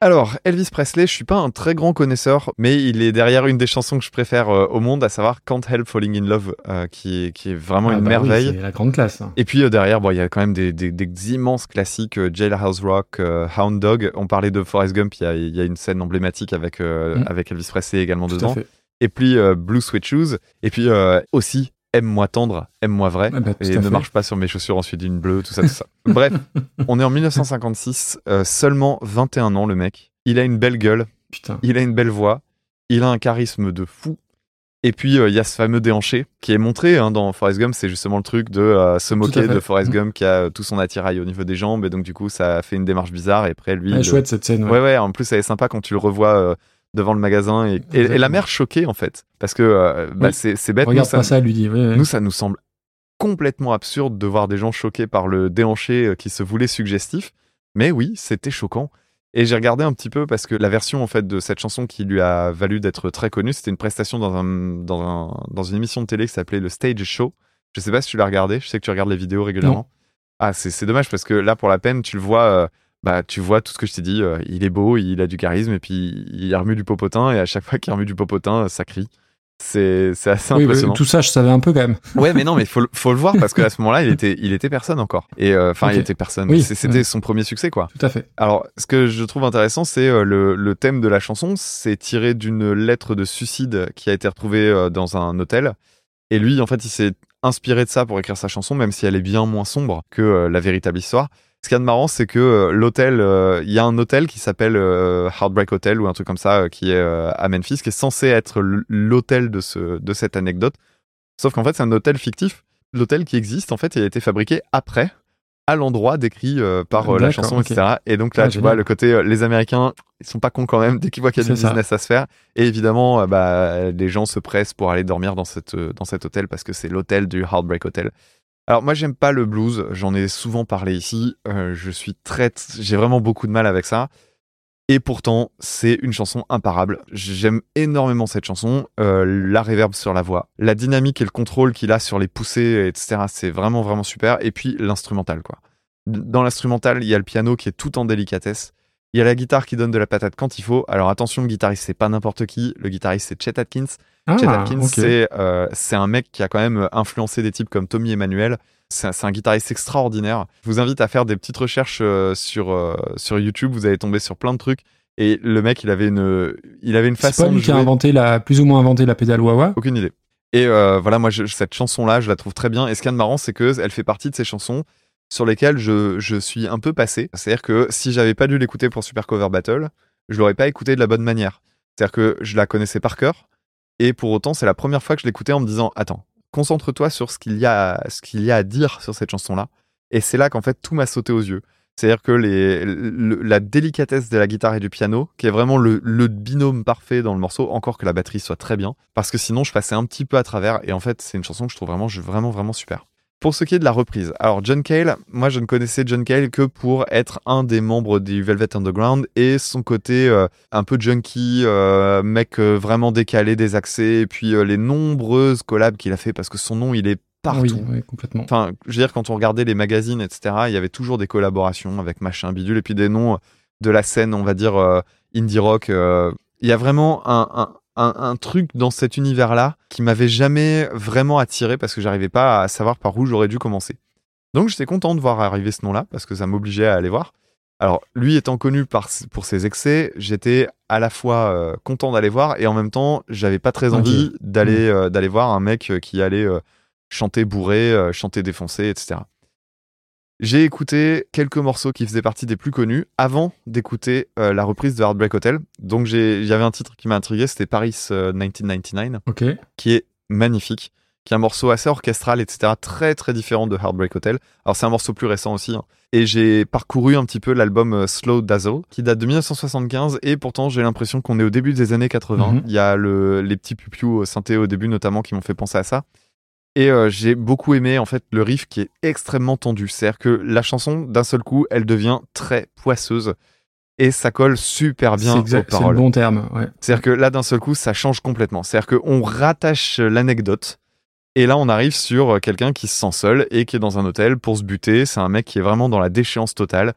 Alors, Elvis Presley, je suis pas un très grand connaisseur, mais il est derrière une des chansons que je préfère au monde, à savoir Can't Help Falling in Love, qui est vraiment une merveille. Oui, c'est la grande classe. Hein. Et puis derrière, il y a quand même des immenses classiques, Jailhouse Rock, Hound Dog. On parlait de Forrest Gump, il y a une scène emblématique avec Elvis Presley également Tout dedans. à fait. Et puis Blue Sweat Shoes. Et puis aussi Aime-moi tendre, aime-moi vrai. Et ne marche pas sur mes chaussures ensuite d'une bleue, tout ça, tout ça. Bref, on est en 1956, seulement 21 ans le mec. Il a une belle gueule, il a une belle voix, il a un charisme de fou. Et puis il y a ce fameux déhanché qui est montré dans Forrest Gump, c'est justement le truc de se moquer de Forrest Gump qui a tout son attirail au niveau des jambes, et donc du coup ça fait une démarche bizarre. Et après lui, chouette cette scène. Ouais, en plus elle est sympa quand tu le revois devant le magasin et la mère choquée en fait, parce que c'est bête. Regarde pas ça, lui dit. Oui. Nous, ça nous semble complètement absurde de voir des gens choqués par le déhanché qui se voulait suggestif, mais oui, c'était choquant. Et j'ai regardé un petit peu parce que la version en fait de cette chanson qui lui a valu d'être très connue, c'était une prestation dans une émission de télé qui s'appelait le Stage Show. Je sais pas si tu l'as regardé, je sais que tu regardes les vidéos régulièrement. Non. Ah, c'est dommage parce que là, pour la peine, tu le vois. Tu vois tout ce que je t'ai dit, il est beau, il a du charisme, et puis il remue du popotin, et à chaque fois qu'il remue du popotin, ça crie. C'est assez impressionnant. Tout ça, je savais un peu quand même. Ouais, mais non, mais faut le voir, parce qu'à ce moment-là, il était personne encore. Et il était personne. Oui, c'était son premier succès, quoi. Tout à fait. Alors, ce que je trouve intéressant, c'est le thème de la chanson. C'est tiré d'une lettre de suicide qui a été retrouvée dans un hôtel. Et lui, en fait, il s'est inspiré de ça pour écrire sa chanson, même si elle est bien moins sombre que la véritable histoire. Ce qu'il y a de marrant, c'est que l'hôtel, il y a un hôtel qui s'appelle Heartbreak Hotel ou un truc comme ça, qui est à Memphis, qui est censé être l'hôtel de cette anecdote. Sauf qu'en fait, c'est un hôtel fictif. L'hôtel qui existe, en fait, il a été fabriqué après, à l'endroit décrit par la chanson, etc. Et donc là, tu vois, le côté, les Américains, ils sont pas cons quand même, dès qu'ils voient qu'il y a du business à se faire. Et évidemment, les gens se pressent pour aller dormir dans cet hôtel parce que c'est l'hôtel du Heartbreak Hotel. Alors moi j'aime pas le blues, j'en ai souvent parlé ici, j'ai vraiment beaucoup de mal avec ça, et pourtant c'est une chanson imparable. J'aime énormément cette chanson, la reverb sur la voix, la dynamique et le contrôle qu'il a sur les poussées, etc. C'est vraiment vraiment super, et puis l'instrumental quoi. Dans l'instrumental il y a le piano qui est tout en délicatesse, il y a la guitare qui donne de la patate quand il faut. Alors attention, le guitariste c'est pas n'importe qui, le guitariste c'est Chet Atkins. Chet Atkins, c'est un mec qui a quand même influencé des types comme Tommy Emmanuel. C'est un guitariste extraordinaire. Je vous invite à faire des petites recherches sur YouTube. Vous allez tomber sur plein de trucs. Et le mec, il avait une façon. C'est pas lui qui a plus ou moins inventé la pédale wah-wah. Aucune idée. Et voilà, moi, cette chanson-là, je la trouve très bien. Et ce qui est marrant, c'est qu'elle fait partie de ces chansons sur lesquelles je suis un peu passé. C'est-à-dire que si j'avais pas dû l'écouter pour Super Cover Battle, je l'aurais pas écouté de la bonne manière. C'est-à-dire que je la connaissais par cœur. Et pour autant, c'est la première fois que je l'écoutais en me disant « Attends, concentre-toi sur ce qu'il y a à dire sur cette chanson-là. » Et c'est là qu'en fait, tout m'a sauté aux yeux. C'est-à-dire que la délicatesse de la guitare et du piano, qui est vraiment le binôme parfait dans le morceau, encore que la batterie soit très bien, parce que sinon, je passais un petit peu à travers. Et en fait, c'est une chanson que je trouve vraiment, vraiment super. Pour ce qui est de la reprise, alors John Cale, moi je ne connaissais John Cale que pour être un des membres du Velvet Underground et son côté un peu junkie, mec vraiment décalé, désaxé, et puis les nombreuses collabs qu'il a fait, parce que son nom il est partout. Oui, complètement. Enfin, je veux dire, quand on regardait les magazines, etc., il y avait toujours des collaborations avec machin bidule, et puis des noms de la scène, on va dire, indie rock. Il y a vraiment un truc dans cet univers-là qui m'avait jamais vraiment attiré parce que j'arrivais pas à savoir par où j'aurais dû commencer. Donc j'étais content de voir arriver ce nom-là parce que ça m'obligeait à aller voir. Alors lui étant connu pour ses excès, j'étais à la fois content d'aller voir et en même temps j'avais pas très envie d'aller voir un mec qui allait chanter bourré, chanter défoncé, etc. J'ai écouté quelques morceaux qui faisaient partie des plus connus avant d'écouter la reprise de Heartbreak Hotel. Donc il y avait un titre qui m'a intrigué, c'était Paris 1999, qui est magnifique, qui est un morceau assez orchestral, etc., très très différent de Heartbreak Hotel. Alors c'est un morceau plus récent aussi, hein. Et j'ai parcouru un petit peu l'album Slow Dazzle, qui date de 1975, et pourtant j'ai l'impression qu'on est au début des années 80. Il y a les petits pupious synthé au début notamment qui m'ont fait penser à ça. Et j'ai beaucoup aimé en fait le riff qui est extrêmement tendu. C'est-à-dire que la chanson, d'un seul coup, elle devient très poisseuse et ça colle super bien aux paroles. C'est le bon terme, ouais. C'est-à-dire que là, d'un seul coup, ça change complètement. C'est-à-dire qu'on rattache l'anecdote et là, on arrive sur quelqu'un qui se sent seul et qui est dans un hôtel pour se buter. C'est un mec qui est vraiment dans la déchéance totale.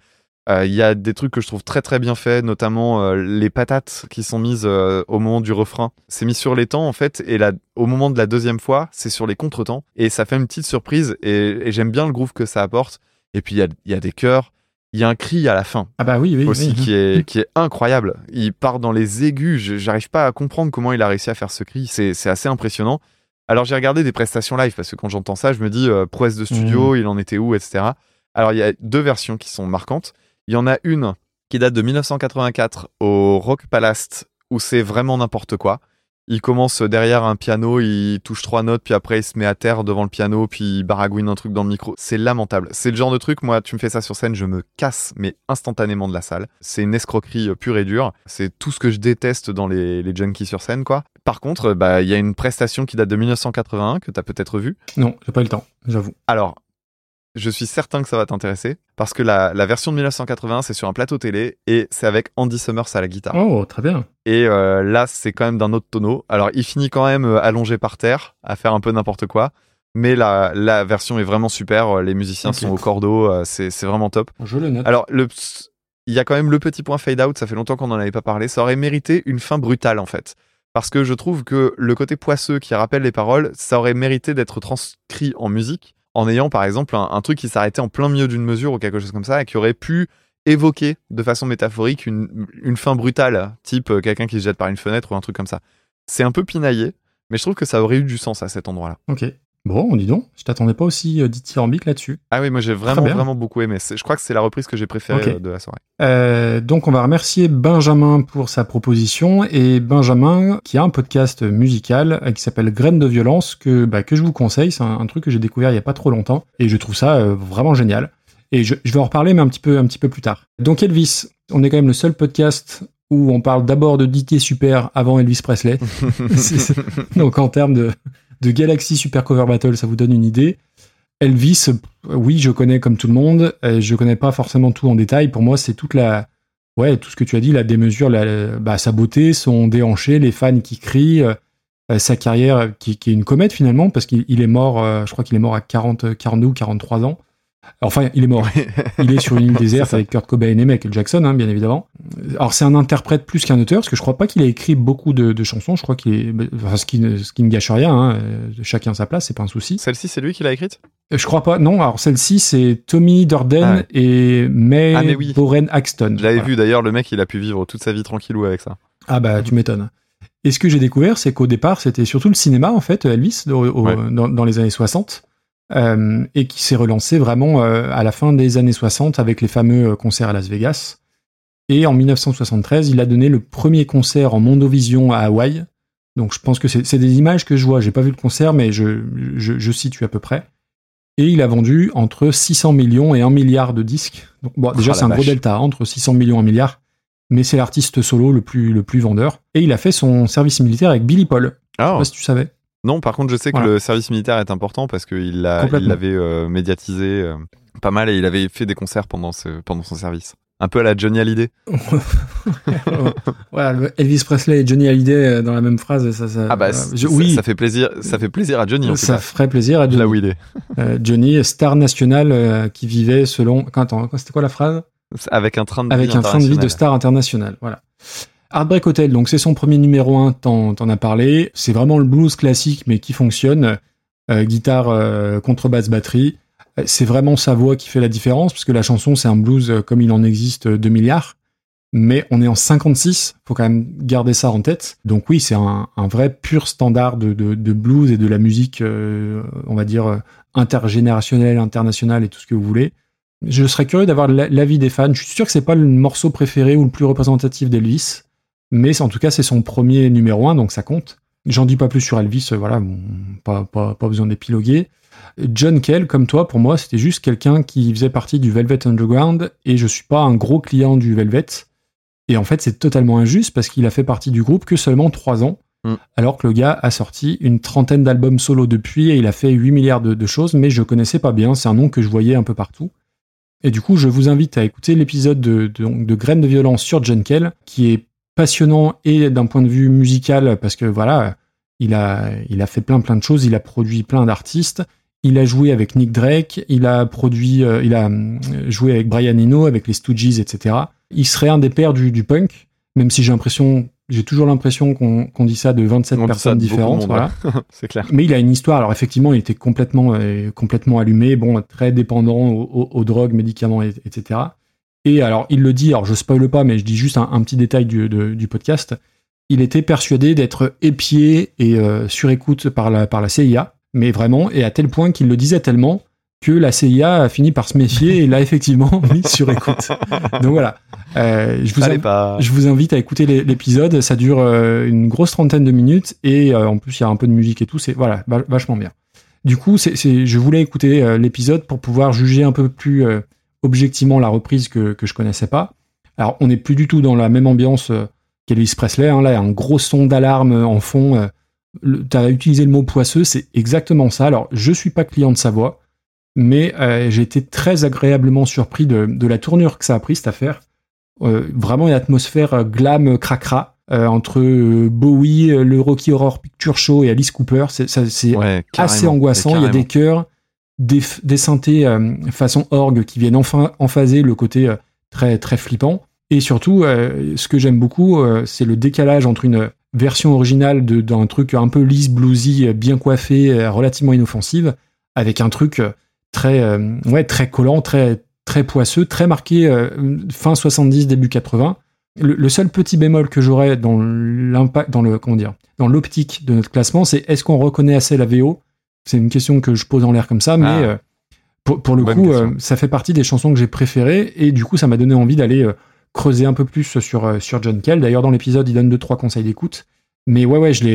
Il y a des trucs que je trouve très très bien faits, notamment les patates qui sont mises au moment du refrain. C'est mis sur les temps en fait, et au moment de la deuxième fois, c'est sur les contretemps, et ça fait une petite surprise, et j'aime bien le groove que ça apporte. Et puis il y a des chœurs, il y a un cri à la fin. Ah bah oui, aussi oui. Qui est incroyable. Il part dans les aigus, j'arrive pas à comprendre comment il a réussi à faire ce cri, c'est assez impressionnant. Alors j'ai regardé des prestations live, parce que quand j'entends ça, je me dis prouesse de studio, il en était où, etc. Alors il y a 2 versions qui sont marquantes. Il y en a une qui date de 1984 au Rock Palace, où c'est vraiment n'importe quoi. Il commence derrière un piano, il touche 3 notes, puis après il se met à terre devant le piano, puis il baragouine un truc dans le micro. C'est lamentable. C'est le genre de truc, moi, tu me fais ça sur scène, je me casse, mais instantanément de la salle. C'est une escroquerie pure et dure. C'est tout ce que je déteste dans les junkies sur scène, quoi. Par contre, il y a une prestation qui date de 1981, que t'as peut-être vue. Non, j'ai pas eu le temps, j'avoue. Alors, je suis certain que ça va t'intéresser, parce que la version de 1980, c'est sur un plateau télé, et c'est avec Andy Summers à la guitare. Oh, très bien. Et là, c'est quand même d'un autre tonneau. Alors, il finit quand même allongé par terre, à faire un peu n'importe quoi, mais la version est vraiment super, les musiciens sont au cordeau, c'est vraiment top. Je le note. Alors, il y a quand même le petit point fade out, ça fait longtemps qu'on n'en avait pas parlé, ça aurait mérité une fin brutale, en fait. Parce que je trouve que le côté poisseux qui rappelle les paroles, ça aurait mérité d'être transcrit en musique, en ayant par exemple un truc qui s'arrêtait en plein milieu d'une mesure ou quelque chose comme ça, et qui aurait pu évoquer de façon métaphorique une fin brutale, type quelqu'un qui se jette par une fenêtre ou un truc comme ça. C'est un peu pinaillé, mais je trouve que ça aurait eu du sens à cet endroit-là. Ok. Bon, dis donc, je t'attendais pas aussi dithyrambique là-dessus. Ah oui, moi j'ai vraiment beaucoup aimé. Je crois que c'est la reprise que j'ai préférée de la soirée. Donc on va remercier Benjamin pour sa proposition, et Benjamin qui a un podcast musical qui s'appelle Graines de violence que je vous conseille. C'est un truc que j'ai découvert il y a pas trop longtemps et je trouve ça vraiment génial. Et je vais en reparler mais un petit peu plus tard. Donc Elvis, on est quand même le seul podcast où on parle d'abord de Didier Super avant Elvis Presley. Donc en termes de Galaxy Super Cover Battle, ça vous donne une idée. Elvis, oui, je connais comme tout le monde. Je connais pas forcément tout en détail. Pour moi, c'est tout ce que tu as dit, la démesure, sa beauté, son déhanché, les fans qui crient, sa carrière qui est une comète finalement, parce qu'il est mort, je crois qu'il est mort à 42 ou 43 ans. Enfin, il est mort. Il est sur une île déserte avec Kurt Cobain et Michael Jackson, bien évidemment. Alors, c'est un interprète plus qu'un auteur, parce que je crois pas qu'il a écrit beaucoup de chansons. Je crois qu'il est, ce qui ne gâche rien, chacun sa place, c'est pas un souci. Celle-ci, c'est lui qui l'a écrite? Je crois pas. Non, alors celle-ci, c'est Tommy Durden et May Boren Axton. Je l'avais vu d'ailleurs, le mec, il a pu vivre toute sa vie tranquillou avec ça. Ah bah, tu m'étonnes. Et ce que j'ai découvert, c'est qu'au départ, c'était surtout le cinéma, en fait, Elvis, dans les années 60. Et qui s'est relancé vraiment à la fin des années 60 avec les fameux concerts à Las Vegas. Et en 1973, il a donné le premier concert en Mondovision à Hawaï. Donc je pense que c'est des images que je vois. J'ai pas vu le concert, mais je situe à peu près. Et il a vendu entre 600 millions et 1 milliard de disques. Donc déjà, c'est un gros delta, entre 600 millions et 1 milliard. Mais c'est l'artiste solo le plus vendeur. Et il a fait son service militaire avec Billy Paul. Je sais pas si tu savais. Non, par contre, je sais que le service militaire est important parce qu'il l'avait médiatisé pas mal et il avait fait des concerts pendant son service. Un peu à la Johnny Hallyday. Elvis Presley et Johnny Hallyday dans la même phrase, ça fait plaisir à Johnny. En tout cas. Ferait plaisir à Johnny. Là où il est. Johnny, star national qui vivait selon. C'était quoi la phrase? Avec un train de vie de star international. Voilà. Heartbreak Hotel, donc c'est son premier numéro 1, t'en as parlé. C'est vraiment le blues classique, mais qui fonctionne. Guitare, contrebasse, batterie. C'est vraiment sa voix qui fait la différence, parce que la chanson, c'est un blues comme il en existe 2 milliards. Mais on est en 56, faut quand même garder ça en tête. Donc oui, c'est un vrai pur standard de blues et de la musique, on va dire, intergénérationnelle, internationale et tout ce que vous voulez. Je serais curieux d'avoir l'avis des fans. Je suis sûr que c'est pas le morceau préféré ou le plus représentatif d'Elvis. Mais en tout cas, c'est son premier numéro 1, donc ça compte. J'en dis pas plus sur Elvis, pas besoin d'épiloguer. John Cale, comme toi, pour moi, c'était juste quelqu'un qui faisait partie du Velvet Underground, et je suis pas un gros client du Velvet. Et en fait, c'est totalement injuste, parce qu'il a fait partie du groupe que seulement 3 ans, alors que le gars a sorti une 30aine d'albums solo depuis, et il a fait 8 milliards de choses, mais je connaissais pas bien, c'est un nom que je voyais un peu partout. Et du coup, je vous invite à écouter l'épisode de Graines de violence sur John Cale, qui est passionnant et d'un point de vue musical, parce que il a fait plein de choses, il a produit plein d'artistes, Il a joué avec Nick Drake, il a joué avec Brian Eno, avec les Stooges, etc. Il serait un des pères du punk, même si j'ai toujours l'impression qu'on dit ça de 27 personnes différentes. Voilà. C'est clair. Mais il a une histoire. Alors effectivement, il était complètement allumé, très dépendant aux drogues, médicaments, etc. Et alors, il le dit, alors je spoile pas, mais je dis juste un petit détail du podcast. Il était persuadé d'être épié et sur écoute par la CIA, mais vraiment, et à tel point qu'il le disait tellement que la CIA a fini par se méfier et l'a effectivement mis sur écoute. Donc voilà. Je vous invite à écouter l'épisode. Ça dure une grosse trentaine de minutes et en plus, il y a un peu de musique et tout. C'est vachement bien. Du coup, je voulais écouter l'épisode pour pouvoir juger un peu plus objectivement la reprise que je connaissais pas. Alors, on n'est plus du tout dans la même ambiance qu'Elvis Presley. Là, il y a un gros son d'alarme en fond. Tu as utilisé le mot poisseux, c'est exactement ça. Alors, je suis pas client de sa voix, mais j'ai été très agréablement surpris de la tournure que ça a pris, cette affaire. Vraiment une atmosphère glam cracra entre Bowie, le Rocky Horror Picture Show et Alice Cooper. C'est assez angoissant. Il y a des chœurs, des synthés façon orgue qui viennent enfin emphaser le côté très, très flippant. Et surtout, ce que j'aime beaucoup, c'est le décalage entre une version originale d'un truc un peu lisse, bluesy, bien coiffé, relativement inoffensive, avec un truc très collant, très, très poisseux, très marqué fin 70, début 80. Le seul petit bémol que j'aurais dans l'optique de notre classement, c'est est-ce qu'on reconnaît assez la VO ? C'est une question que je pose en l'air comme ça, mais pour le coup, ça fait partie des chansons que j'ai préférées, et du coup, ça m'a donné envie d'aller creuser un peu plus sur John Cale. D'ailleurs, dans l'épisode, il donne 2-3 conseils d'écoute. Mais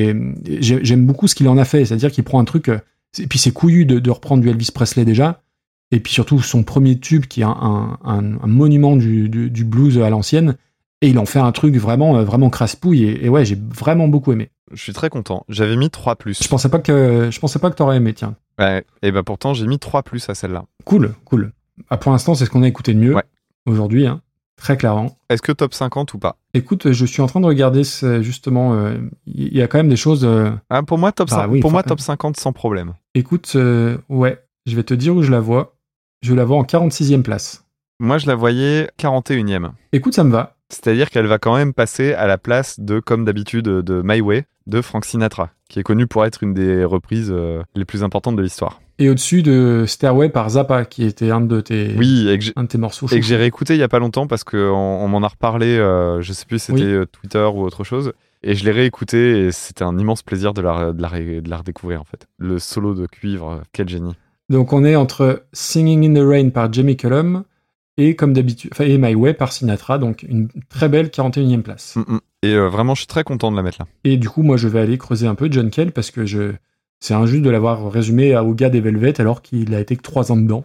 j'aime beaucoup ce qu'il en a fait. C'est-à-dire qu'il prend un truc... et puis c'est couillu de reprendre du Elvis Presley déjà. Et puis surtout, son premier tube, qui est un monument du blues à l'ancienne. Et il en fait un truc vraiment crasse-pouille. Et j'ai vraiment beaucoup aimé. Je suis très content. J'avais mis 3+. Je pensais pas que t'aurais aimé, tiens. Ouais, et pourtant, j'ai mis 3+ à celle-là. Cool. Pour l'instant, c'est ce qu'on a écouté de mieux aujourd'hui, hein. Très clairement. Est-ce que top 50 ou pas ? Écoute, je suis en train de regarder justement, il y a quand même des choses... pour moi, top 50 sans problème. Écoute, je vais te dire où je la vois. Je la vois en 46e place. Moi, je la voyais 41e. Écoute, ça me va. C'est-à-dire qu'elle va quand même passer à la place de, comme d'habitude, de My Way, de Frank Sinatra, qui est connu pour être une des reprises les plus importantes de l'histoire. Et au-dessus de Stairway par Zappa, qui était un de tes morceaux. Et que j'ai réécouté il y a pas longtemps parce qu'on m'en a reparlé, je sais plus si c'était Twitter ou autre chose. Et je l'ai réécouté et c'était un immense plaisir de la redécouvrir en fait. Le solo de cuivre, quel génie. Donc on est entre Singing in the Rain par Jamie Cullum et comme d'habitude, et My Way par Sinatra, donc une très belle 41e place. Et vraiment, je suis très content de la mettre là. Et du coup, moi, je vais aller creuser un peu John Cale parce que c'est injuste de l'avoir résumé au gars des Velvet alors qu'il a été que 3 ans dedans.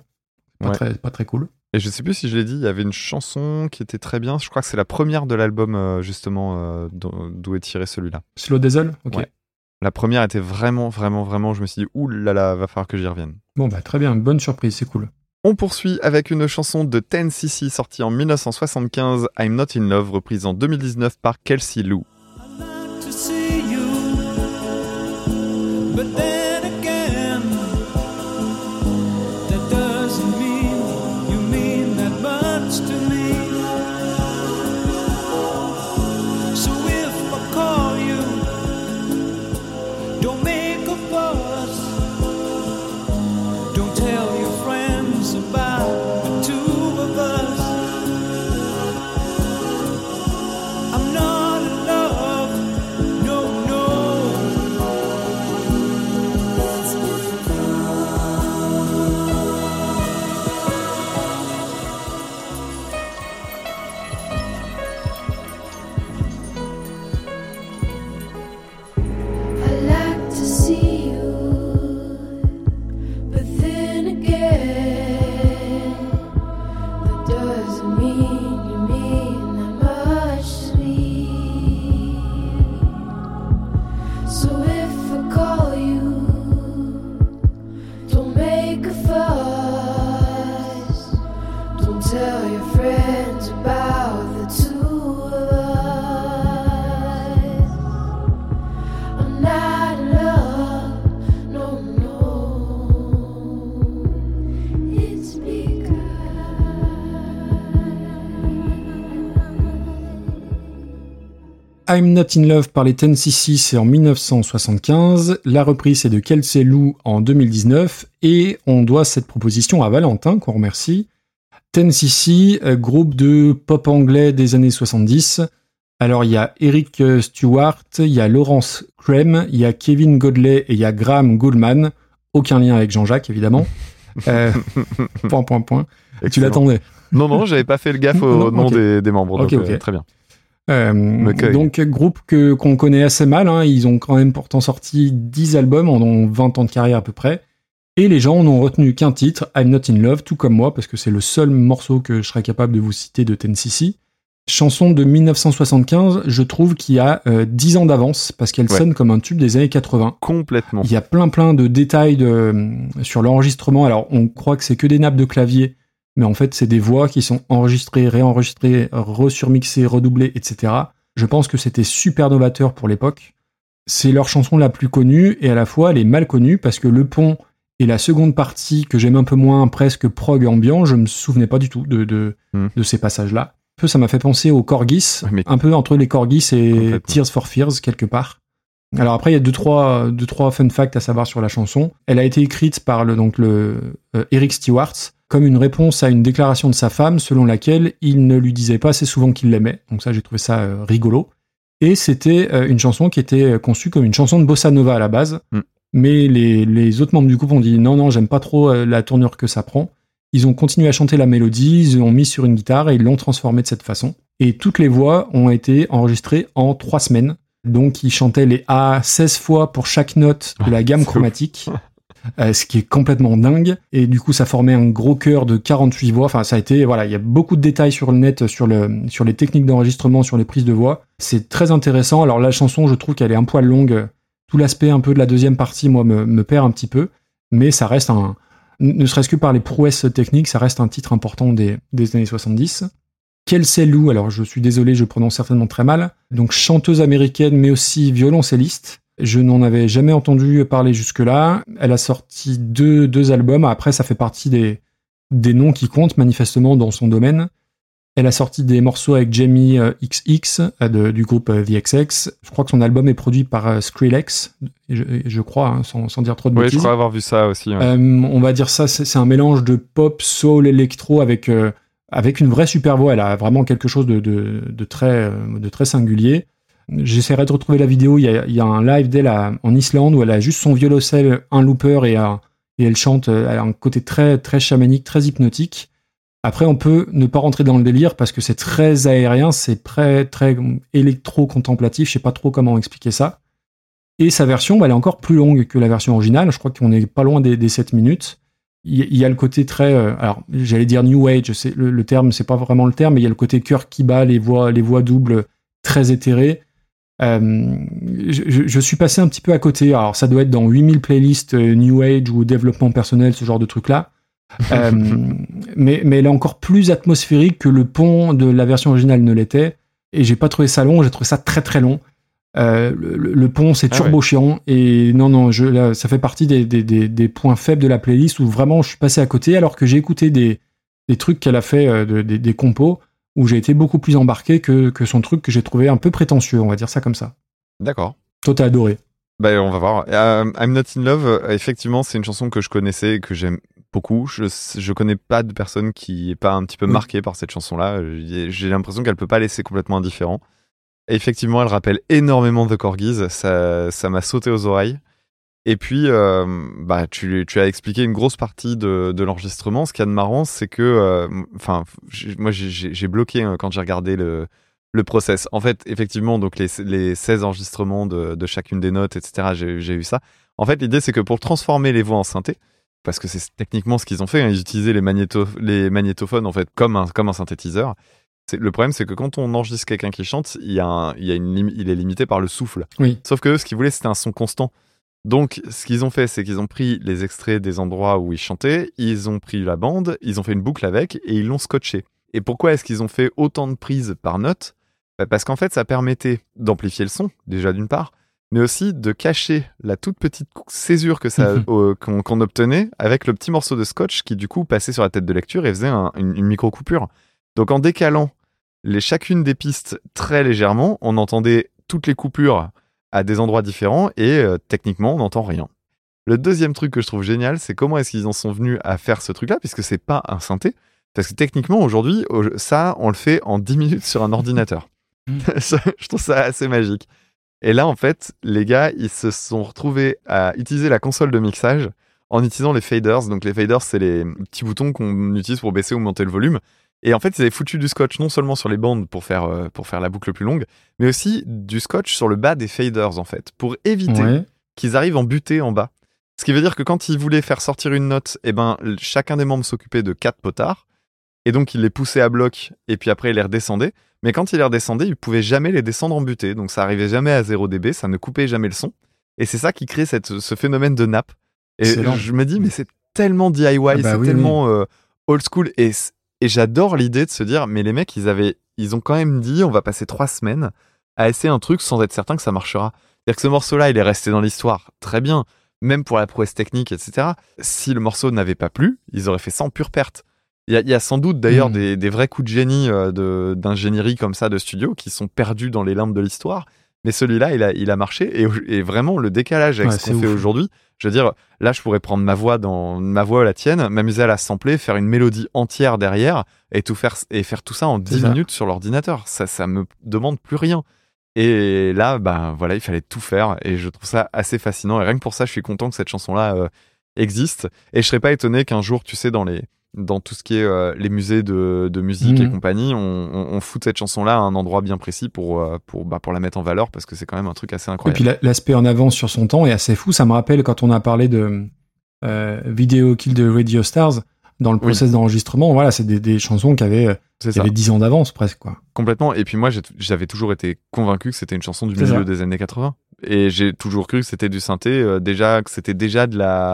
Pas très cool. Et je sais plus si je l'ai dit, il y avait une chanson qui était très bien. Je crois que c'est la première de l'album, justement, d'où est tiré celui-là. Slow Diesel ? Ok. Ouais. La première était vraiment, je me suis dit, ouh là là, va falloir que j'y revienne. Bon, très bien, bonne surprise, c'est cool. On poursuit avec une chanson de 10cc sortie en 1975, I'm Not in Love, reprise en 2019 par Kelsey Lou. But then I'm Not In Love par les 10cc, c'est en 1975. La reprise, c'est de Kelsey Lou en 2019. Et on doit cette proposition à Valentin, qu'on remercie. 10cc, groupe de pop anglais des années 70. Alors, il y a Eric Stewart, il y a Lawrence Krem, il y a Kevin Godley et il y a Graham Gouldman. Aucun lien avec Jean-Jacques, évidemment. Tu l'attendais? Non, j'avais pas fait le gaffe au nom des membres. Donc, ok. Très bien. Donc, groupe qu'on connaît assez mal. Hein, ils ont quand même pourtant sorti 10 albums, en ont 20 ans de carrière à peu près. Et les gens n'ont retenu qu'un titre, I'm Not In Love, tout comme moi, parce que c'est le seul morceau que je serais capable de vous citer de 10cc. Chanson de 1975, je trouve qu'il y a 10 ans d'avance, parce qu'elle sonne comme un tube des années 80. Complètement. Il y a plein de détails sur l'enregistrement. Alors, on croit que c'est que des nappes de clavier, mais en fait, c'est des voix qui sont enregistrées, réenregistrées, resurmixées, redoublées, etc. Je pense que c'était super novateur pour l'époque. C'est leur chanson la plus connue, et à la fois, elle est mal connue, parce que le pont et la seconde partie, que j'aime un peu moins, presque prog ambiant, je me souvenais pas du tout de ces passages-là. Un peu, ça m'a fait penser aux Corgis, un peu entre les Corgis et Tears for Fears, quelque part. Alors après, il y a deux, trois fun facts à savoir sur la chanson. Elle a été écrite par Eric Stewart comme une réponse à une déclaration de sa femme selon laquelle il ne lui disait pas assez souvent qu'il l'aimait. Donc ça, j'ai trouvé ça rigolo. Et c'était une chanson qui était conçue comme une chanson de bossa nova à la base. Mais les autres membres du groupe ont dit non, j'aime pas trop la tournure que ça prend. Ils ont continué à chanter la mélodie, ils l'ont mis sur une guitare et ils l'ont transformée de cette façon. Et toutes les voix ont été enregistrées en 3 semaines. Donc ils chantaient les A 16 fois pour chaque note de la gamme chromatique, ce qui est complètement dingue. Et du coup, ça formait un gros chœur de 48 voix. Enfin, ça a été, voilà, il y a beaucoup de détails sur le net, sur les techniques d'enregistrement, sur les prises de voix. C'est très intéressant. Alors la chanson, je trouve qu'elle est un poil longue. Tout l'aspect un peu de la deuxième partie, moi, me perd un petit peu. Mais ça reste ne serait-ce que par les prouesses techniques, ça reste un titre important des années 70. Kelsey Lou, alors je suis désolé, je prononce certainement très mal. Donc chanteuse américaine, mais aussi violoncelliste. Je n'en avais jamais entendu parler jusque-là. Elle a sorti deux albums. Après, ça fait partie des noms qui comptent manifestement dans son domaine. Elle a sorti des morceaux avec Jamie XX du groupe The XX. Je crois que son album est produit par Skrillex, je crois, hein, sans dire trop de bêtises. Oui, je crois avoir vu ça aussi. Ouais. On va dire ça, c'est un mélange de pop, soul, électro avec une vraie super voix. Elle a vraiment quelque chose de très singulier. J'essaierai de retrouver la vidéo. Il y a un live d'elle en Islande où elle a juste son violoncelle, un looper et elle chante. Elle a un côté très, très chamanique, très hypnotique. Après, on peut ne pas rentrer dans le délire parce que c'est très aérien, c'est très, très électro-contemplatif. Je sais pas trop comment expliquer ça. Et sa version, elle est encore plus longue que la version originale. Je crois qu'on est pas loin des 7 minutes. Il y a le côté très, alors j'allais dire New Age, le terme, c'est pas vraiment le terme, mais il y a le côté cœur qui bat, les voix doubles très éthérées. Je suis passé un petit peu à côté. Alors ça doit être dans 8000 playlists New Age ou développement personnel, ce genre de trucs-là. Mais elle est encore plus atmosphérique que le pont de la version originale ne l'était. Et j'ai pas trouvé ça long, j'ai trouvé ça très très long. Le pont, c'est turbo chiant. Et non, là, ça fait partie des points faibles de la playlist où vraiment je suis passé à côté, alors que j'ai écouté des trucs qu'elle a fait, des compos, où j'ai été beaucoup plus embarqué que son truc que j'ai trouvé un peu prétentieux, on va dire ça comme ça. D'accord. Toi, t'as adoré. Bah, on va voir. I'm Not In Love, effectivement, c'est une chanson que je connaissais et que j'aime beaucoup. Je connais pas de personne qui est pas un petit peu marquée par cette chanson-là. J'ai l'impression qu'elle peut pas laisser complètement indifférent. Et effectivement, elle rappelle énormément The Corgis. Ça m'a sauté aux oreilles. Et puis, tu as expliqué une grosse partie de l'enregistrement. Ce qu'il y a de marrant, c'est que, moi, j'ai bloqué quand j'ai regardé le process. En fait, effectivement, donc les 16 enregistrements de chacune des notes, etc., j'ai eu ça. En fait, l'idée, c'est que pour transformer les voix en synthé, parce que c'est techniquement ce qu'ils ont fait, hein, ils utilisaient les magnétophones en fait comme un synthétiseur. Le problème, c'est que quand on enregistre quelqu'un qui chante, il est limité par le souffle. Oui. Sauf que ce qu'ils voulaient, c'était un son constant. Donc, ce qu'ils ont fait, c'est qu'ils ont pris les extraits des endroits où ils chantaient, ils ont pris la bande, ils ont fait une boucle avec et ils l'ont scotché. Et pourquoi est-ce qu'ils ont fait autant de prises par note ? Parce qu'en fait, ça permettait d'amplifier le son, déjà d'une part, mais aussi de cacher la toute petite césure que qu'on obtenait avec le petit morceau de scotch qui, du coup, passait sur la tête de lecture et faisait une micro-coupure. Donc, en décalant chacune des pistes très légèrement, on entendait toutes les coupures à des endroits différents et techniquement, on n'entend rien. Le deuxième truc que je trouve génial, c'est comment est-ce qu'ils en sont venus à faire ce truc-là, puisque c'est pas un synthé. Parce que techniquement, aujourd'hui, ça, on le fait en 10 minutes sur un ordinateur. Je trouve ça assez magique. Et là, en fait, les gars, ils se sont retrouvés à utiliser la console de mixage en utilisant les faders. Donc les faders, c'est les petits boutons qu'on utilise pour baisser ou monter le volume. Et en fait, ils avaient foutu du scotch non seulement sur les bandes pour faire la boucle plus longue, mais aussi du scotch sur le bas des faders, en fait, pour éviter qu'ils arrivent en butée en bas. Ce qui veut dire que quand ils voulaient faire sortir une note, eh ben, chacun des membres s'occupait de 4 potards. Et donc, ils les poussaient à bloc, et puis après, ils les redescendaient. Mais quand ils les redescendaient, ils pouvaient jamais les descendre en butée. Donc, ça arrivait jamais à 0 dB, ça ne coupait jamais le son. Et c'est ça qui crée ce phénomène de nappe. Et je me dis, mais c'est tellement DIY, tellement old school. Et j'adore l'idée de se dire, mais les mecs, ils ont quand même dit, on va passer 3 semaines à essayer un truc sans être certain que ça marchera. C'est-à-dire que ce morceau-là, il est resté dans l'histoire. Très bien. Même pour la prouesse technique, etc. Si le morceau n'avait pas plu, ils auraient fait ça en pure perte. Il y a sans doute d'ailleurs des vrais coups de génie d'ingénierie comme ça de studio qui sont perdus dans les limbes de l'histoire. Mais celui-là, il a marché. Et vraiment, le décalage avec ce qu'on fait aujourd'hui, je veux dire, là, je pourrais prendre ma voix la tienne, m'amuser à la sampler, faire une mélodie entière derrière et faire tout ça en 10 minutes sur l'ordinateur. Ça me demande plus rien. Et là, ben voilà, il fallait tout faire et je trouve ça assez fascinant. Et rien que pour ça, je suis content que cette chanson-là existe. Et je serais pas étonné qu'un jour, tu sais, dans tout ce qui est les musées de musique et compagnie, on foute cette chanson-là à un endroit bien précis pour la mettre en valeur parce que c'est quand même un truc assez incroyable. Et puis l'aspect en avance sur son temps est assez fou. Ça me rappelle quand on a parlé de Video Kill de Radio Stars. Dans le process d'enregistrement, voilà, c'est des chansons qui avaient 10 ans d'avance presque, quoi. Complètement. Et puis moi, j'avais toujours été convaincu que c'était une chanson du milieu des années 80. Et j'ai toujours cru que c'était du synthé, que c'était déjà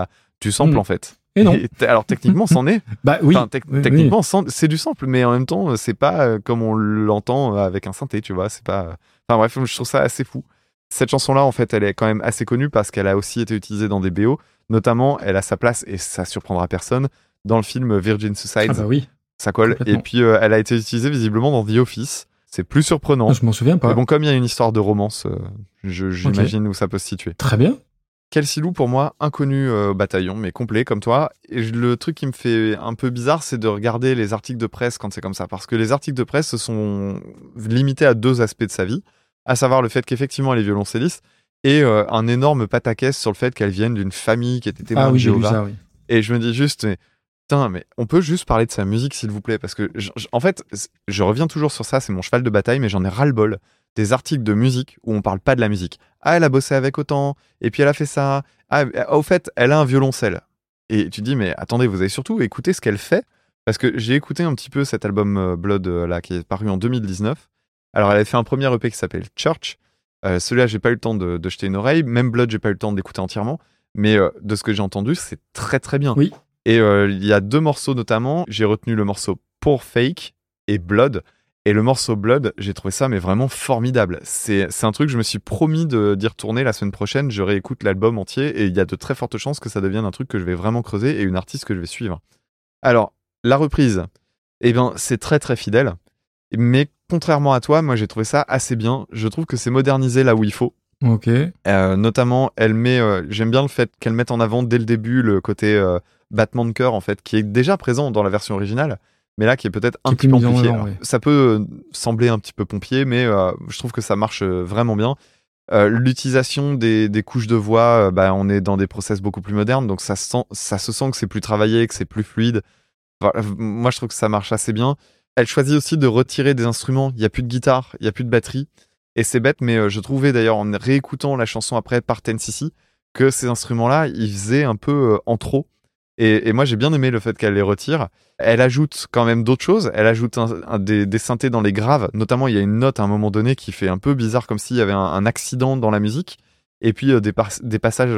du sample, en fait. Et non. Alors techniquement, c'en est. Bah oui. Techniquement, c'est du sample, mais en même temps, c'est pas comme on l'entend avec un synthé, tu vois. C'est pas. Enfin bref, je trouve ça assez fou. Cette chanson-là, en fait, elle est quand même assez connue parce qu'elle a aussi été utilisée dans des BO. Notamment, elle a sa place, et ça surprendra personne, dans le film Virgin Suicides. Ah bah oui. Ça colle. Et puis, elle a été utilisée visiblement dans The Office. C'est plus surprenant. Je m'en souviens pas. Mais bon, comme il y a une histoire de romance, j'imagine où ça peut se situer. Très bien. Kelsey Lou, pour moi, inconnu au bataillon, mais complet comme toi. Et le truc qui me fait un peu bizarre, c'est de regarder les articles de presse quand c'est comme ça. Parce que les articles de presse se sont limités à 2 aspects de sa vie, à savoir le fait qu'effectivement, elle est violoncelliste et un énorme pataquès sur le fait qu'elle vienne d'une famille qui était témoin de Jéhovah. J'ai vu ça, oui. Et je me dis juste, mais on peut juste parler de sa musique, s'il vous plaît, parce que, en fait, je reviens toujours sur ça, c'est mon cheval de bataille, mais j'en ai ras-le-bol des articles de musique où on parle pas de la musique. Ah, elle a bossé avec autant, et puis elle a fait ça. Ah, au fait, elle a un violoncelle. Et tu te dis, mais attendez, vous avez surtout écouté ce qu'elle fait, parce que j'ai écouté un petit peu cet album Blood, là, qui est paru en 2019. Alors, elle avait fait un premier EP qui s'appelle Church. Celui-là, j'ai pas eu le temps de jeter une oreille. Même Blood, j'ai pas eu le temps d'écouter entièrement. Mais de ce que j'ai entendu, c'est très très bien. Oui. Et il y a 2 morceaux notamment. J'ai retenu le morceau Pour Fake et Blood. Et le morceau Blood, j'ai trouvé ça mais vraiment formidable. C'est un truc, je me suis promis d'y retourner la semaine prochaine. Je réécoute l'album entier et il y a de très fortes chances que ça devienne un truc que je vais vraiment creuser et une artiste que je vais suivre. Alors, la reprise, eh ben, c'est très très fidèle. Mais contrairement à toi, moi j'ai trouvé ça assez bien. Je trouve que c'est modernisé là où il faut. Ok. Notamment, j'aime bien le fait qu'elle mette en avant dès le début le côté battement de cœur en fait, qui est déjà présent dans la version originale, mais là qui est peut-être un petit peu amplifié. Ça peut sembler un petit peu pompier, mais je trouve que ça marche vraiment bien. L'utilisation des couches de voix, on est dans des process beaucoup plus modernes, donc ça se sent que c'est plus travaillé, que c'est plus fluide. Enfin, moi, je trouve que ça marche assez bien. Elle choisit aussi de retirer des instruments. Il n'y a plus de guitare, il n'y a plus de batterie. Et c'est bête, mais je trouvais d'ailleurs en réécoutant la chanson après par 10cc que ces instruments-là, ils faisaient un peu en trop. Et moi, j'ai bien aimé le fait qu'elle les retire. Elle ajoute quand même d'autres choses. Elle ajoute des synthés dans les graves. Notamment, il y a une note à un moment donné qui fait un peu bizarre, comme s'il y avait un accident dans la musique. Et puis, des passages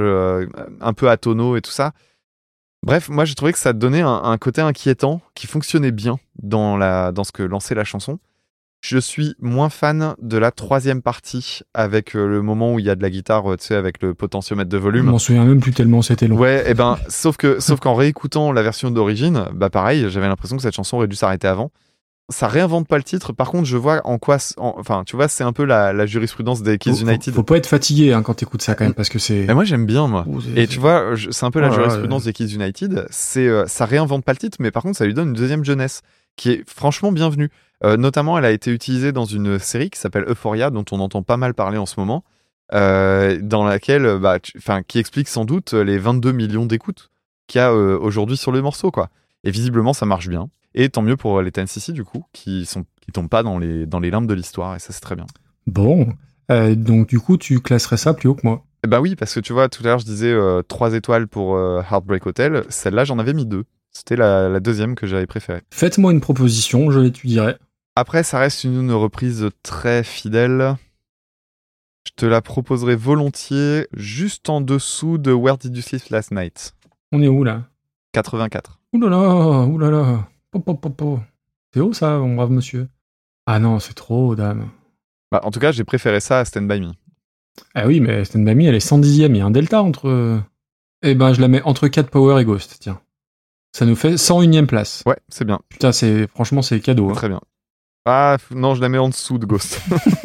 un peu atonaux et tout ça. Bref, moi, j'ai trouvé que ça donnait un côté inquiétant qui fonctionnait bien dans ce que lançait la chanson. Je suis moins fan de la 3e partie avec le moment où il y a de la guitare, tu sais, avec le potentiomètre de volume. Je m'en souviens même plus tellement, c'était long. Ouais, et ben, sauf qu'en réécoutant la version d'origine, pareil, j'avais l'impression que cette chanson aurait dû s'arrêter avant. Ça réinvente pas le titre. Par contre, je vois en quoi... Enfin, tu vois, c'est un peu la jurisprudence des Kids United. Faut pas être fatigué quand t'écoutes ça quand même, parce que c'est... Mais moi, j'aime bien, moi. Et tu vois, c'est un peu la jurisprudence des Kids United. Ça réinvente pas le titre, mais par contre, ça lui donne une deuxième jeunesse qui est franchement bienvenue. Notamment, elle a été utilisée dans une série qui s'appelle Euphoria, dont on entend pas mal parler en ce moment, dans laquelle, qui explique sans doute les 22 millions d'écoutes qu'il y a aujourd'hui sur le morceau, quoi. Et visiblement, ça marche bien. Et tant mieux pour les 10cc, du coup, qui tombent pas dans les limbes de l'histoire, et ça, c'est très bien. Bon, donc du coup, tu classerais ça plus haut que moi. Bah oui, parce que tu vois, tout à l'heure, je disais 3 étoiles pour Heartbreak Hotel. Celle-là, j'en avais mis 2. C'était la deuxième que j'avais préférée. Faites-moi une proposition, je l'étudierai. Après, ça reste une reprise très fidèle. Je te la proposerai volontiers, juste en dessous de Where Did You Sleep Last Night. On est où, là ? 84. Oulala. C'est haut, ça, mon brave monsieur. Ah non, c'est trop haut, dame. Bah, en tout cas, j'ai préféré ça à Stand By Me. Ah oui, mais Stand By Me, elle est 110e. Il y a un delta entre... Eh ben, je la mets entre Cat Power et Ghost, tiens. Ça nous fait 101e place. Ouais, c'est bien. Putain, franchement, c'est cadeau. Hein. Très bien. Ah, non, je la mets en dessous de Ghost.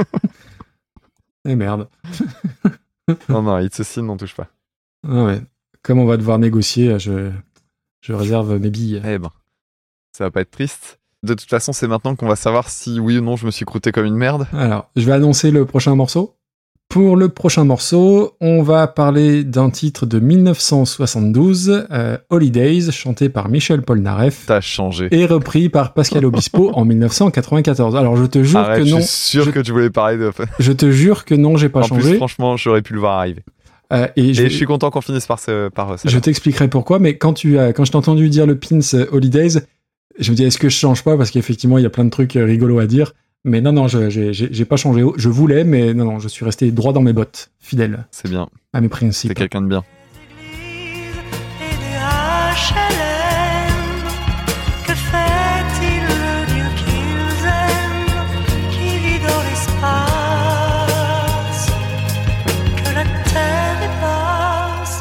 Eh merde. Non, It's a Sin, n'en touche pas. Ah ouais. Comme on va devoir négocier, je réserve mes billes. Eh ben, ça va pas être triste. De toute façon, c'est maintenant qu'on va savoir si oui ou non je me suis croûté comme une merde. Alors, je vais annoncer le prochain morceau. Pour le prochain morceau, on va parler d'un titre de 1972, Holidays, chanté par Michel Polnareff. T'as changé. Et repris par Pascal Obispo en 1994. Alors, je te jure que non. Je suis sûr que tu voulais parler de... Je te jure que non, j'ai pas changé. En plus, franchement, j'aurais pu le voir arriver. Et je suis content qu'on finisse par ça. Je t'expliquerai pourquoi, mais quand je t'ai entendu dire le pins Holidays, je me dis, est-ce que je change pas? Parce qu'effectivement, il y a plein de trucs rigolos à dire. Mais non, j'ai pas changé. Je voulais, mais non, je suis resté droit dans mes bottes, fidèle. C'est bien. À mes principes. C'est quelqu'un de bien. Que fait-il le Dieu qu'ils aiment, qui vit dans l'espace, que la terre dépasse?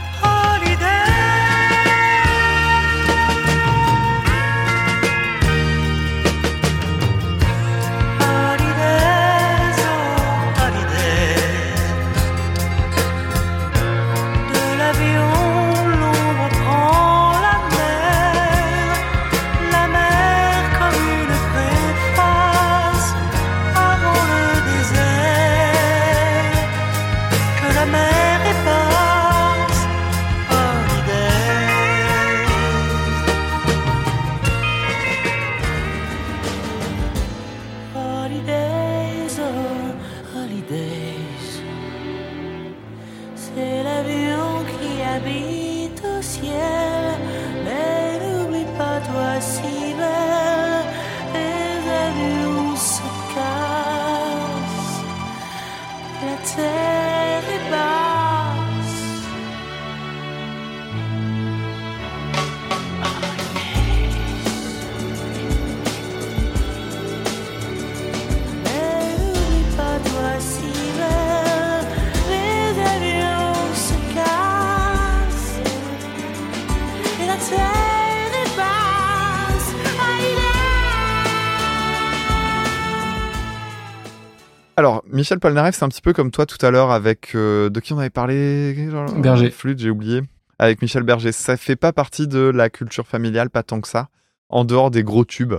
Alors, Michel Polnareff, c'est un petit peu comme toi tout à l'heure avec... de qui on avait parlé Berger. Flûte, j'ai oublié. Avec Michel Berger. Ça fait pas partie de la culture familiale, pas tant que ça, en dehors des gros tubes.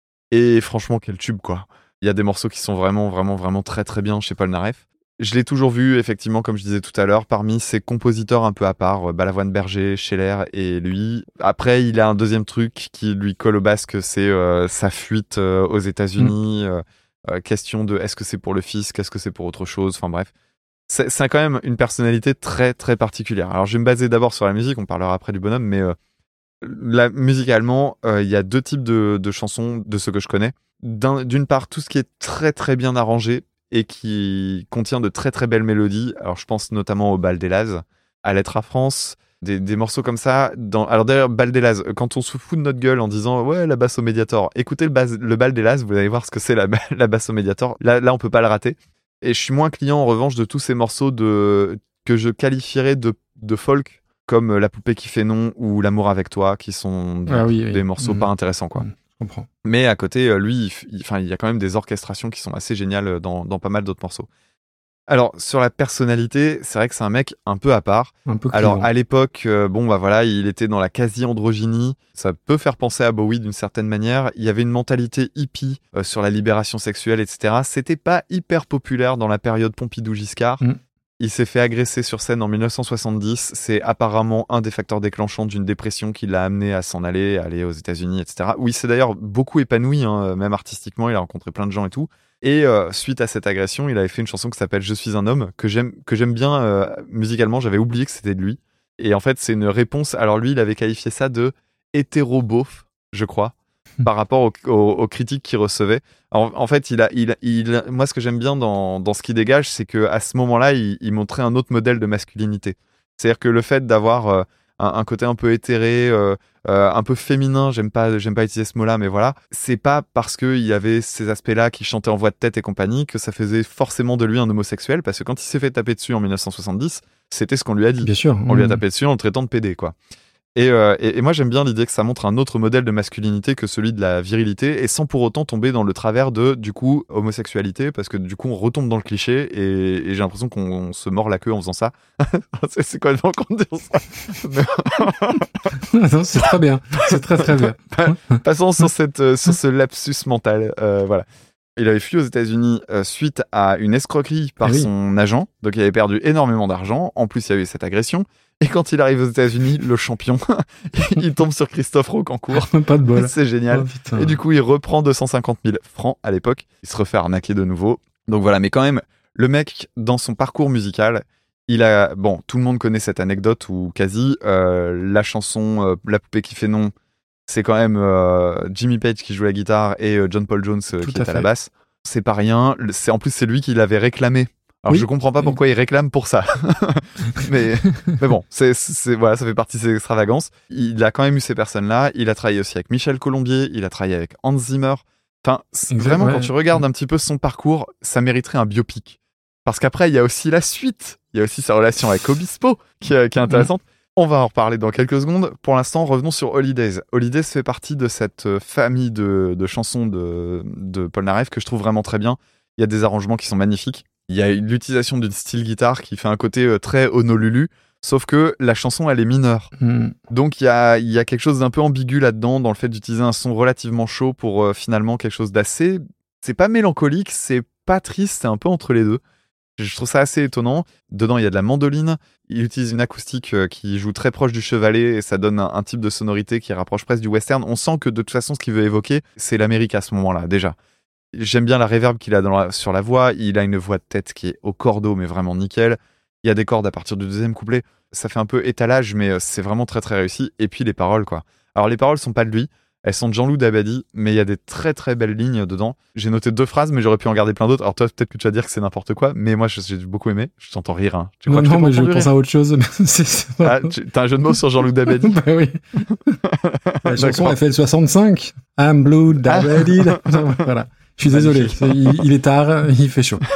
Et franchement, quel tube, quoi. Il y a des morceaux qui sont vraiment, vraiment, vraiment très, très bien chez Polnareff. Je l'ai toujours vu, effectivement, comme je disais tout à l'heure, parmi ses compositeurs un peu à part, Balavoine Berger, Scheller et lui. Après, il a un deuxième truc qui lui colle au basque, c'est sa fuite aux États-Unis. Question de est-ce que c'est pour le fisc, est-ce que c'est pour autre chose, enfin bref. C'est quand même une personnalité très très particulière. Alors je vais me baser d'abord sur la musique, on parlera après du bonhomme, mais musicalement, il y a deux types de chansons de ce que je connais. D'une part, tout ce qui est très très bien arrangé et qui contient de très très belles mélodies. Alors je pense notamment au Bal des Lazes, à Lettre à France, des morceaux comme ça. Alors d'ailleurs, Bal des Lazes, quand on se fout de notre gueule en disant ouais, la basse au Mediator, écoutez le Bal des Lazes, vous allez voir ce que c'est la basse au Mediator. Là, on peut pas le rater. Et je suis moins client en revanche de tous ces morceaux que je qualifierais de folk, comme La poupée qui fait non ou L'amour avec toi, qui sont des morceaux pas intéressants, quoi. comprends. Mais à côté, lui, il y a quand même des orchestrations qui sont assez géniales dans pas mal d'autres morceaux. Alors, sur la personnalité, c'est vrai que c'est un mec un peu à part. Un peu Alors, clivant. à l'époque, il était dans la quasi-androgynie. Ça peut faire penser à Bowie d'une certaine manière. Il y avait une mentalité hippie sur la libération sexuelle, etc. C'était pas hyper populaire dans la période Pompidou-Giscard. Il s'est fait agresser sur scène en 1970. C'est apparemment un des facteurs déclenchants d'une dépression qui l'a amené à s'en aller aux États-Unis, etc. Où il s'est d'ailleurs beaucoup épanoui, même artistiquement. Il a rencontré plein de gens et tout. Et suite à cette agression, il avait fait une chanson qui s'appelle « Je suis un homme » que j'aime bien musicalement. J'avais oublié que c'était de lui. Et en fait, c'est une réponse. Alors lui, il avait qualifié ça de hétéro-beauf, je crois, par rapport aux critiques qu'il recevait. En fait, moi, ce que j'aime bien dans ce qu'il dégage, c'est qu'à ce moment-là, il montrait un autre modèle de masculinité. C'est-à-dire que le fait d'avoir un côté un peu éthéré, un peu féminin, j'aime pas utiliser ce mot-là, mais voilà, c'est pas parce qu'il y avait ces aspects-là qui chantaient en voix de tête et compagnie que ça faisait forcément de lui un homosexuel, parce que quand il s'est fait taper dessus en 1970, c'était ce qu'on lui a dit. Bien sûr. On lui a tapé dessus en le traitant de pédé, quoi. Et moi, j'aime bien l'idée que ça montre un autre modèle de masculinité que celui de la virilité, et sans pour autant tomber dans le travers de, du coup, homosexualité, parce que du coup, on retombe dans le cliché, et j'ai l'impression qu'on se mord la queue en faisant ça. C'est complètement con de dire ça. Non, c'est très bien. C'est très très bien. Passons sur ce lapsus mental. Voilà. Il avait fui aux États-Unis suite à une escroquerie par son agent, donc il avait perdu énormément d'argent. En plus, il y a eu cette agression. Et quand il arrive aux États-Unis, le champion, il tombe sur Christophe Rocancourt. Pas de bol. C'est génial. Oh, et du coup, il reprend 250 000 francs à l'époque. Il se refait arnaquer de nouveau. Donc voilà, mais quand même, le mec, dans son parcours musical, tout le monde connaît cette anecdote ou quasi. La chanson La poupée qui fait non, c'est quand même Jimmy Page qui joue la guitare et John Paul Jones qui est à la basse. C'est pas rien. En plus, c'est lui qui l'avait réclamé. Alors je comprends pas pourquoi il réclame pour ça. mais bon, voilà, ça fait partie de ses extravagances. Il a quand même eu ces personnes-là. Il a travaillé aussi avec Michel Colombier. Il a travaillé avec Hans Zimmer. Enfin, vraiment, quand tu regardes un petit peu son parcours, ça mériterait un biopic. Parce qu'après, il y a aussi la suite. Il y a aussi sa relation avec Obispo qui est intéressante. On va en reparler dans quelques secondes. Pour l'instant, revenons sur Holidays. Holidays fait partie de cette famille de chansons de Paul Naref que je trouve vraiment très bien. Il y a des arrangements qui sont magnifiques. Il y a l'utilisation d'une style guitare qui fait un côté très Honolulu, sauf que la chanson, elle est mineure. Donc il y a quelque chose d'un peu ambigu là-dedans, dans le fait d'utiliser un son relativement chaud pour finalement quelque chose d'assez... C'est pas mélancolique, c'est pas triste, c'est un peu entre les deux. Je trouve ça assez étonnant. Dedans, il y a de la mandoline. Il utilise une acoustique qui joue très proche du chevalet et ça donne un type de sonorité qui rapproche presque du western. On sent que de toute façon, ce qu'il veut évoquer, c'est l'Amérique à ce moment-là, déjà. J'aime bien la reverb qu'il a sur la voix. Il a une voix de tête qui est au cordeau, mais vraiment nickel. Il y a des cordes à partir du deuxième couplet. Ça fait un peu étalage, mais c'est vraiment très très réussi. Et puis les paroles, quoi. Alors les paroles sont pas de lui. Elles sont de Jean-Loup Dabadi, mais il y a des très très belles lignes dedans. J'ai noté 2 phrases, mais j'aurais pu en garder plein d'autres. Alors toi, peut-être que tu vas dire que c'est n'importe quoi, mais moi j'ai beaucoup aimé. Je t'entends rire. Hein. Tu crois non, mais je pense à autre chose. T'as un jeu de mots sur Jean-Loup Dabadi? Bah oui. La chanson, elle fait le 65. I'm Blue Dabadi. Voilà. Je suis désolé. Il est tard, il fait chaud.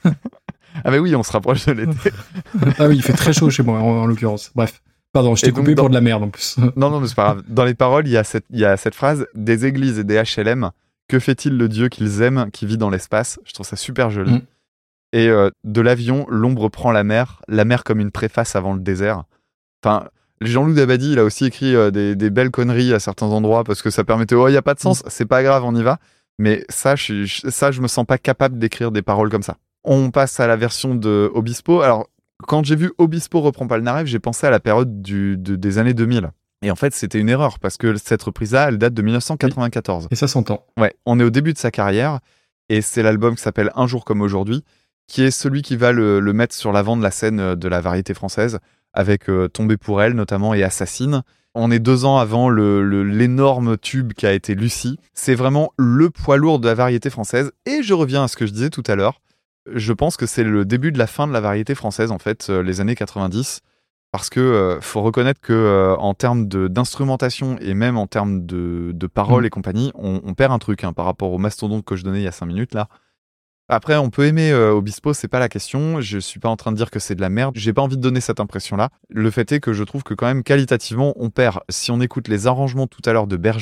Ah bah oui, on se rapproche de l'été. Ah oui, il fait très chaud chez moi, en l'occurrence. Bref. Pardon, je t'ai coupé pour de la merde en plus. Non, mais c'est pas grave. Dans les paroles, il y a cette phrase « Des églises et des HLM, que fait-il le Dieu qu'ils aiment, qui vit dans l'espace ?» Je trouve ça super joli. Et de l'avion, l'ombre prend la mer comme une préface avant le désert. Enfin, Jean-Loup Dabadi, il a aussi écrit des belles conneries à certains endroits parce que ça permettait « Oh, il n'y a pas de sens, c'est pas grave, on y va. » Mais ça, je me sens pas capable d'écrire des paroles comme ça. On passe à la version de Obispo. Alors, quand j'ai vu Obispo reprend Polnareff, j'ai pensé à la période des années 2000. Et en fait, c'était une erreur, parce que cette reprise-là, elle date de 1994. Et ça s'entend. Ouais, on est au début de sa carrière, et c'est l'album qui s'appelle Un jour comme aujourd'hui, qui est celui qui va le mettre sur l'avant de la scène de la variété française, avec Tombé pour elle, notamment, et Assassine. On est 2 ans avant l'énorme tube qui a été Lucie. C'est vraiment le poids lourd de la variété française. Et je reviens à ce que je disais tout à l'heure. Je pense que c'est le début de la fin de la variété française, en fait, les années 90. Parce que faut reconnaître que en termes d'instrumentation et même en termes de paroles et compagnie, on perd un truc par rapport au mastodonte que je donnais il y a 5 minutes là. Après, on peut aimer Obispo, c'est pas la question. Je suis pas en train de dire que c'est de la merde. J'ai pas envie de donner cette impression-là. Le fait est que je trouve que quand même qualitativement, on perd. Si on écoute les arrangements tout à l'heure de Berger,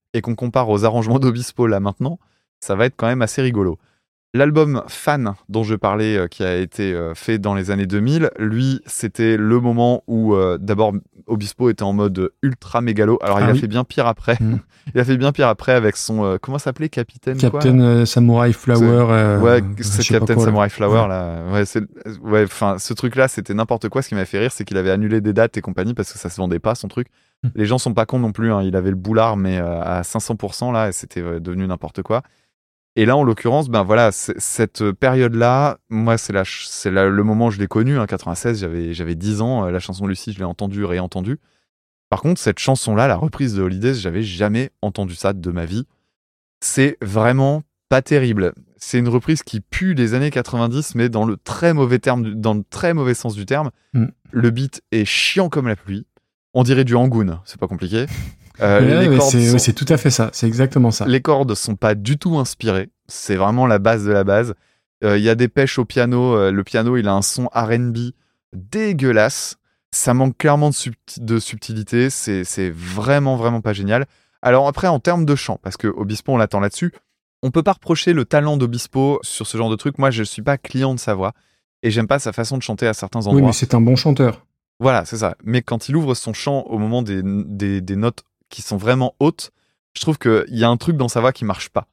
et qu'on compare aux arrangements d'Obispo là maintenant, ça va être quand même assez rigolo. L'album Fan dont je parlais, qui a été fait dans les années 2000, lui, c'était le moment où d'abord Obispo était en mode ultra mégalo. Alors il a fait bien pire après. Il a fait bien pire après avec son comment ça s'appelait, Capitaine Samurai Flower. C'est Captain Samurai Flower là. Enfin ce truc là, c'était n'importe quoi. Ce qui m'a fait rire, c'est qu'il avait annulé des dates et compagnie parce que ça se vendait pas son truc. Les gens sont pas cons non plus. Hein. Il avait le boulard mais à 500% là, et c'était devenu n'importe quoi. Et là, en l'occurrence, ben voilà, cette période-là, moi, c'est le moment où je l'ai connue. En 96, j'avais 10 ans. La chanson Lucie, je l'ai entendue, réentendue. Par contre, cette chanson-là, la reprise de Holidays, j'avais jamais entendu ça de ma vie. C'est vraiment pas terrible. C'est une reprise qui pue des années 90, mais dans le très mauvais sens du terme. Le beat est chiant comme la pluie. On dirait du Angoon, c'est pas compliqué. C'est tout à fait ça, c'est exactement ça. Les cordes sont pas du tout inspirées, c'est vraiment la base de la base. Il y a des pêches au piano, le piano il a un son R&B dégueulasse, ça manque clairement de subtilité, c'est vraiment pas génial. Alors après en termes de chant, parce que Obispo on l'attend là-dessus, on peut pas reprocher le talent d'Obispo sur ce genre de truc. Moi je suis pas client de sa voix et j'aime pas sa façon de chanter à certains endroits. Oui mais c'est un bon chanteur. Voilà, c'est ça. Mais quand il ouvre son chant au moment des notes qui sont vraiment hautes, je trouve qu'il y a un truc dans sa voix qui marche pas.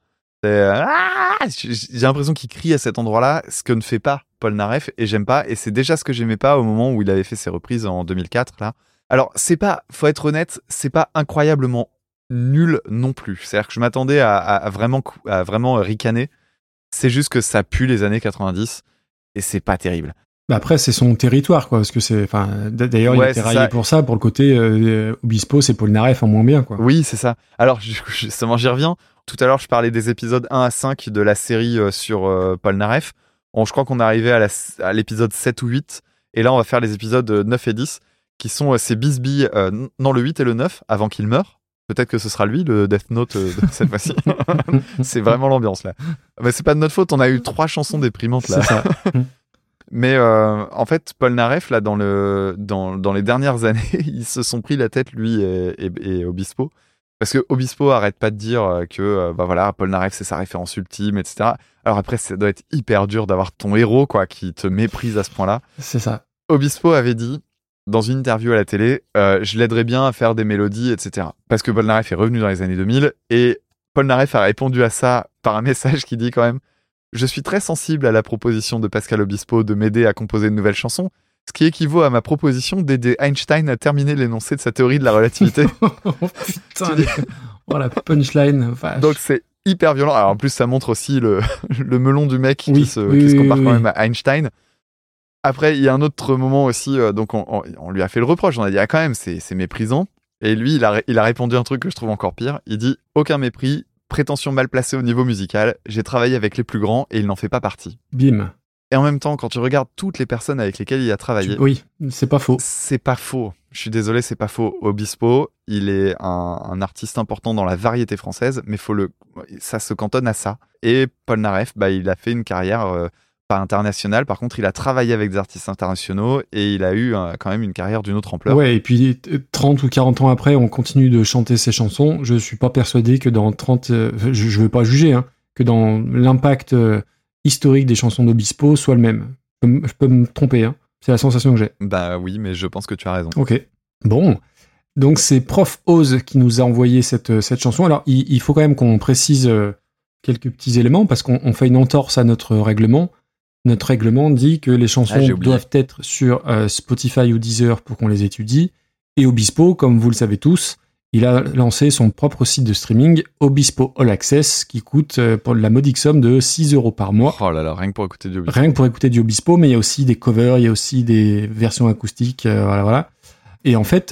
J'ai l'impression qu'il crie à cet endroit-là, ce que ne fait pas Paul Naref, et j'aime pas. Et c'est déjà ce que j'aimais pas au moment où il avait fait ses reprises en 2004 là. Alors c'est pas, faut être honnête, c'est pas incroyablement nul non plus. C'est-à-dire que je m'attendais à vraiment ricaner. C'est juste que ça pue les années 90 et c'est pas terrible. Bah après c'est son territoire quoi, parce que d'ailleurs il était raillé pour ça, pour le côté Obispo c'est Paul Naref en moins bien quoi. Oui c'est ça. Alors justement j'y reviens. Tout à l'heure je parlais des épisodes 1 à 5 de la série sur Paul Naref. Je crois qu'on est arrivé à l'épisode 7 ou 8 et là on va faire les épisodes 9 et 10 qui sont ces bisbilles, non le 8 et le 9 avant qu'il meure. Peut-être que ce sera lui le Death Note de cette fois-ci. C'est vraiment l'ambiance là. Mais c'est pas de notre faute, on a eu 3 chansons déprimantes là. C'est ça. Mais en fait, Paul Naref, là, dans les dernières années, ils se sont pris la tête, lui et Obispo. Parce que Obispo arrête pas de dire que Paul Naref, c'est sa référence ultime, etc. Alors après, ça doit être hyper dur d'avoir ton héros quoi, qui te méprise à ce point-là. C'est ça. Obispo avait dit, dans une interview à la télé, je l'aiderais bien à faire des mélodies, etc. Parce que Paul Naref est revenu dans les années 2000, et Paul Naref a répondu à ça par un message qui dit quand même: je suis très sensible à la proposition de Pascal Obispo de m'aider à composer de nouvelles chansons, ce qui équivaut à ma proposition d'aider Einstein à terminer l'énoncé de sa théorie de la relativité. Oh putain, la punchline. Vache. Donc c'est hyper violent. Alors en plus ça montre aussi le melon du mec qui se compare quand même à Einstein. Après il y a un autre moment aussi, donc on lui a fait le reproche, on a dit quand même c'est méprisant. Et lui il a répondu un truc que je trouve encore pire. Il dit aucun mépris. Prétention mal placée au niveau musical, j'ai travaillé avec les plus grands et il n'en fait pas partie. Bim. Et en même temps, quand tu regardes toutes les personnes avec lesquelles il a travaillé... Oui, c'est pas faux. C'est pas faux. Je suis désolé, c'est pas faux. Obispo, il est un artiste important dans la variété française, mais ça se cantonne à ça. Et Paul Naref, il a fait une carrière pas internationale. Par contre, il a travaillé avec des artistes internationaux et il a eu quand même une carrière d'une autre ampleur. Ouais, et puis 30 ou 40 ans après, on continue de chanter ses chansons. Je suis pas persuadé que dans 30... je veux pas juger, hein, que dans l'impact historique des chansons d'Obispo soit le même. Je peux me tromper, hein. C'est la sensation que j'ai. Bah oui, mais je pense que tu as raison. Ok. Bon. Donc c'est Prof Oz qui nous a envoyé cette chanson. Alors il faut quand même qu'on précise quelques petits éléments parce qu'on fait une entorse à notre règlement. Notre règlement dit que les chansons doivent être sur Spotify ou Deezer pour qu'on les étudie. Et Obispo, comme vous le savez tous, il a lancé son propre site de streaming, Obispo All Access, qui coûte pour la modique somme de 6€ par mois. Oh là là, rien que pour écouter du Obispo. Rien que pour écouter du Obispo, mais il y a aussi des covers, il y a aussi des versions acoustiques, voilà. Et en fait,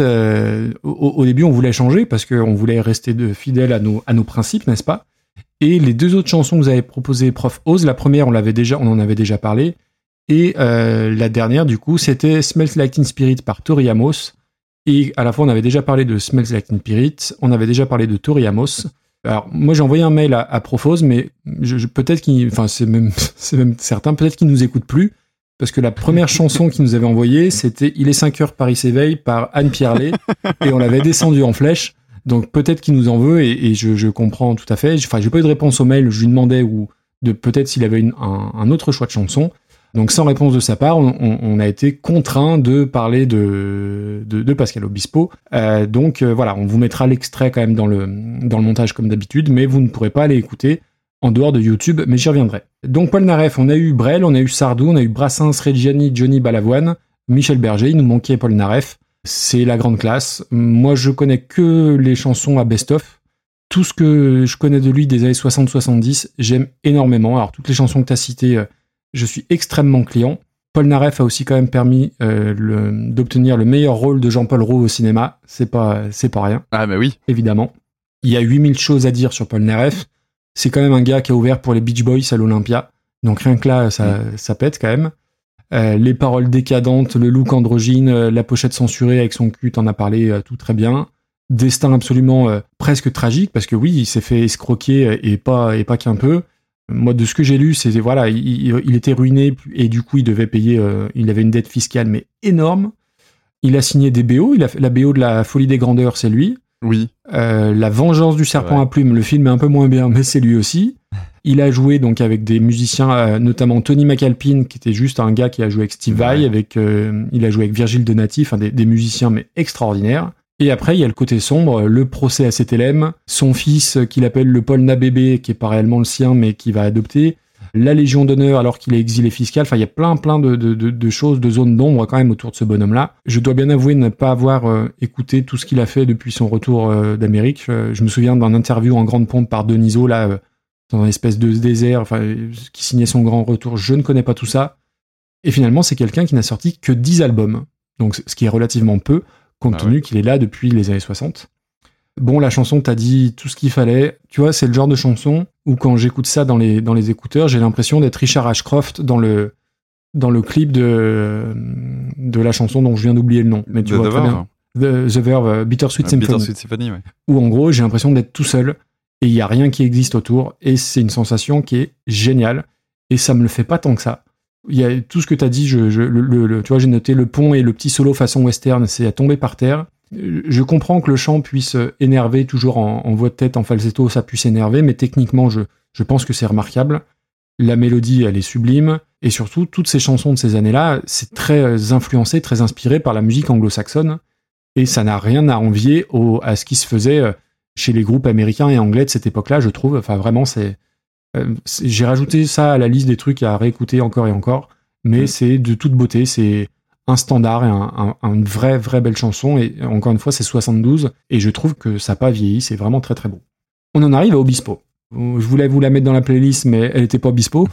au début, on voulait changer parce qu'on voulait rester fidèles à nos principes, n'est-ce pas ? Et les 2 autres chansons que vous avez proposées, Prof Oz, la première, on en avait déjà parlé, et la dernière, du coup, c'était Smells Like Teen Spirit par Tori Amos. Et à la fois, on avait déjà parlé de Smells Like Teen Spirit, on avait déjà parlé de Tori Amos. Alors, moi, j'ai envoyé un mail à Prof Oz, mais peut-être c'est même certain, peut-être qu'il nous écoute plus, parce que la première chanson qu'il nous avait envoyée, c'était Il est 5h, Paris s'éveille par Anne Pierlet, et on l'avait descendu en flèche. Donc peut-être qu'il nous en veut et je comprends tout à fait. Enfin, j'ai pas eu de réponse au mail, je lui demandais peut-être s'il avait un autre choix de chanson. Donc sans réponse de sa part, on a été contraint de parler de Pascal Obispo. Voilà, on vous mettra l'extrait quand même dans le montage comme d'habitude, mais vous ne pourrez pas aller écouter en dehors de YouTube, mais j'y reviendrai. Donc Paul Naref, on a eu Brel, on a eu Sardou, on a eu Brassens, Reggiani, Johnny Balavoine, Michel Berger, il nous manquait Paul Naref. C'est la grande classe. Moi, je connais que les chansons à best-of. Tout ce que je connais de lui des années 60-70, j'aime énormément. Alors, toutes les chansons que tu as citées, je suis extrêmement client. Paul Naref a aussi quand même permis d'obtenir le meilleur rôle de Jean-Paul Rouve au cinéma. C'est pas rien. Ah bah oui. Évidemment. Il y a 8000 choses à dire sur Paul Naref. C'est quand même un gars qui a ouvert pour les Beach Boys à l'Olympia. Donc rien que là, ça pète quand même. Les paroles décadentes, le look androgyne, la pochette censurée avec son cul, t'en as parlé tout très bien. Destin absolument presque tragique, parce que oui, il s'est fait escroquer et pas qu'un peu. Moi, de ce que j'ai lu, c'était voilà, il était ruiné et du coup, il devait payer. Il avait une dette fiscale mais énorme. Il a signé des BO. La BO de La Folie des Grandeurs, c'est lui. Oui. La Vengeance du Serpent à Plumes, le film est un peu moins bien, mais c'est lui aussi. Il a joué donc avec des musiciens, notamment Tony McAlpine, qui était juste un gars qui a joué avec Steve Vai, il a joué avec Virgil Donati, enfin des musiciens mais extraordinaires. Et après, il y a le côté sombre, le procès à CTLM, son fils qu'il appelle le Paul Nabébé, qui est pas réellement le sien, mais qui va adopter, la Légion d'honneur alors qu'il est exilé fiscal. Enfin, il y a plein de choses, de zones d'ombre quand même autour de ce bonhomme-là. Je dois bien avouer ne pas avoir écouté tout ce qu'il a fait depuis son retour d'Amérique. Je me souviens d'un interview en grande pompe par Deniso, là, dans une espèce de désert, qui signait son grand retour. Je ne connais pas tout ça. Et finalement, c'est quelqu'un qui n'a sorti que 10 albums. Donc, ce qui est relativement peu, compte tenu qu'il est là depuis les années 60. Bon, la chanson, t'as dit tout ce qu'il fallait. Tu vois, c'est le genre de chanson où quand j'écoute ça dans les écouteurs, j'ai l'impression d'être Richard Ashcroft dans le clip de la chanson dont je viens d'oublier le nom. Mais tu vois très bien. The Verve, Bittersweet Symphony. Bittersweet Symphony, ouais. Où en gros, j'ai l'impression d'être tout seul et il y a rien qui existe autour et c'est une sensation qui est géniale et ça me le fait pas tant que ça. Il y a tout ce que t'as dit, tu vois, j'ai noté le pont et le petit solo façon western, c'est à tomber par terre. Je comprends que le chant puisse énerver, toujours en voix de tête, en falsetto, ça puisse énerver, mais techniquement, je pense que c'est remarquable. La mélodie, elle est sublime, et surtout, toutes ces chansons de ces années-là, c'est très influencé, très inspiré par la musique anglo-saxonne, et ça n'a rien à envier à ce qui se faisait chez les groupes américains et anglais de cette époque-là, je trouve. Enfin, vraiment, j'ai rajouté ça à la liste des trucs à réécouter encore et encore, mais c'est de toute beauté, c'est un standard et une vraie belle chanson, et encore une fois, c'est 72, et je trouve que ça n'a pas vieilli, c'est vraiment très très beau. On en arrive à Obispo. Je voulais vous la mettre dans la playlist, mais elle n'était pas Obispo.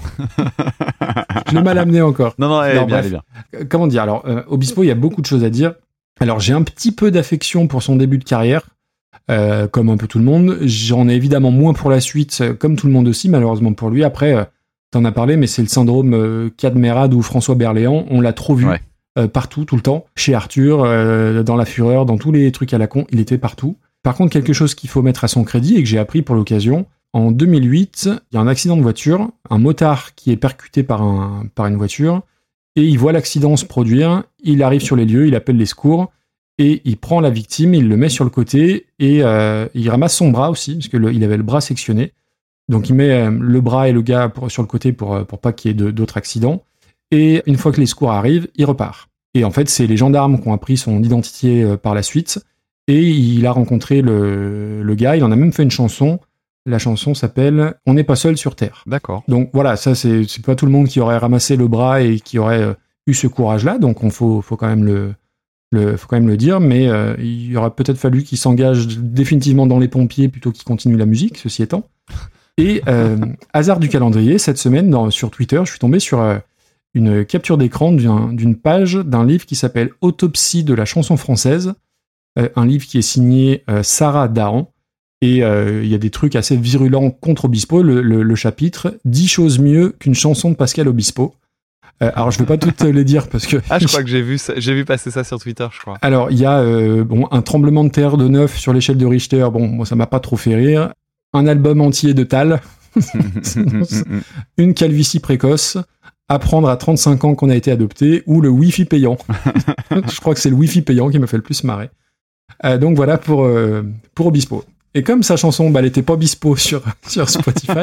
Je l'ai mal amené encore. Non, elle est bien. Comment dire, alors, Obispo, il y a beaucoup de choses à dire. Alors, j'ai un petit peu d'affection pour son début de carrière, comme un peu tout le monde. J'en ai évidemment moins pour la suite, comme tout le monde aussi, malheureusement pour lui. Après, t'en as parlé, mais c'est le syndrome Cadmerade ou François Berléand. On l'a trop vu partout, tout le temps. Chez Arthur, dans La Fureur, dans tous les trucs à la con, il était partout. Par contre, quelque chose qu'il faut mettre à son crédit et que j'ai appris pour l'occasion, en 2008, il y a un accident de voiture, un motard qui est percuté par une voiture, et il voit l'accident se produire, il arrive sur les lieux, il appelle les secours, et il prend la victime, il le met sur le côté, et il ramasse son bras aussi, parce qu'il avait le bras sectionné. Donc il met le bras et le gars sur le côté pour pas qu'il y ait d'autres accidents. Et une fois que les secours arrivent, il repart. Et en fait, c'est les gendarmes qui ont appris son identité par la suite, et il a rencontré le gars, il en a même fait une chanson. La chanson s'appelle « On n'est pas seul sur Terre ». D'accord. Donc voilà, ça c'est pas tout le monde qui aurait ramassé le bras et qui aurait eu ce courage-là, donc faut quand même le dire, mais il aurait peut-être fallu qu'il s'engage définitivement dans les pompiers plutôt qu'il continue la musique, ceci étant. Et hasard du calendrier, cette semaine sur Twitter, je suis tombé sur une capture d'écran d'une page d'un livre qui s'appelle « Autopsie de la chanson française », un livre qui est signé Sarah Dahan. Et il y a des trucs assez virulents contre Obispo. Le chapitre « 10 choses mieux qu'une chanson de Pascal Obispo ». Alors, je ne vais pas toutes les dire parce que... Ah, je crois que j'ai vu passer ça sur Twitter, je crois. Alors, il y a un tremblement de terre de 9 sur l'échelle de Richter. Bon, moi, ça m'a pas trop fait rire. Un album entier de Tal. Une calvitie précoce. Apprendre à 35 ans qu'on a été adopté. Ou le Wi-Fi payant. Je crois que c'est le Wi-Fi payant qui me fait le plus marrer. Donc voilà pour Obispo. Et comme sa chanson, elle était pas Obispo sur Spotify,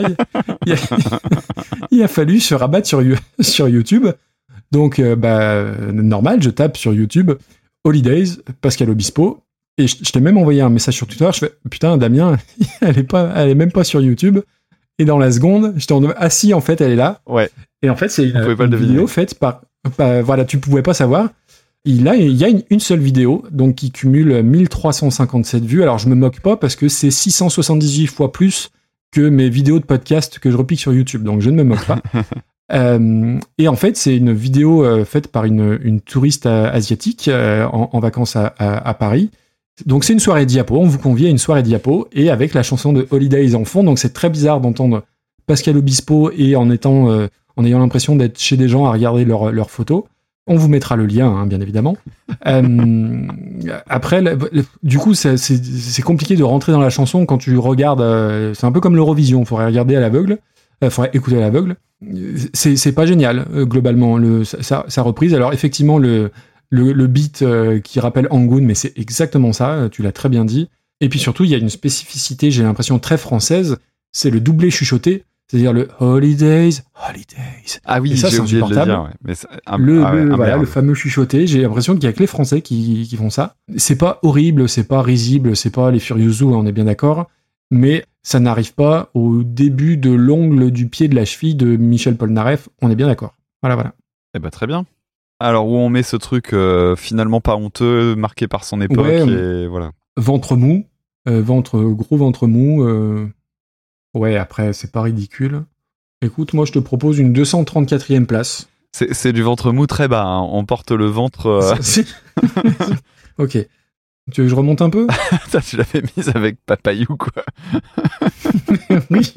il a fallu se rabattre sur YouTube. Donc, normal, je tape sur YouTube Holidays, Pascal Obispo, et je t'ai même envoyé un message sur Twitter. Je fais, putain, Damien, elle est même pas sur YouTube. Et dans la seconde, j'étais si, en fait, elle est là. Ouais. Et en fait, c'est une vidéo faite par voilà, tu pouvais pas savoir. Il y a une seule vidéo, donc qui cumule 1357 vues. Alors, je me moque pas parce que c'est 678 fois plus que mes vidéos de podcast que je repique sur YouTube. Donc, je ne me moque pas. Et en fait, c'est une vidéo faite par une touriste asiatique en vacances à Paris. Donc, c'est une soirée diapo. On vous convie à une soirée diapo et avec la chanson de Holidays en fond. Donc, c'est très bizarre d'entendre Pascal Obispo et en ayant l'impression d'être chez des gens à regarder leurs photos. On vous mettra le lien, hein, bien évidemment. Après, du coup, c'est compliqué de rentrer dans la chanson quand tu regardes. C'est un peu comme l'Eurovision. Il faudrait regarder à l'aveugle. Il faudrait écouter à l'aveugle. C'est pas génial, globalement, sa reprise. Alors, effectivement, le beat qui rappelle Angoon, mais c'est exactement ça. Tu l'as très bien dit. Et puis surtout, il y a une spécificité, j'ai l'impression, très française. C'est le doublé chuchoté. C'est-à-dire le Holidays. Ah oui, ça, j'ai oublié de le dire. Ouais. Mais le fameux chuchoté. J'ai l'impression qu'il y a que les Français qui font ça. C'est pas horrible, c'est pas risible, c'est pas les Furious Zoo, on est bien d'accord. Mais ça n'arrive pas au début de l'ongle du pied de la cheville de Michel Polnareff, on est bien d'accord. Voilà. Eh ben très bien. Alors où on met ce truc finalement pas honteux, marqué par son époque, et voilà. Ventre mou, gros ventre mou. Ouais, après, c'est pas ridicule. Écoute, moi, je te propose une 234e place. C'est du ventre mou très bas, hein. On porte le ventre... Ok. Tu veux que je remonte un peu? Tu l'avais mise avec Papayou, quoi. Oui.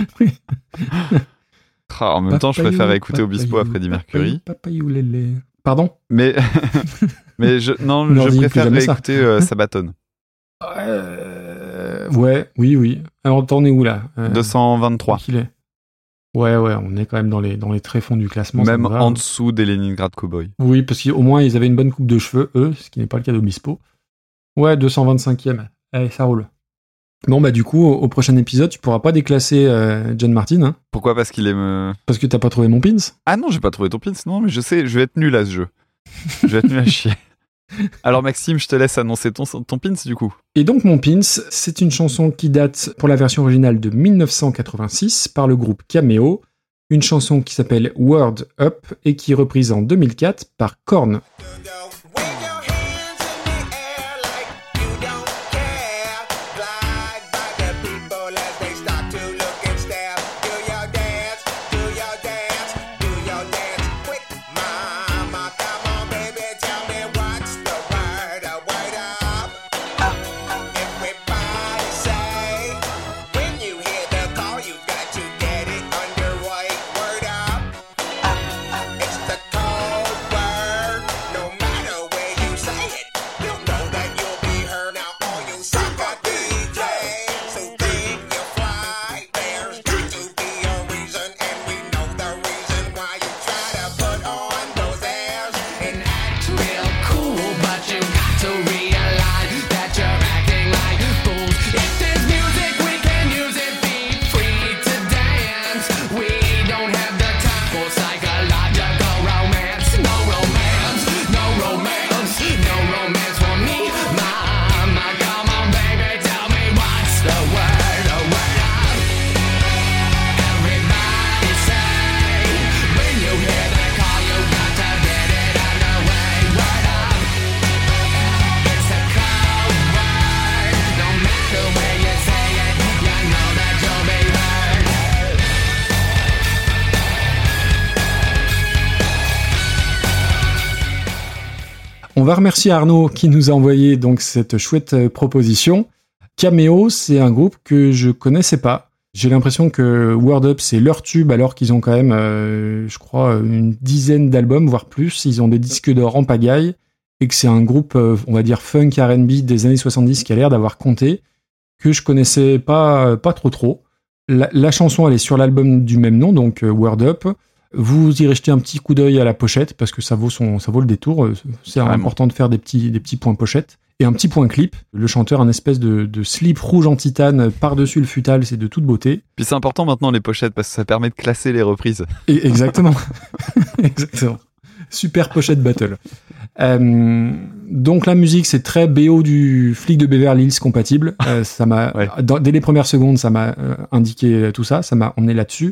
En même temps, je préfère écouter Obispo à Freddie Mercury. Papayou lélé. Pardon? Mais je préfère écouter Sabaton. Ouais, oui. Alors, t'en es où, là 223. Qu'il est. Ouais, on est quand même dans les tréfonds du classement. Même en dessous des Leningrad Cowboys. Oui, parce qu'au moins, ils avaient une bonne coupe de cheveux, eux, ce qui n'est pas le cas d'Obispo. Ouais, 225e. Allez, ça roule. Bon, du coup, au prochain épisode, tu pourras pas déclasser John Martin. Hein. Pourquoi? Parce qu'il est Parce que t'as pas trouvé mon pins? Ah non, j'ai pas trouvé ton pins, non, mais je sais, je vais être nul à ce jeu. Je vais être nul à chier. Alors Maxime, je te laisse annoncer ton pins du coup. Et donc mon pins, c'est une chanson qui date pour la version originale de 1986 par le groupe Cameo, une chanson qui s'appelle Word Up et qui est reprise en 2004 par Korn. On va remercier Arnaud qui nous a envoyé donc cette chouette proposition. Cameo, c'est un groupe que je connaissais pas. J'ai l'impression que Word Up, c'est leur tube, alors qu'ils ont quand même, je crois, une dizaine d'albums, voire plus. Ils ont des disques d'or en pagaille, et que c'est un groupe, on va dire, funk R&B des années 70 qui a l'air d'avoir compté, que je connaissais pas trop. La chanson, elle est sur l'album du même nom, donc Word Up. Vous irez jeter un petit coup d'œil à la pochette, parce que ça vaut le détour. C'est important de faire des petits points pochette. Et un petit point clip, le chanteur un espèce de slip rouge en titane par-dessus le futal, c'est de toute beauté. Puis c'est important maintenant les pochettes parce que ça permet de classer les reprises. Et exactement. Exactement. Super pochette battle. Donc la musique, c'est très BO du flic de Beverly Hills compatible. Ça m'a, dès les premières secondes, ça m'a indiqué tout ça. Ça m'a emmené là-dessus.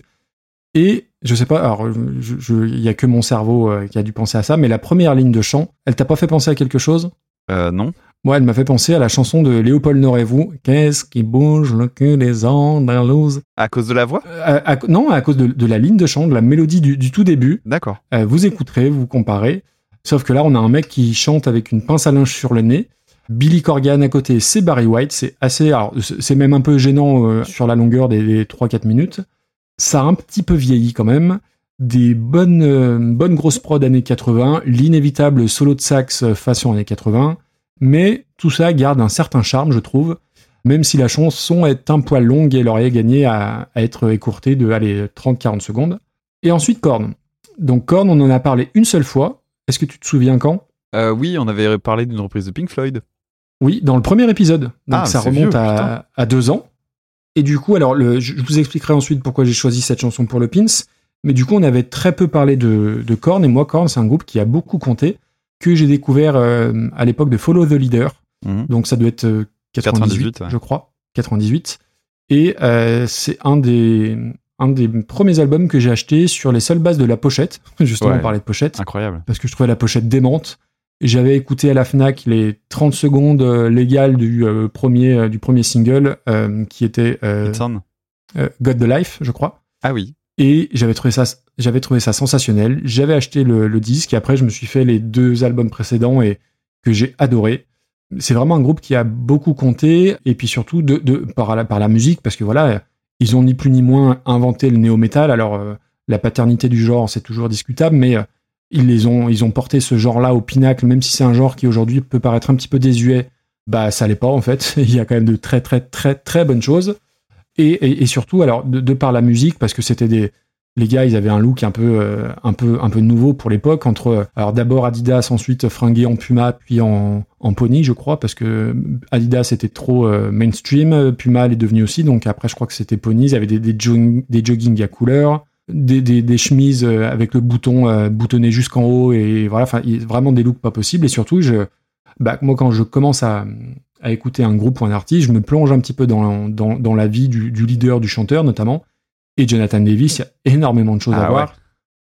Et je sais pas, alors il y a que mon cerveau qui a dû penser à ça, mais la première ligne de chant, elle t'a pas fait penser à quelque chose ? Non. Moi, elle m'a fait penser à la chanson de Léopold Norez-vous. Qu'est-ce qui bouge le cul des Andalous ? À cause de la voix ? Non, à cause de la ligne de chant, de la mélodie du tout début. D'accord. Vous écouterez, vous comparez. Sauf que là, on a un mec qui chante avec une pince à linge sur le nez. Billy Corgan à côté, c'est Barry White. C'est assez, alors, c'est même un peu gênant sur la longueur des 3-4 minutes. Ça a un petit peu vieilli quand même. Des bonnes grosses prod années 80, l'inévitable solo de sax façon années 80, mais tout ça garde un certain charme, je trouve, même si la chanson est un poil longue et elle aurait gagné à être écourtée de 30-40 secondes. Et ensuite Korn. Donc Korn, on en a parlé une seule fois. Est-ce que tu te souviens quand ? Oui, on avait parlé d'une reprise de Pink Floyd. Oui, dans le premier épisode. Donc ça remonte à 2 ans. Et du coup, alors je vous expliquerai ensuite pourquoi j'ai choisi cette chanson pour le Pins. Mais du coup, on avait très peu parlé de Korn, et moi, Korn, c'est un groupe qui a beaucoup compté, que j'ai découvert à l'époque de Follow the Leader. Donc ça doit être 98, je crois. 98. Et c'est un des premiers albums que j'ai acheté sur les seules bases de la pochette. Justement, on parlait de pochette. Incroyable. Parce que je trouvais la pochette démente. J'avais écouté à la Fnac les 30 secondes légales du premier single, qui était God the Life, je crois. Ah oui. Et j'avais trouvé ça sensationnel. J'avais acheté le disque et après je me suis fait les 2 albums précédents et que j'ai adoré. C'est vraiment un groupe qui a beaucoup compté, et puis surtout par la musique, parce que voilà, ils ont ni plus ni moins inventé le néo-metal. Alors la paternité du genre, c'est toujours discutable, mais ils ont porté ce genre-là au pinacle, même si c'est un genre qui aujourd'hui peut paraître un petit peu désuet. Bah ça l'est pas en fait. Il y a quand même de très très très très bonnes choses. Et surtout, alors de par la musique, parce que c'était les gars, ils avaient un look un peu nouveau pour l'époque, alors d'abord Adidas, ensuite fringué en Puma, puis en Pony, je crois, parce que Adidas était trop mainstream, Puma l'est devenu aussi, donc après je crois que c'était Pony. Ils avaient des jogging à couleur, des chemises avec le bouton boutonné jusqu'en haut, et voilà, enfin vraiment des looks pas possibles. Et surtout, moi quand je commence à écouter un groupe ou un artiste, je me plonge un petit peu dans la vie du leader, du chanteur notamment. Et Jonathan Davis, il y a énormément de choses à voir.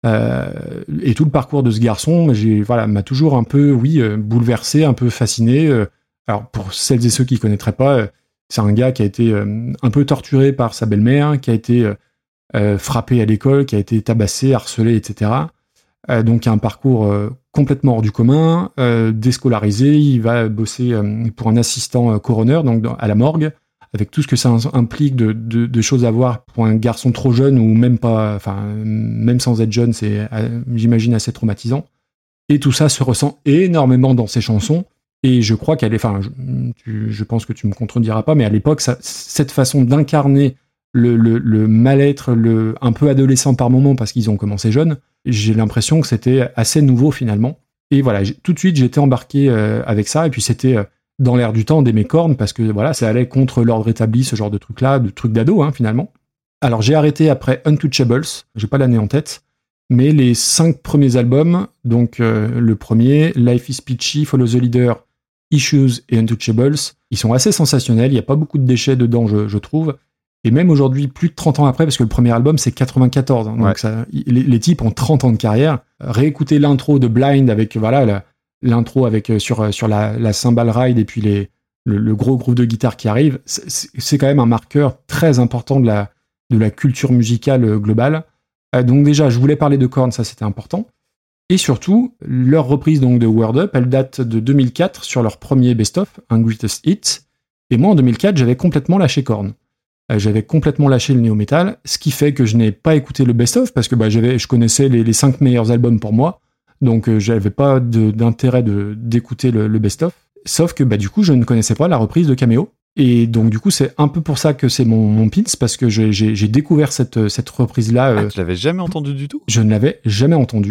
Et tout le parcours de ce garçon, m'a toujours un peu, bouleversé, un peu fasciné. Alors pour celles et ceux qui ne connaîtraient pas, c'est un gars qui a été un peu torturé par sa belle-mère, qui a été frappé à l'école, qui a été tabassé, harcelé, etc. Donc il a un parcours complètement hors du commun, déscolarisé. Il va bosser pour un assistant coroner, donc à la morgue, avec tout ce que ça implique de choses à voir pour un garçon trop jeune, ou même pas, enfin même sans être jeune, c'est j'imagine assez traumatisant. Et tout ça se ressent énormément dans ses chansons. Et je crois qu'elle est, je pense que tu me contrediras pas, mais à l'époque, cette façon d'incarner le mal-être, un peu adolescent par moment, parce qu'ils ont commencé jeunes, j'ai l'impression que c'était assez nouveau finalement. Et voilà, tout de suite, j'étais embarqué avec ça, et puis c'était dans l'air du temps d'aimer Korn, parce que voilà, ça allait contre l'ordre établi, ce genre de truc-là, de trucs d'ado, finalement. Alors j'ai arrêté après Untouchables, j'ai pas l'année en tête, mais les 5 premiers albums, donc le premier, Life is Peachy, Follow the Leader, Issues et Untouchables, ils sont assez sensationnels, il n'y a pas beaucoup de déchets dedans, je trouve. Et même aujourd'hui, plus de 30 ans après, parce que le premier album, c'est 94, donc ça, les types ont 30 ans de carrière. Réécouter l'intro de Blind avec, l'intro avec sur la cymbal ride et puis le gros groupe de guitare qui arrive, c'est quand même un marqueur très important de la culture musicale globale. Donc déjà, je voulais parler de Korn, ça c'était important. Et surtout, leur reprise donc de Word Up, elle date de 2004 sur leur premier best-of, un Greatest Hits. Et moi, en 2004, j'avais complètement lâché Korn. J'avais complètement lâché le néo-metal, ce qui fait que je n'ai pas écouté le best-of, parce que je connaissais les 5 meilleurs albums pour moi, donc j'avais pas d'intérêt d'écouter le best-of. Sauf que du coup, je ne connaissais pas la reprise de Cameo. Et donc du coup, c'est un peu pour ça que c'est mon pins, parce que j'ai découvert cette reprise-là. Tu l'avais jamais entendu du tout ? Je ne l'avais jamais entendu.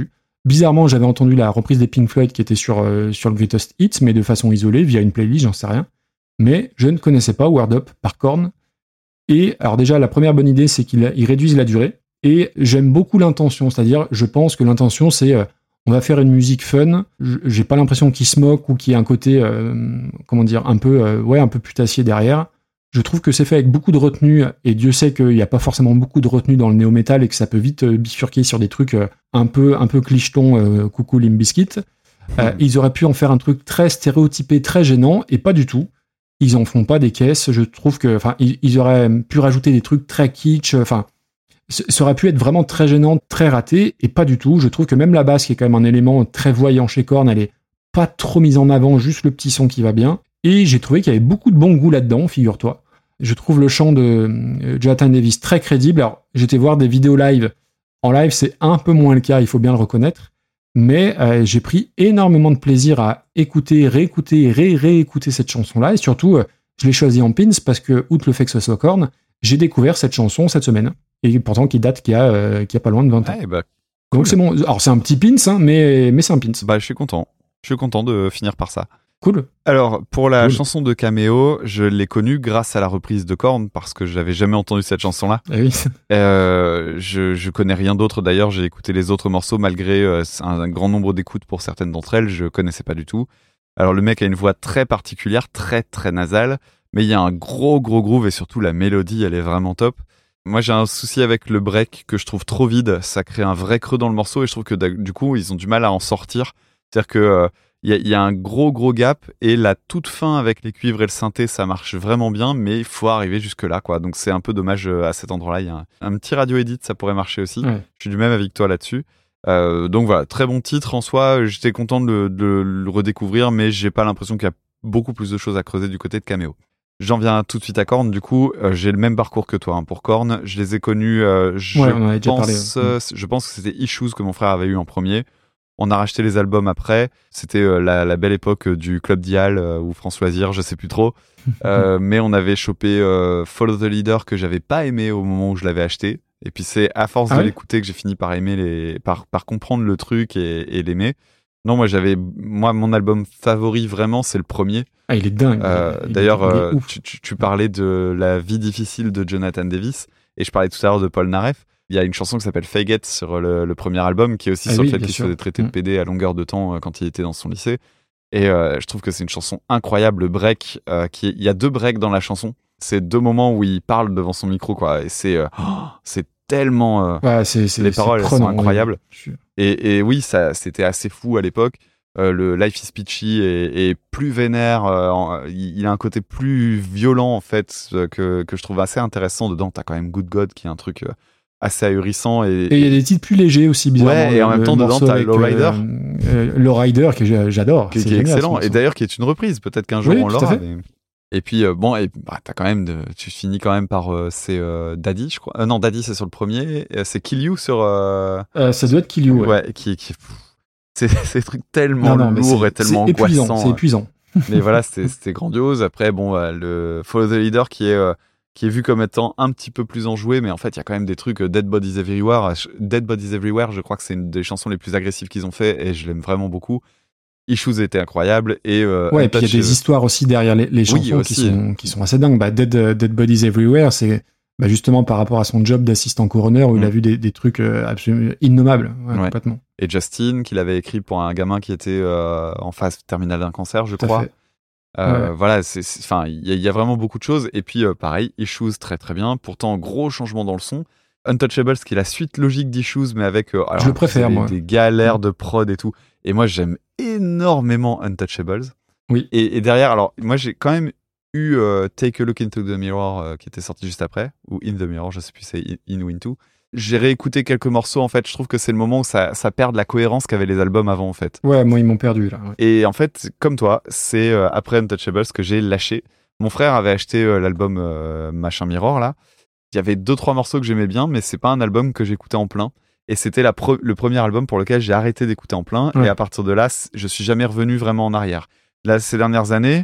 Bizarrement, j'avais entendu la reprise des Pink Floyd qui était sur le Greatest Hits, mais de façon isolée, via une playlist, j'en sais rien. Mais je ne connaissais pas Word Up par Korn. Et alors déjà, la première bonne idée, c'est qu'ils réduisent la durée. Et j'aime beaucoup l'intention, c'est-à-dire, je pense que l'intention, c'est on va faire une musique fun. J'ai pas l'impression qu'ils se moquent ou qu'il y ait un côté, un peu putassier derrière. Je trouve que c'est fait avec beaucoup de retenue, et Dieu sait qu'il n'y a pas forcément beaucoup de retenue dans le néo-metal et que ça peut vite bifurquer sur des trucs un peu clichetons, coucou Limp Bizkit. Ils auraient pu en faire un truc très stéréotypé, très gênant, et pas du tout. Ils en font pas des caisses. Je trouve que, ils auraient pu rajouter des trucs très kitsch. Ça aurait pu être vraiment très gênant, très raté, et pas du tout. Je trouve que même la basse, qui est quand même un élément très voyant chez Korn, elle est pas trop mise en avant, juste le petit son qui va bien. Et j'ai trouvé qu'il y avait beaucoup de bon goût là-dedans, figure-toi. Je trouve le chant de Jonathan Davis très crédible. Alors, j'étais voir des vidéos live. En live, c'est un peu moins le cas, il faut bien le reconnaître. Mais j'ai pris énormément de plaisir à écouter, réécouter et réécouter cette chanson-là. Et surtout, je l'ai choisie en pins parce que, outre le fait que ce soit Korn, j'ai découvert cette chanson cette semaine. Et pourtant, qui date qu'il y a pas loin de 20 ans. Cool. Donc c'est bon. Alors, c'est un petit pins, hein, mais c'est un pins. Je suis content. Je suis content de finir par ça. Cool. Alors, pour la chanson de Cameo, je l'ai connue grâce à la reprise de Korn, parce que j'avais jamais entendu cette chanson-là. Oui. Je connais rien d'autre, d'ailleurs, j'ai écouté les autres morceaux, malgré un grand nombre d'écoutes pour certaines d'entre elles, je connaissais pas du tout. Alors, le mec a une voix très particulière, très très nasale, mais il y a un gros groove, et surtout la mélodie, elle est vraiment top. Moi, j'ai un souci avec le break que je trouve trop vide, ça crée un vrai creux dans le morceau, et je trouve que du coup, ils ont du mal à en sortir. C'est-à-dire que il y a un gros gap, et la toute fin avec les cuivres et le synthé, ça marche vraiment bien, mais il faut arriver jusque-là, quoi. Donc c'est un peu dommage à cet endroit-là. Il y a un petit radio edit, ça pourrait marcher aussi. Ouais. Je suis du même avec toi là-dessus. Donc voilà, très bon titre en soi. J'étais content de le redécouvrir, mais j'ai pas l'impression qu'il y a beaucoup plus de choses à creuser du côté de Cameo. J'en viens tout de suite à Korn, du coup, j'ai le même parcours que toi pour Korn. Je les ai connus, je pense que c'était Issues que mon frère avait eu en premier. On a racheté les albums après. C'était la belle époque du Club Dial ou France Loisirs, je sais plus trop. Mais on avait chopé Follow the Leader que j'avais pas aimé au moment où je l'avais acheté. Et puis c'est à force de l'écouter que j'ai fini par aimer par comprendre le truc et l'aimer. Non, moi mon album favori vraiment, c'est le premier. Ah, il est dingue. D'ailleurs, tu parlais de la vie difficile de Jonathan Davis, et je parlais tout à l'heure de Paul Naref. Il y a une chanson qui s'appelle Faggot sur le premier album, qui est aussi sur le fait qu'il se faisait traiter de PD à longueur de temps quand il était dans son lycée. Et je trouve que c'est une chanson incroyable, le break. Il y a 2 breaks dans la chanson. C'est 2 moments où il parle devant son micro, quoi. Et c'est tellement... les paroles sont incroyables. Et oui, c'était assez fou à l'époque. Le Life is Peachy est plus vénère. Il a un côté plus violent, en fait, que je trouve assez intéressant. Dedans, t'as quand même Good God, qui est un truc... assez ahurissant, et il y a des titres plus légers aussi, bizarrement. Ouais, et en même temps dedans t'as Lowrider, Lowrider que j'adore, qui est excellent, et d'ailleurs qui est une reprise, peut-être qu'un jour on l'aura. Et puis t'as quand même tu finis quand même par c'est Daddy, je crois. Non, Daddy c'est sur le premier, c'est Kill You sur ça doit être Kill You, ouais, qui c'est des trucs tellement lourds et tellement angoissants. C'est épuisant. Mais voilà, c'était grandiose. Après le Follow the Leader qui est vu comme étant un petit peu plus enjoué, mais en fait, il y a quand même des trucs. Dead Bodies Everywhere, je crois que c'est une des chansons les plus agressives qu'ils ont fait, et je l'aime vraiment beaucoup. Issues était incroyable, et et puis il y a des histoires aussi derrière les chansons qui sont assez dingues. Dead Bodies Everywhere, c'est justement par rapport à son job d'assistant coroner, où il a vu des trucs absolument innommables, complètement. Et Justin, qu'il avait écrit pour un gamin qui était en phase terminale d'un cancer, je crois. Voilà, il y a vraiment beaucoup de choses. Et puis pareil, Issues très très bien. Pourtant, gros changement dans le son. Untouchables, qui est la suite logique d'Issues, mais avec je le préfère, moi. Des galères de prod et tout. Et moi, j'aime énormément Untouchables. Oui. Et derrière, alors moi, j'ai quand même eu Take a Look into the Mirror, qui était sorti juste après, ou In the Mirror, je sais plus, c'est In ou Into. J'ai réécouté quelques morceaux, en fait. Je trouve que c'est le moment où ça perd de la cohérence qu'avaient les albums avant, en fait. Ouais, moi, ils m'ont perdu, là. Ouais. Et en fait, comme toi, c'est après Untouchables que j'ai lâché. Mon frère avait acheté l'album Machin Mirror, là. Il y avait 2-3 morceaux que j'aimais bien, mais c'est pas un album que j'écoutais en plein. Et c'était le premier album pour lequel j'ai arrêté d'écouter en plein. Ouais. Et à partir de là, je suis jamais revenu vraiment en arrière. Là, ces dernières années,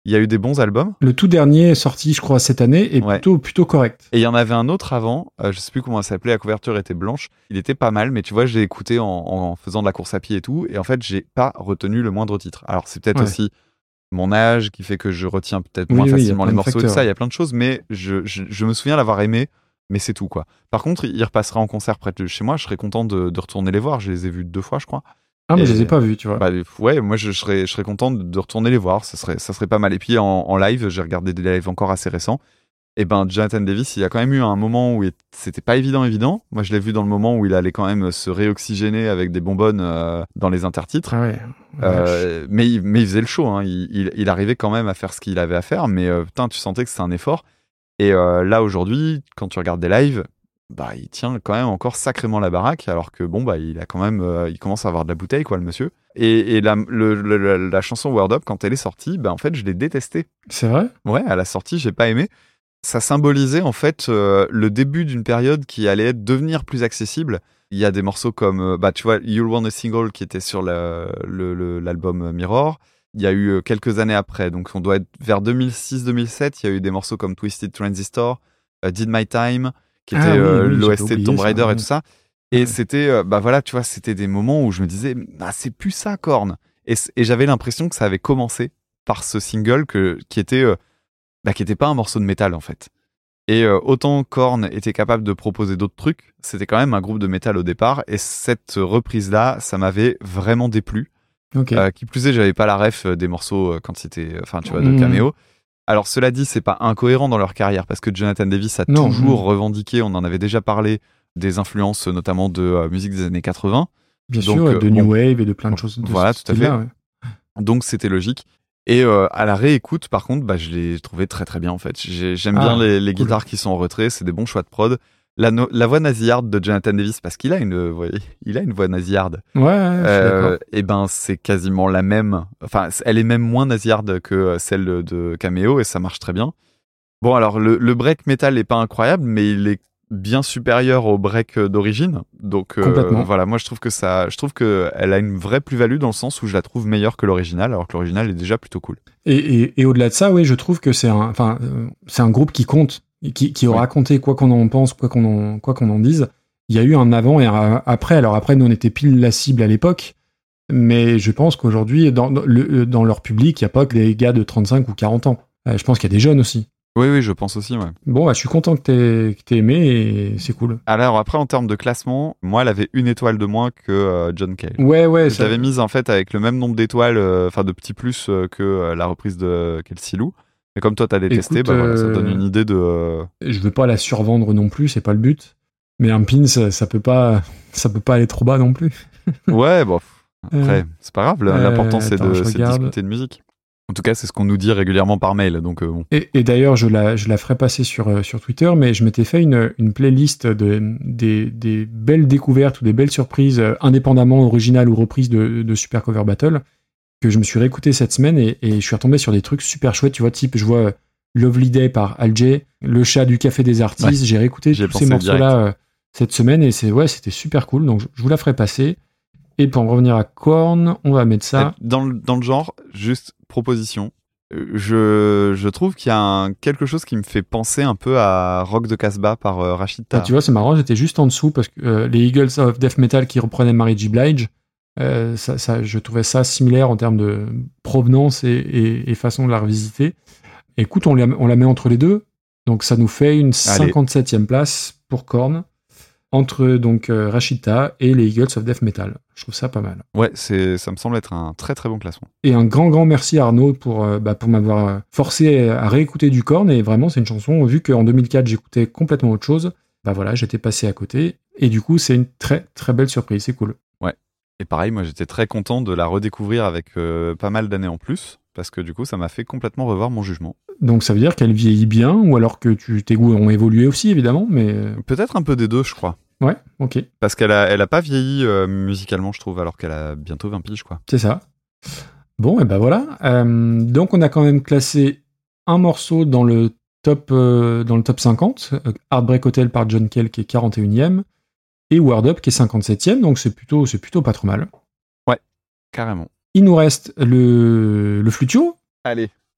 Il y a eu des bons albums. Le tout dernier sorti, je crois, cette année est plutôt correct. Et il y en avait un autre avant, je sais plus comment ça s'appelait, la couverture était blanche. Il était pas mal, mais tu vois, j'ai écouté en faisant de la course à pied et tout, et en fait, j'ai pas retenu le moindre titre. Alors, c'est peut-être aussi mon âge qui fait que je retiens peut-être moins facilement les morceaux et tout ça, il y a plein de choses, mais je me souviens l'avoir aimé, mais c'est tout, quoi. Par contre, il repassera en concert près de chez moi, je serais content de retourner les voir. Je les ai vus 2 fois, je crois. Ah, mais je les ai pas vus, tu vois. Bah, ouais, moi je serais content de retourner les voir, ça serait pas mal. Et puis en live, j'ai regardé des lives encore assez récents. Et ben Jonathan Davis, il y a quand même eu un moment où c'était pas évident. Moi je l'ai vu dans le moment où il allait quand même se réoxygéner avec des bonbonnes dans les intertitres. Ah ouais. Mais il faisait le show, hein. Il arrivait quand même à faire ce qu'il avait à faire, mais putain, tu sentais que c'était un effort. Et là aujourd'hui, quand tu regardes des lives, bah il tient quand même encore sacrément la baraque, alors que bon bah il a quand même il commence à avoir de la bouteille, quoi, le monsieur. Et la chanson Word Up, quand elle est sortie, bah en fait je l'ai détestée. C'est vrai? Ouais, à la sortie j'ai pas aimé. Ça symbolisait en fait le début d'une période qui allait devenir plus accessible. Il y a des morceaux comme bah tu vois You'll Want a Single qui était sur l'album Mirror. Il y a eu quelques années après, donc on doit être vers 2006-2007, il y a eu des morceaux comme Twisted Transistor, Did My Time, qui était l'OST de Tomb Raider et tout ça. Et c'était, bah voilà, tu vois, c'était des moments où je me disais, ah, c'est plus ça, Korn. Et j'avais l'impression que ça avait commencé par ce single qui était pas un morceau de métal, en fait. Et autant Korn était capable de proposer d'autres trucs, c'était quand même un groupe de métal au départ. Et cette reprise-là, ça m'avait vraiment déplu. Qui plus est, j'avais pas la ref des morceaux quand c'était, enfin, tu vois, de caméo. Alors, cela dit, c'est pas incohérent dans leur carrière, parce que Jonathan Davis a toujours revendiqué, on en avait déjà parlé, des influences notamment de musique des années 80. Bien sûr, de New Wave et de plein de choses. Voilà, tout à fait. Ouais. Donc, c'était logique. Et à la réécoute, par contre, bah, je l'ai trouvé très très bien, en fait. J'aime bien les guitares qui sont en retrait, c'est des bons choix de prod. La voix nasillarde de Jonathan Davis, parce qu'il a une voix nasillarde. Ouais, et ben c'est quasiment la même. Enfin, elle est même moins nasillarde que celle de Cameo, et ça marche très bien. Bon, alors le break metal est pas incroyable, mais il est bien supérieur au break d'origine. Donc voilà, moi je trouve que elle a une vraie plus-value dans le sens où je la trouve meilleure que l'original, alors que l'original est déjà plutôt cool. Et au-delà de ça, oui, je trouve que c'est un groupe qui compte. Qui aura compté, quoi qu'on en pense, quoi qu'on en dise. Il y a eu un avant et un après. Alors après, nous, on était pile la cible à l'époque, mais je pense qu'aujourd'hui, dans leur public, il n'y a pas que des gars de 35 ou 40 ans. Je pense qu'il y a des jeunes aussi. Oui, je pense aussi, ouais. Bon, bah, je suis content que t'aies aimé et c'est cool. Alors après, en termes de classement, moi, elle avait 1 étoile de moins que John Cale. Ouais. Je l'avais mise en fait avec le même nombre d'étoiles, enfin de petits plus que la reprise de Kelsey Lou. Et comme toi, t'as détesté, bah voilà, ça donne une idée de... Je veux pas la survendre non plus, c'est pas le but. Mais un pin, ça peut pas aller trop bas non plus. Ouais, bon, après, c'est pas grave. L'important, c'est de discuter de musique. En tout cas, c'est ce qu'on nous dit régulièrement par mail, donc bon. Et d'ailleurs, je la ferai passer sur Twitter, mais je m'étais fait une playlist des belles découvertes ou des belles surprises, indépendamment originales ou reprises de Super Cover Battle, que je me suis réécouté cette semaine et je suis retombé sur des trucs super chouettes, tu vois, type je vois Lovely Day par Alger, Le Chat du Café des Artistes, j'ai réécouté tous ces morceaux-là cette semaine et c'était super cool, donc je vous la ferai passer. Et pour en revenir à Korn, on va mettre ça. Dans le genre, juste proposition, je trouve qu'il y a quelque chose qui me fait penser un peu à Rock de Casbah par Rachid Taha. Tu vois, c'est marrant, j'étais juste en dessous parce que les Eagles of Death Metal qui reprenaient Mary J. Blige, je trouvais ça similaire en termes de provenance et façon de la revisiter. Écoute, on la met entre les deux, donc ça nous fait une 57e place pour Korn, entre donc Rachid Taha et les Eagles of Death Metal. Je trouve ça pas mal. Ouais, ça me semble être un très très bon classement. Et un grand merci à Arnaud pour m'avoir forcé à réécouter du Korn, et vraiment c'est une chanson, vu qu'en 2004 j'écoutais complètement autre chose, bah voilà, j'étais passé à côté, et du coup c'est une très très belle surprise, c'est cool. Ouais. Et pareil, moi j'étais très content de la redécouvrir avec pas mal d'années en plus, parce que du coup ça m'a fait complètement revoir mon jugement. Donc ça veut dire qu'elle vieillit bien, ou alors que tes goûts ont évolué aussi évidemment, mais... Peut-être un peu des deux, je crois. Ouais, ok. Parce qu'elle a pas vieilli musicalement, je trouve, alors qu'elle a bientôt 20 piges, quoi. C'est ça. Bon, et ben voilà. Donc on a quand même classé un morceau dans le top 50, Heartbreak Hotel par John Cale qui est 41e, et Word Up qui est 57e, donc c'est plutôt pas trop mal. Ouais, carrément. Il nous reste le Flutio. Allez.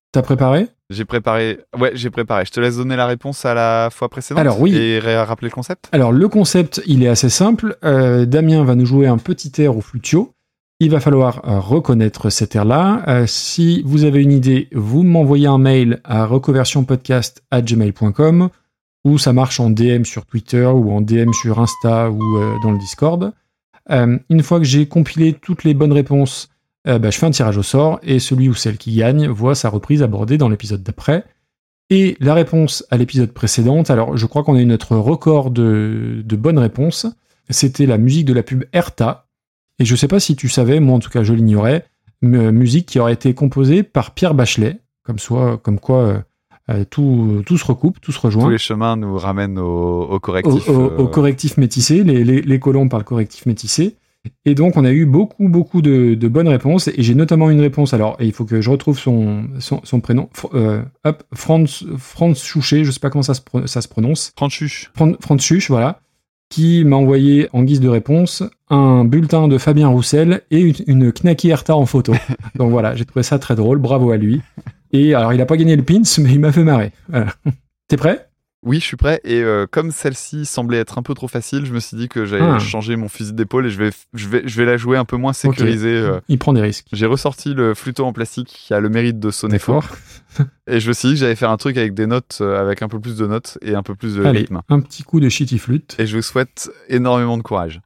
T'as préparé ? J'ai préparé. Je te laisse donner la réponse à la fois précédente. Alors, oui. Et rappeler le concept. Alors, le concept, il est assez simple. Damien va nous jouer un petit air au flutio. Il va falloir reconnaître cet air-là. Si vous avez une idée, vous m'envoyez un mail à reconversionpodcast@gmail.com ou ça marche en DM sur Twitter ou en DM sur Insta ou dans le Discord. Une fois que j'ai compilé toutes les bonnes réponses, je fais un tirage au sort et celui ou celle qui gagne voit sa reprise abordée dans l'épisode d'après. Et la réponse à l'épisode précédent, alors je crois qu'on a eu notre record de bonnes réponses, c'était la musique de la pub Erta. Et je sais pas si tu savais, moi en tout cas je l'ignorais, musique qui aurait été composée par Pierre Bachelet, comme quoi tout se recoupe, tout se rejoint. Tous les chemins nous ramènent au correctif. Au correctif métissé, les colons parlent correctif métissé. Et donc, on a eu beaucoup de bonnes réponses. Et j'ai notamment une réponse. Alors, il faut que je retrouve son prénom. Franz Chouchet, je sais pas comment ça se prononce. Franz Chuch, voilà. Qui m'a envoyé en guise de réponse un bulletin de Fabien Roussel et une Knacky Erta en photo. Donc voilà, j'ai trouvé ça très drôle. Bravo à lui. Et alors, il a pas gagné le pins, mais il m'a fait marrer. Voilà. T'es prêt ? Oui, je suis prêt. Et comme celle-ci semblait être un peu trop facile, je me suis dit que j'allais changer mon fusil d'épaule et je vais la jouer un peu moins sécurisée. Okay. Il prend des risques. J'ai ressorti le flûteau en plastique qui a le mérite de sonner fort. Et je me suis dit que j'allais faire un truc avec des notes, avec un peu plus de notes et un peu plus de rythme. Un petit coup de shitty flûte. Et je vous souhaite énormément de courage.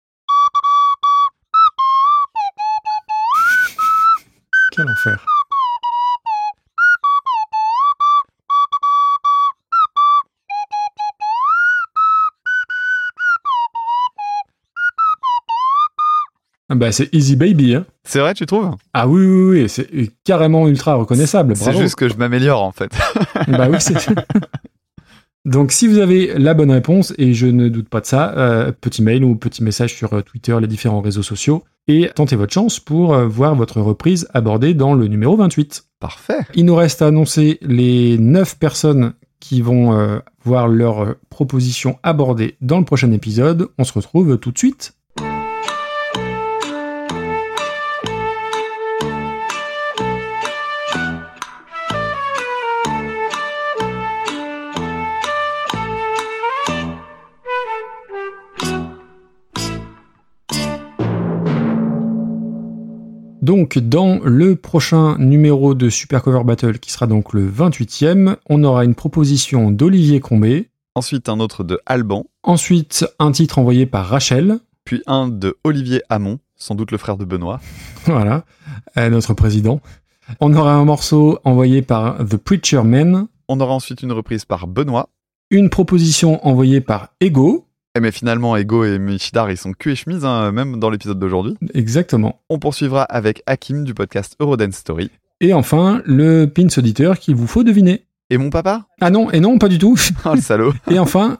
Quel enfer. C'est Easy Baby, hein. C'est vrai, tu trouves ? Ah oui, c'est carrément ultra reconnaissable. Bravo. C'est juste que je m'améliore, en fait. Bah oui, c'est... Donc, si vous avez la bonne réponse, et je ne doute pas de ça, petit mail ou petit message sur Twitter, les différents réseaux sociaux, et tentez votre chance pour voir votre reprise abordée dans le numéro 28. Parfait. Il nous reste à annoncer les 9 personnes qui vont voir leur proposition abordée dans le prochain épisode. On se retrouve tout de suite. Donc, dans le prochain numéro de Super Cover Battle, qui sera donc le 28e, on aura une proposition d'Olivier Combé. Ensuite, un autre de Alban. Ensuite, un titre envoyé par Rachel. Puis un de Olivier Hamon, sans doute le frère de Benoît. Voilà, notre président. On aura un morceau envoyé par The Preacher Man. On aura ensuite une reprise par Benoît. Une proposition envoyée par Ego. Mais finalement, Ego et Michidar, ils sont cul et chemise, hein, même dans l'épisode d'aujourd'hui. Exactement. On poursuivra avec Hakim du podcast Eurodance Story. Et enfin, le pins auditeur qu'il vous faut deviner. Et mon papa ? Ah non, pas du tout. Oh le salaud. Et enfin,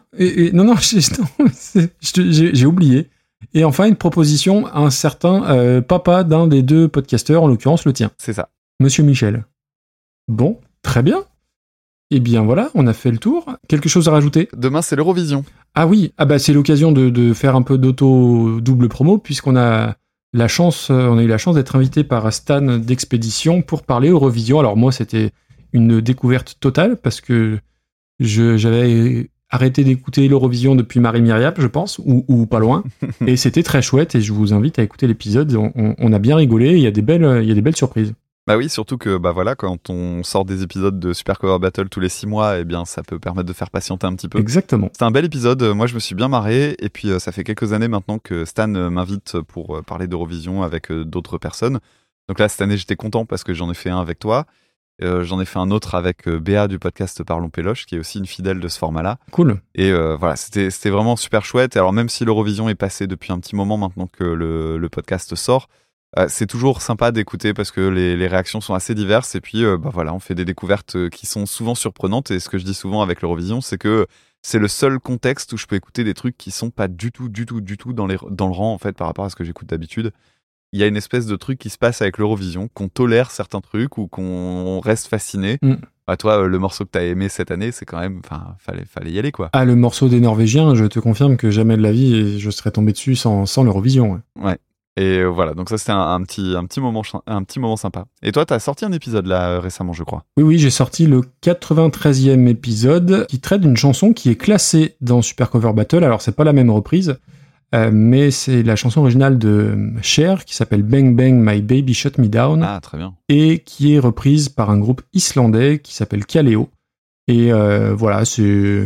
j'ai oublié. Et enfin, une proposition à un certain papa d'un des deux podcasteurs, en l'occurrence le tien. C'est ça. Monsieur Michel. Bon, très bien. Eh bien voilà, on a fait le tour. Quelque chose à rajouter ? Demain, c'est l'Eurovision. Ah oui, c'est l'occasion de faire un peu d'auto-double promo, puisqu'on a eu la chance d'être invité par Stan d'Expédition pour parler Eurovision. Alors moi, c'était une découverte totale, parce que j'avais arrêté d'écouter l'Eurovision depuis Marie-Myriam, je pense, ou pas loin, et c'était très chouette, et je vous invite à écouter l'épisode. On a bien rigolé, il y a des belles surprises. Bah oui, surtout que voilà, quand on sort des épisodes de Super Cover Battle tous les 6 mois, eh bien ça peut permettre de faire patienter un petit peu. Exactement. C'est un bel épisode, moi je me suis bien marré, et puis ça fait quelques années maintenant que Stan m'invite pour parler d'Eurovision avec d'autres personnes. Donc là, cette année, j'étais content parce que j'en ai fait un avec toi, j'en ai fait un autre avec Béa du podcast Parlons Péloche, qui est aussi une fidèle de ce format-là. Cool. Et voilà, c'était vraiment super chouette. Et alors même si l'Eurovision est passé depuis un petit moment maintenant que le podcast sort, c'est toujours sympa d'écouter parce que les réactions sont assez diverses et puis voilà, on fait des découvertes qui sont souvent surprenantes, et ce que je dis souvent avec l'Eurovision, c'est que c'est le seul contexte où je peux écouter des trucs qui sont pas du tout dans le rang en fait par rapport à ce que j'écoute d'habitude. Il y a une espèce de truc qui se passe avec l'Eurovision, qu'on tolère certains trucs ou qu'on reste fasciné. Toi, le morceau que t'as aimé cette année, c'est quand même, fallait y aller quoi. Ah, le morceau des Norvégiens, je te confirme que jamais de la vie je serais tombé dessus sans l'Eurovision. Ouais. Et voilà, donc ça c'était un petit moment sympa. Et toi, t'as sorti un épisode là récemment, je crois. Oui, j'ai sorti le 93e épisode qui traite d'une chanson qui est classée dans Super Cover Battle. Alors c'est pas la même reprise, mais c'est la chanson originale de Cher qui s'appelle Bang Bang My Baby Shut Me Down. Ah, très bien. Et qui est reprise par un groupe islandais qui s'appelle Kaleo. Et voilà, c'est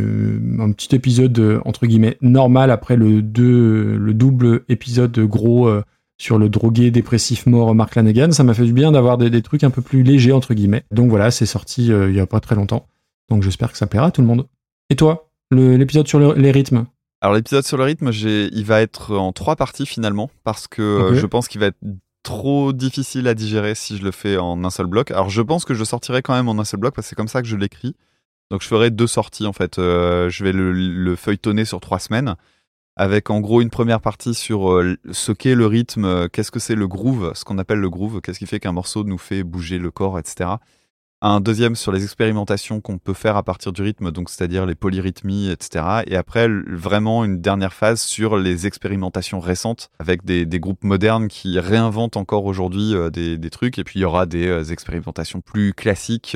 un petit épisode entre guillemets normal après le double épisode gros sur le drogué dépressif mort Mark Lanegan. Ça m'a fait du bien d'avoir des trucs un peu plus légers entre guillemets. Donc voilà, c'est sorti il y a pas très longtemps. Donc j'espère que ça plaira à tout le monde. Et toi, l'épisode sur les rythmes? Alors l'épisode sur le rythme, il va être en 3 parties finalement, parce que je pense qu'il va être trop difficile à digérer si je le fais en un seul bloc. Alors je pense que je le sortirai quand même en un seul bloc, parce que c'est comme ça que je l'écris. Donc je ferai 2 sorties en fait. Je vais le feuilletonner sur 3 semaines, avec en gros une première partie sur ce qu'est le rythme, qu'est-ce que c'est le groove, ce qu'on appelle le groove, qu'est-ce qui fait qu'un morceau nous fait bouger le corps, etc. Un deuxième sur les expérimentations qu'on peut faire à partir du rythme, donc c'est-à-dire les polyrythmies, etc. Et après, vraiment une dernière phase sur les expérimentations récentes avec des groupes modernes qui réinventent encore aujourd'hui des trucs. Et puis il y aura des expérimentations plus classiques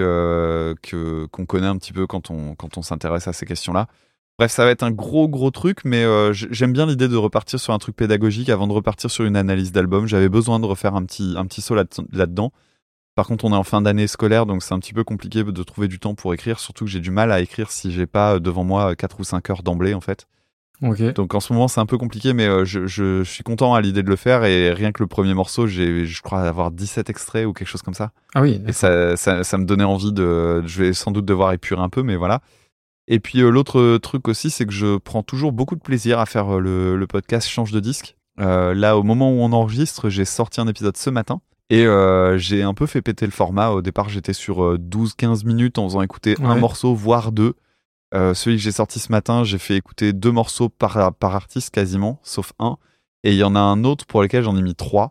qu'on connaît un petit peu quand on s'intéresse à ces questions-là. Bref, ça va être un gros truc, mais j'aime bien l'idée de repartir sur un truc pédagogique avant de repartir sur une analyse d'album. J'avais besoin de refaire un petit saut là-dedans. Par contre, on est en fin d'année scolaire, donc c'est un petit peu compliqué de trouver du temps pour écrire, surtout que j'ai du mal à écrire si j'ai pas devant moi 4 ou 5 heures d'emblée, en fait. Okay. Donc en ce moment, c'est un peu compliqué, mais je suis content à l'idée de le faire, et rien que le premier morceau, je crois avoir 17 extraits ou quelque chose comme ça. Ah oui. Et ça me donnait envie je vais sans doute devoir épurer un peu, mais voilà. Et puis l'autre truc aussi, c'est que je prends toujours beaucoup de plaisir à faire le podcast Change de disque. Là, au moment où on enregistre, j'ai sorti un épisode ce matin. Et j'ai un peu fait péter le format. Au départ, j'étais sur 12-15 minutes en faisant écouter un morceau, voire 2. Celui que j'ai sorti ce matin, j'ai fait écouter 2 morceaux par artiste quasiment, sauf un. Et il y en a un autre pour lequel j'en ai mis 3.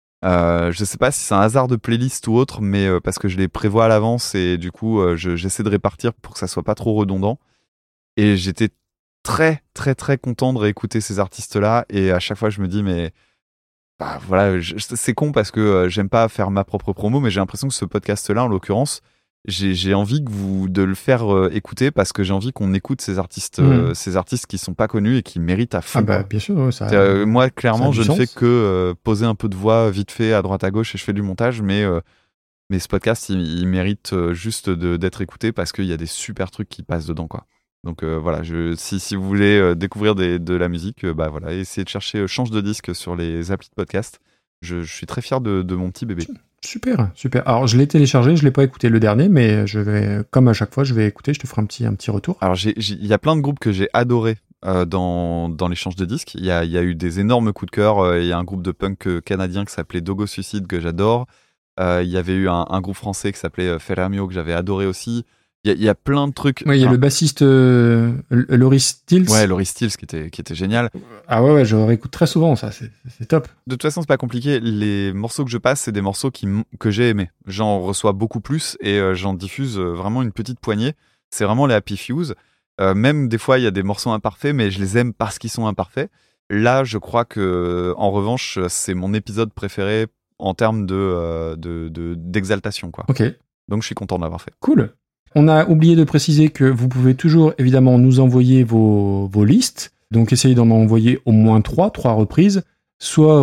Je sais pas si c'est un hasard de playlist ou autre, mais parce que je les prévois à l'avance et du coup, j'essaie de répartir pour que ça soit pas trop redondant. Et j'étais très content de réécouter ces artistes-là. Et à chaque fois, je me dis, mais... Bah, voilà, c'est con parce que j'aime pas faire ma propre promo, mais j'ai l'impression que ce podcast-là, en l'occurrence, j'ai envie de le faire écouter parce que j'ai envie qu'on écoute ces artistes qui sont pas connus et qui méritent à fond. Ah bah bien sûr, ça. Moi, clairement, je ne sens. fais que poser un peu de voix vite fait à droite à gauche et je fais du montage, mais ce podcast, il mérite juste d'être écouté parce qu'il y a des super trucs qui passent dedans, quoi. Donc voilà, si vous voulez découvrir de la musique, bah voilà, essayez de chercher Change de disque sur les applis de podcast. Je suis très fier de mon petit bébé. Super. Alors je l'ai téléchargé, je l'ai pas écouté le dernier, mais je vais, comme à chaque fois, je vais écouter. Je te ferai un petit retour. Alors il y a plein de groupes que j'ai adorés dans les Changes de disque. Il y a eu des énormes coups de cœur. Il y a un groupe de punk canadien qui s'appelait Dogo Suicide que j'adore. Il y avait eu un groupe français qui s'appelait Ferramio que j'avais adoré aussi. Il y a plein de trucs. Ouais, il y a le bassiste Laurie Stills. Ouais, Laurie Stills qui était génial. Ah ouais, je réécoute très souvent, ça, c'est top. De toute façon, c'est pas compliqué. Les morceaux que je passe, c'est des morceaux que j'ai aimés. J'en reçois beaucoup plus et j'en diffuse vraiment une petite poignée. C'est vraiment les Happy Fews. Même des fois, il y a des morceaux imparfaits, mais je les aime parce qu'ils sont imparfaits. Là, je crois que, en revanche, c'est mon épisode préféré en termes d'exaltation, quoi. Ok. Donc, je suis content de l'avoir fait. Cool. On a oublié de préciser que vous pouvez toujours évidemment nous envoyer vos listes. Donc essayez d'en envoyer au moins 3 reprises. Soit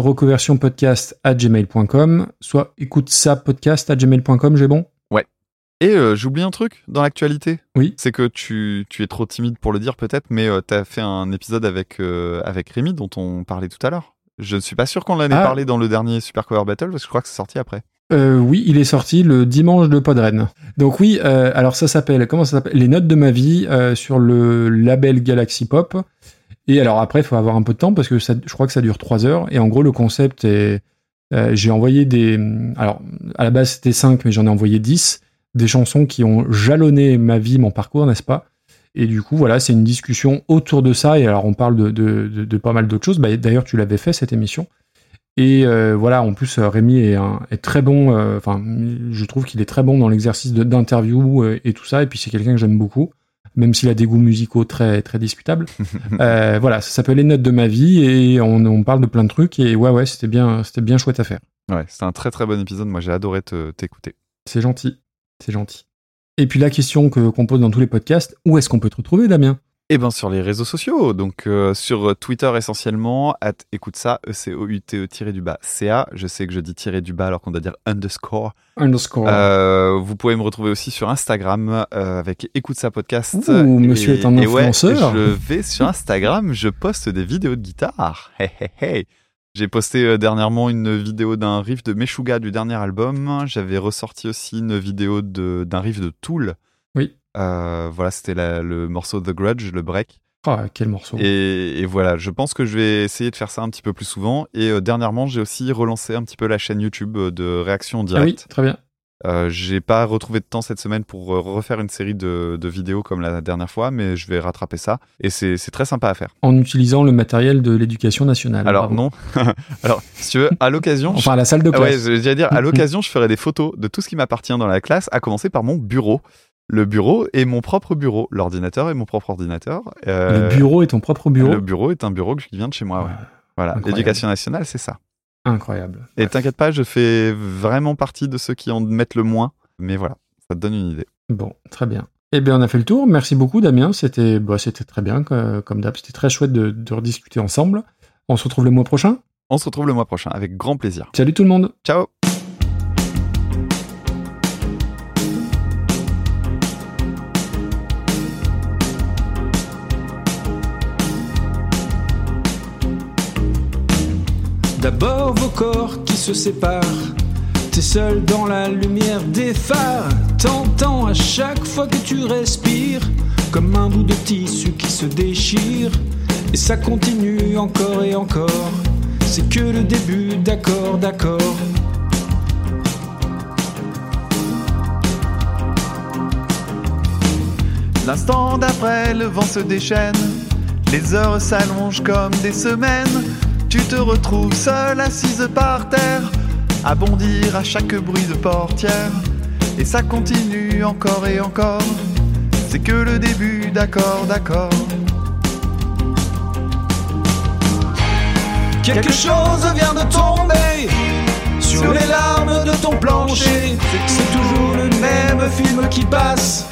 reconversionpodcast@gmail.com, soit écoute-ça-podcast@gmail.com, j'ai bon ? Ouais. Et j'oublie un truc dans l'actualité. Oui. C'est que tu es trop timide pour le dire peut-être, mais t'as fait un épisode avec Rémi dont on parlait tout à l'heure. Je ne suis pas sûr qu'on l'en ait parlé dans le dernier Super Cover Battle parce que je crois que c'est sorti après. Oui, il est sorti le dimanche de Podren. Donc oui, alors ça s'appelle, comment ça s'appelle ? Les notes de ma vie sur le label Galaxy Pop. Et alors après, il faut avoir un peu de temps parce que je crois que ça dure 3 heures. Et en gros, le concept est, j'ai envoyé alors à la base c'était 5, mais j'en ai envoyé 10, des chansons qui ont jalonné ma vie, mon parcours, n'est-ce pas ? Et du coup, voilà, c'est une discussion autour de ça. Et alors on parle de pas mal d'autres choses. Bah, d'ailleurs, tu l'avais fait cette émission. Et voilà, en plus Rémi est très bon, je trouve qu'il est très bon dans l'exercice d'interview et tout ça, et puis c'est quelqu'un que j'aime beaucoup. même s'il a des goûts musicaux très, très discutables. Voilà, ça s'appelle Les Notes de ma vie et on parle de plein de trucs et ouais, c'était bien chouette à faire. Ouais, c'était un très très bon épisode. Moi, j'ai adoré t'écouter. C'est gentil. Et puis la question qu'on pose dans tous les podcasts, où est-ce qu'on peut te retrouver, Damien ? Eh ben sur les réseaux sociaux, donc sur Twitter essentiellement, @écoute-ça, ECOUTE-CA. Je sais que je dis tiré du bas alors qu'on doit dire underscore. Vous pouvez me retrouver aussi sur Instagram avec Écoute ça podcast. Ouh, monsieur est un influenceur. Ouais, je vais sur Instagram, je poste des vidéos de guitare. Hey. J'ai posté dernièrement une vidéo d'un riff de Meshuggah du dernier album. J'avais ressorti aussi une vidéo d'un riff de Tool. Oui. Voilà, c'était le morceau The Grudge, le break. Ah, quel morceau. Et voilà, je pense que je vais essayer de faire ça un petit peu plus souvent. Et dernièrement, j'ai aussi relancé un petit peu la chaîne YouTube de réaction en direct. Ah oui, très bien. J'ai pas retrouvé de temps cette semaine pour refaire une série de vidéos comme la dernière fois, mais je vais rattraper ça. Et c'est très sympa à faire. En utilisant le matériel de l'éducation nationale. Alors non. Alors, si tu veux, à l'occasion... Enfin, à la salle de classe. Ouais, j'allais dire, à l'occasion, je ferai des photos de tout ce qui m'appartient dans la classe, à commencer par mon bureau. Le bureau est mon propre bureau. L'ordinateur est mon propre ordinateur. Le bureau est ton propre bureau ? Le bureau est un bureau qui vient de chez moi, ouais. Voilà, l'éducation nationale, c'est ça. Incroyable. Et t'inquiète pas, je fais vraiment partie de ceux qui en mettent le moins. Mais voilà, ça te donne une idée. Bon, très bien. Eh bien, on a fait le tour. Merci beaucoup, Damien. C'était très bien, comme d'hab. C'était très chouette de rediscuter ensemble. On se retrouve le mois prochain ? On se retrouve le mois prochain, avec grand plaisir. Salut tout le monde. Ciao. D'abord vos corps qui se séparent. T'es seul dans la lumière des phares. T'entends à chaque fois que tu respires comme un bout de tissu qui se déchire. Et ça continue encore et encore. C'est que le début d'accord. L'instant d'après, le vent se déchaîne. Les heures s'allongent comme des semaines. Tu te retrouves seule assise par terre, à bondir à chaque bruit de portière. Et ça continue encore et encore. C'est que le début d'accord. Quelque chose vient de tomber sur les larmes de ton plancher. C'est toujours le même film qui passe.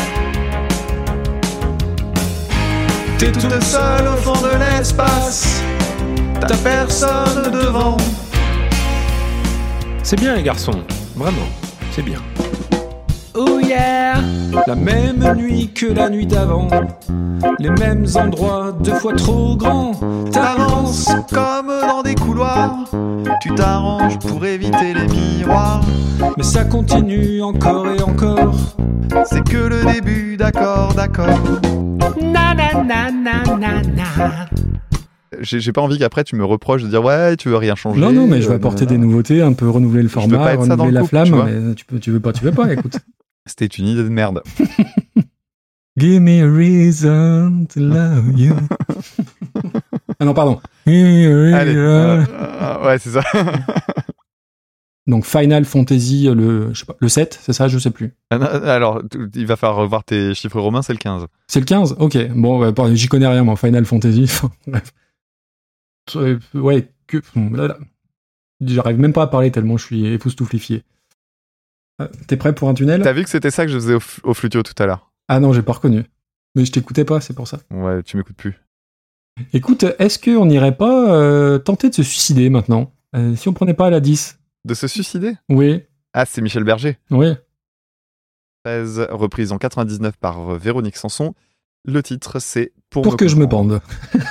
T'es toute seule au fond de l'espace. T'as personne devant. C'est bien les garçons, vraiment, c'est bien. Oh yeah. La même nuit que la nuit d'avant. Les mêmes endroits 2 fois trop grands. T'avances comme dans des couloirs. Tu t'arranges pour éviter les miroirs. Mais ça continue encore et encore. C'est que le début d'accord. Na na na na na na. J'ai pas envie qu'après tu me reproches de dire ouais, tu veux rien changer. Non, mais je vais apporter des nouveautés, un peu renouveler le format, renouveler la flamme, mais tu veux pas, écoute. C'était une idée de merde. Give me a reason to love you. Ah non, pardon. Allez, ouais, c'est ça. Donc Final Fantasy, le 7, c'est ça, je sais plus. Alors, il va falloir revoir tes chiffres romains, c'est le 15. C'est le 15 ? Ok, bon, j'y connais rien, moi, Final Fantasy. Bref. Ouais, j'arrive même pas à parler tellement je suis époustouflifié. T'es prêt pour un tunnel ? T'as vu que c'était ça que je faisais au flutio tout à l'heure ? Ah non, j'ai pas reconnu. Mais je t'écoutais pas, c'est pour ça. Ouais, tu m'écoutes plus. Écoute, est-ce qu'on n'irait pas tenter de se suicider maintenant ? Si on prenait pas la 10 ? De se suicider ? Oui. Ah, c'est Michel Berger. Oui. 13, reprise en 99 par Véronique Sanson. Le titre, c'est Pour que je me pende.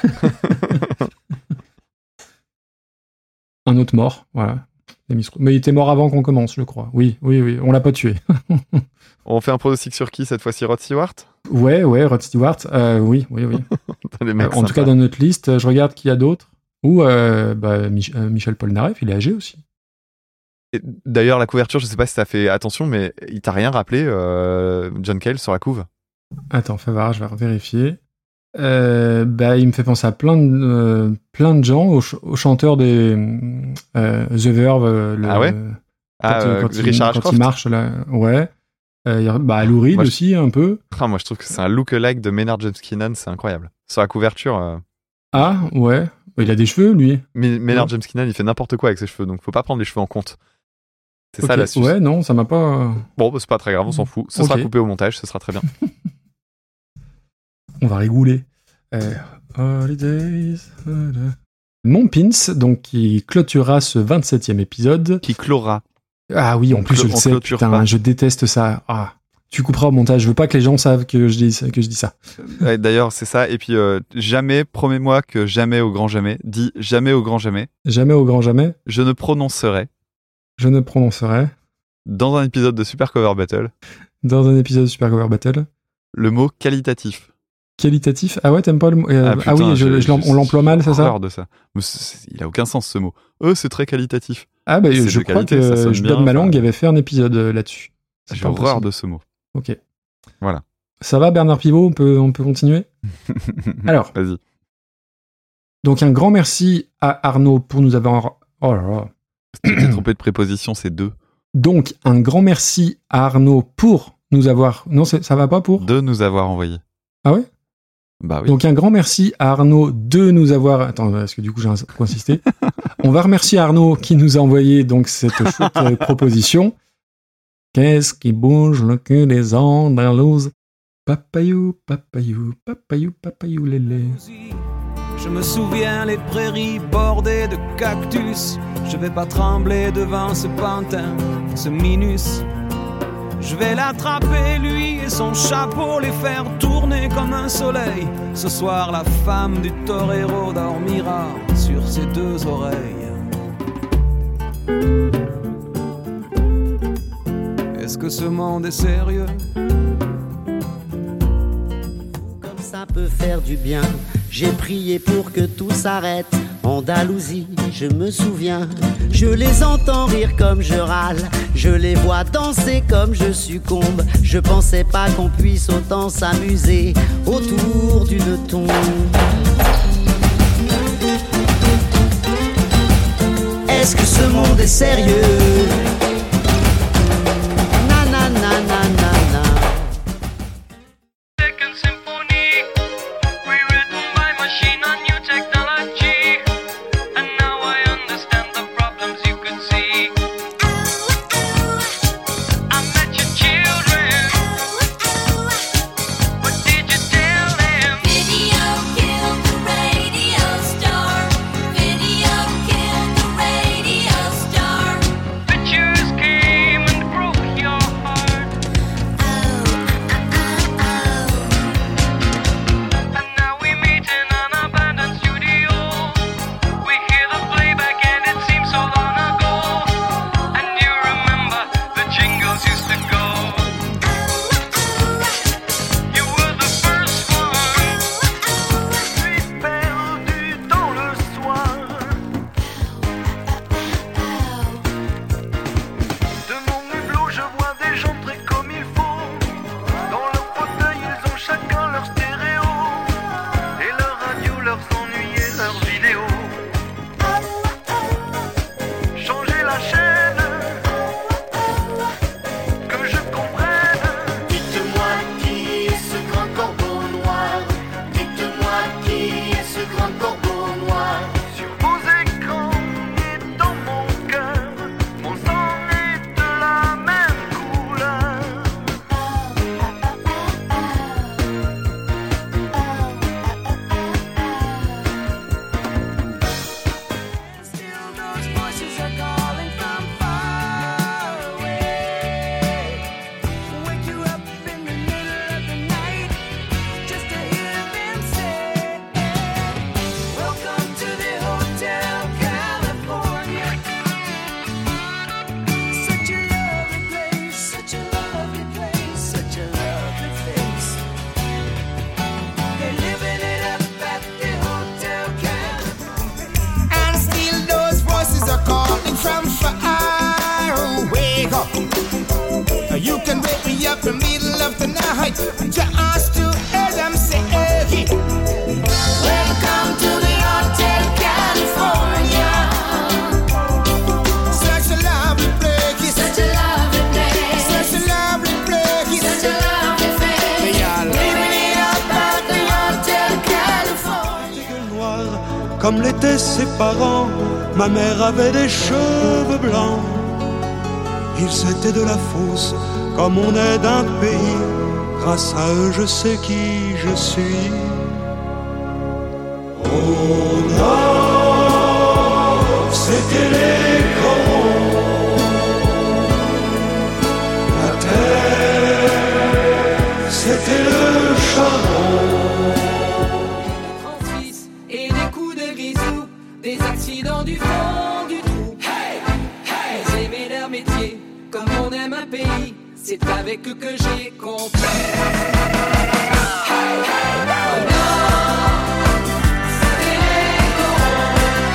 Un autre mort, voilà. Mais il était mort avant qu'on commence, je crois. Oui, on l'a pas tué. On fait un pronostic sur qui cette fois-ci, Rod Stewart ? Ouais, Rod Stewart, oui. En tout cas, dans notre liste, je regarde qui y a d'autres. Ou Michel Polnareff, il est âgé aussi. Et d'ailleurs, la couverture, je sais pas si t'as fait attention, mais il t'a rien rappelé, John Cale sur la couve ? Attends, fais voir, je vais vérifier. Il me fait penser à plein de gens, au chanteur des The Verve, Richard Ashcroft. Il marche là, ouais. Lou Reed Moi, aussi, un peu. Moi, je trouve que c'est un look-alike de Maynard James Keenan, c'est incroyable. Sur la couverture... Ah, ouais. Il a des cheveux, lui. Mais Maynard James Keenan, il fait n'importe quoi avec ses cheveux, donc faut pas prendre les cheveux en compte. C'est ça l'astuce. Ouais, non, ça m'a pas... Bon, c'est pas très grave, on s'en fout. Ce sera coupé au montage, ce sera très bien. On va rigoler. Holidays... Mon Pins, donc, qui clôturera ce 27e épisode. Qui clora. Ah oui, en plus, je le sais, putain, je déteste ça. Ah, tu couperas au montage, je veux pas que les gens savent que je dis ça. Ouais, d'ailleurs, c'est ça. Et puis, jamais, promets-moi que jamais au grand jamais. Dis jamais au grand jamais. Jamais au grand jamais. Je ne prononcerai. Dans un épisode de Super Cover Battle. Le mot qualitatif. Qualitatif? Ah ouais, t'aimes pas le mot putain, on l'emploie mal, c'est ça? J'ai horreur de ça. Il a aucun sens ce mot. C'est très qualitatif. Ah bah je crois que je donne ma langue avait fait un épisode là-dessus. J'ai horreur de ce mot. Ok. Voilà. Ça va Bernard Pivot, on peut continuer? Alors. Vas-y. Donc un grand merci à Arnaud pour nous avoir... Oh là là. Tu t'es trompé de préposition, c'est 2. Donc un grand merci à Arnaud pour nous avoir... Non, ça va pas pour? De nous avoir envoyé. Ah ouais? Bah oui. Donc un grand merci à Arnaud de nous avoir... Attends, parce que du coup j'ai insisté. On va remercier Arnaud qui nous a envoyé donc cette chouette proposition. Qu'est-ce qui bouge le cul des Andalouses? Papayou, papayou, papayou, papayou, lélé. Je me souviens les prairies bordées de cactus. Je vais pas trembler devant ce pantin, ce minus. Je vais l'attraper, lui et son chapeau, les faire tourner comme un soleil. Ce soir, la femme du torero dormira sur ses 2 oreilles. Est-ce que ce monde est sérieux? Comme ça peut faire du bien, j'ai prié pour que tout s'arrête. Andalousie, je me souviens, je les entends rire comme je râle, je les vois danser comme je succombe. Je pensais pas qu'on puisse autant s'amuser autour d'une tombe. Est-ce que ce monde est sérieux? Na na na na na na. Second symphony, rewritten by machine on new technology, and now I understand the problems you could see. I met your children, what did you tell them? Video killed the radio star. Video killed the radio star. Pictures came and broke your heart. And now we meet in an abandoned studio. We hear the playback and it seems so long ago. And you remember the jingles used to go. You were the first one. Suis perdu dans le soir. De mon hublot, je vois des gens très comme il faut. Dans leur fauteuil, ils ont chacun leur stéréo. Et leur radio leur ennuyait leur vidéo. Changer la chaîne, que je comprenne. Dites-moi qui est ce grand corbeau noir. Dites-moi qui est ce grand corbeau noir. Sur vos écrans et dans mon cœur, mon sang est de la même couleur. Still those voices are calling from far away. Wake you up in the middle of the night just to hear them say, welcome to the Hotel California. Such a lovely place, such a lovely place, such a lovely face. They're living it up at the Hotel California. And still those voices are calling from far away. You can wake me up in the middle of the night just to hear them say, welcome to the Hotel California. Such a lovely place, such a lovely place, such a lovely place, comme l'étaient ses parents. Ma mère avait des cheveux blancs. Ils étaient de la fosse, comme on est d'un pays. Grâce à eux, je sais qui je suis. Au nord, c'était les corons. La terre, c'était le charbon. En Suisse et des coups de grisou, des accidents du fond du trou. Hey, hey, ils aimaient leur métier, comme on aime un pays. C'est avec eux que j'ai compris. Hey, hey, oh non, c'était les corons.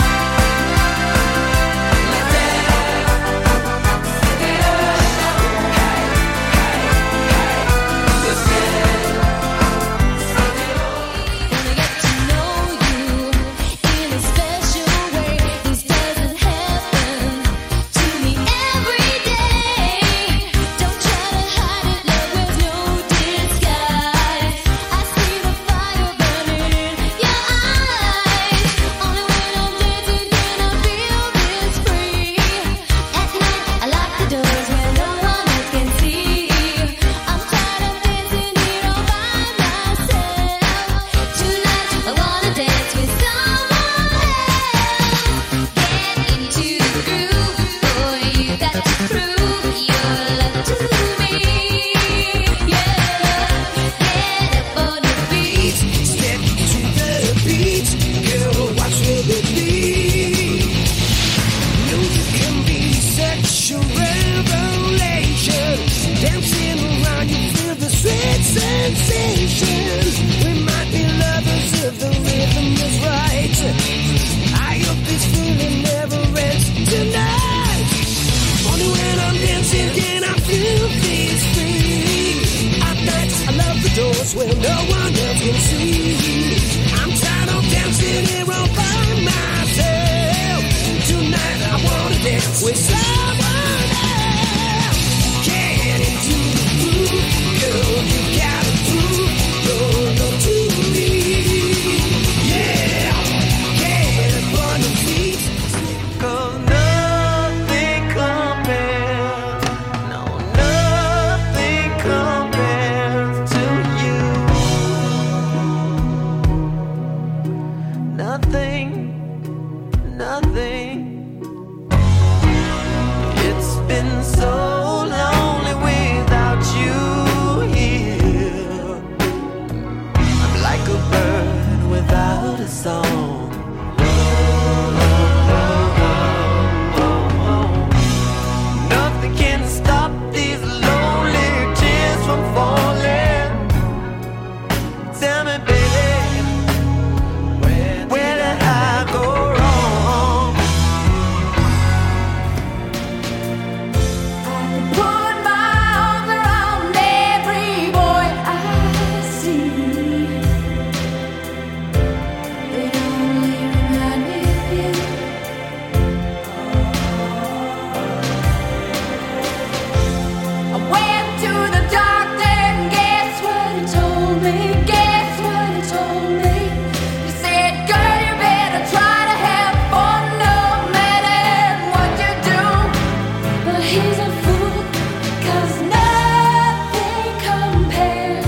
La terre, c'était le charbon. Hey, hey, hey, le ciel, c'était l'eau. When I get to know you in a special way, this doesn't happen to me every day. Don't try to hide it, love with no disguise. I see the fire burning in your eyes. Only when I'm dancing can I feel this free. At night I lock the doors where no one else can see. I'm tired of dancing here all by myself. Tonight I wanna dance with someone else. Get into the groove, boy, you got to prove your love to me. Yeah, get up on your feet. Step to the beat, girl, watch with it lead. Music can be such a revelation. Dancing around, you feel the sweet sensation. We might be lovers if the rhythm is right. I hope this feeling never ends tonight. Only when I'm dancing can I feel this free. At night I love the doors where no one else can see. I'm tired of dancing here all by myself. Tonight I wanna dance with someone else. Get into the groove, girl, you gotta prove your love to me. Yeah, get up on your feet. 'Cause nothing compares, no, nothing compares to you. Nothing, nothing. It's been so lonely without you here. I'm like a bird without a song. Nothing can stop these lonely tears from falling. Tell me, baby, where did I go wrong? Put my arms around every boy I see. They only remind me of you. I went to the doctor and guess what he told me? Guess what he told me? He said, girl, you better try to have fun no matter what you do. But he's a fool, 'cause nothing compares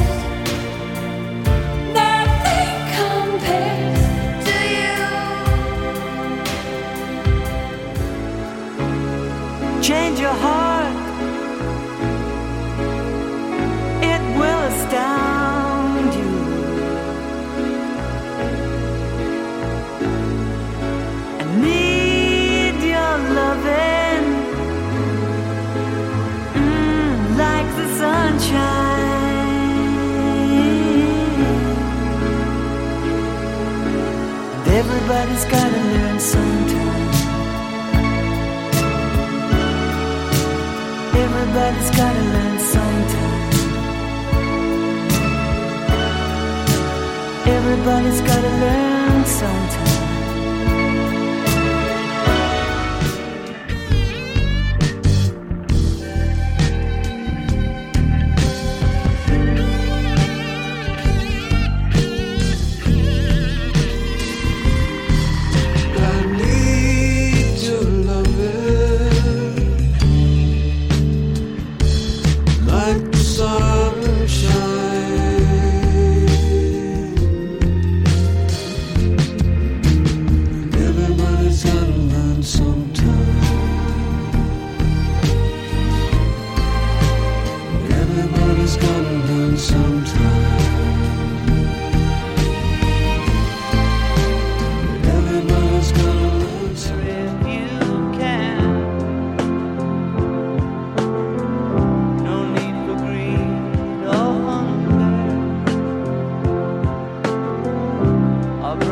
to you. Change your heart, it will astound you. I need your loving, like the sunshine. And everybody's gotta learn sometime. Everybody's gotta learn sometime. Everybody's gotta learn sometime.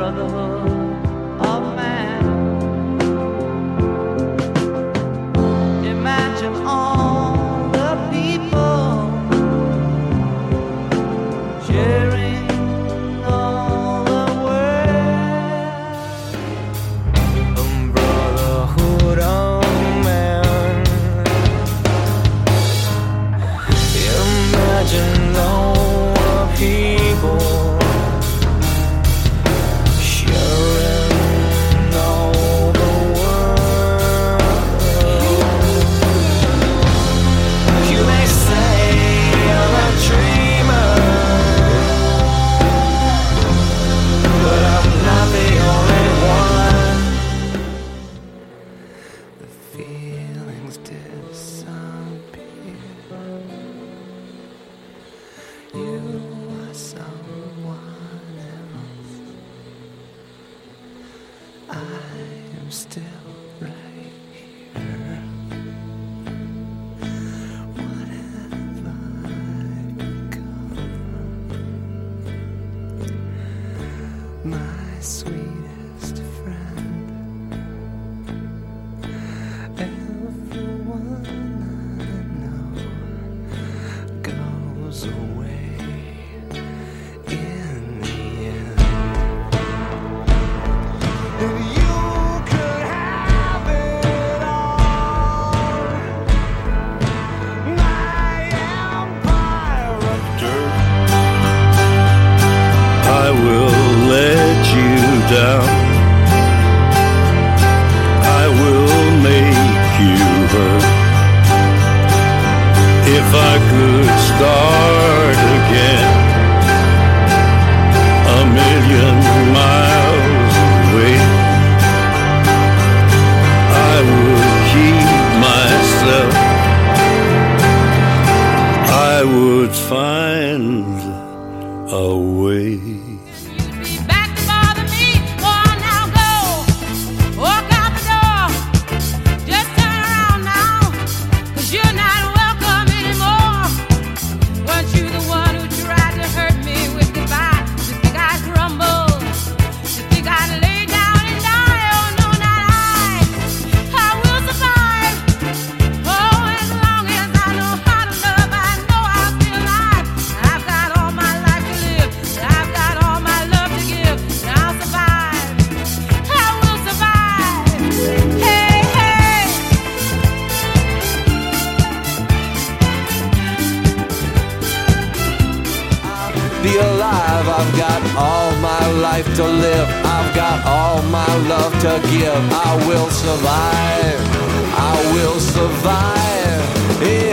brotherhood of man. Imagine all the people sharing all the world. The brotherhood of man. Imagine all the people sharing all the world. You may say I'm a dreamer, but I'm not the only one. The feelings disappear. You are someone else. I am still right here. What have I become? My sweetest friend. Everyone I know goes away in the end. If you could have it all, my empire of dirt, I will let you down. I will make you hurt. If I could start again, a million miles away, I would keep myself. I would find a way. Back to bother me, oh now go, walk out the door, just turn around now, 'cause you're not welcome anymore. Weren't you the one who tried to hurt me with goodbye? You think I'd crumble? You think I'd lay down and die? Oh no, not I will survive. Oh, as long as I know how to love, I know I'll be alive. I've got all my life to live, I've got all my love to give, and I'll survive. I will survive. Hey, hey. be alive. I've got all my life to live. I've got all my love to give. I will survive. I will survive.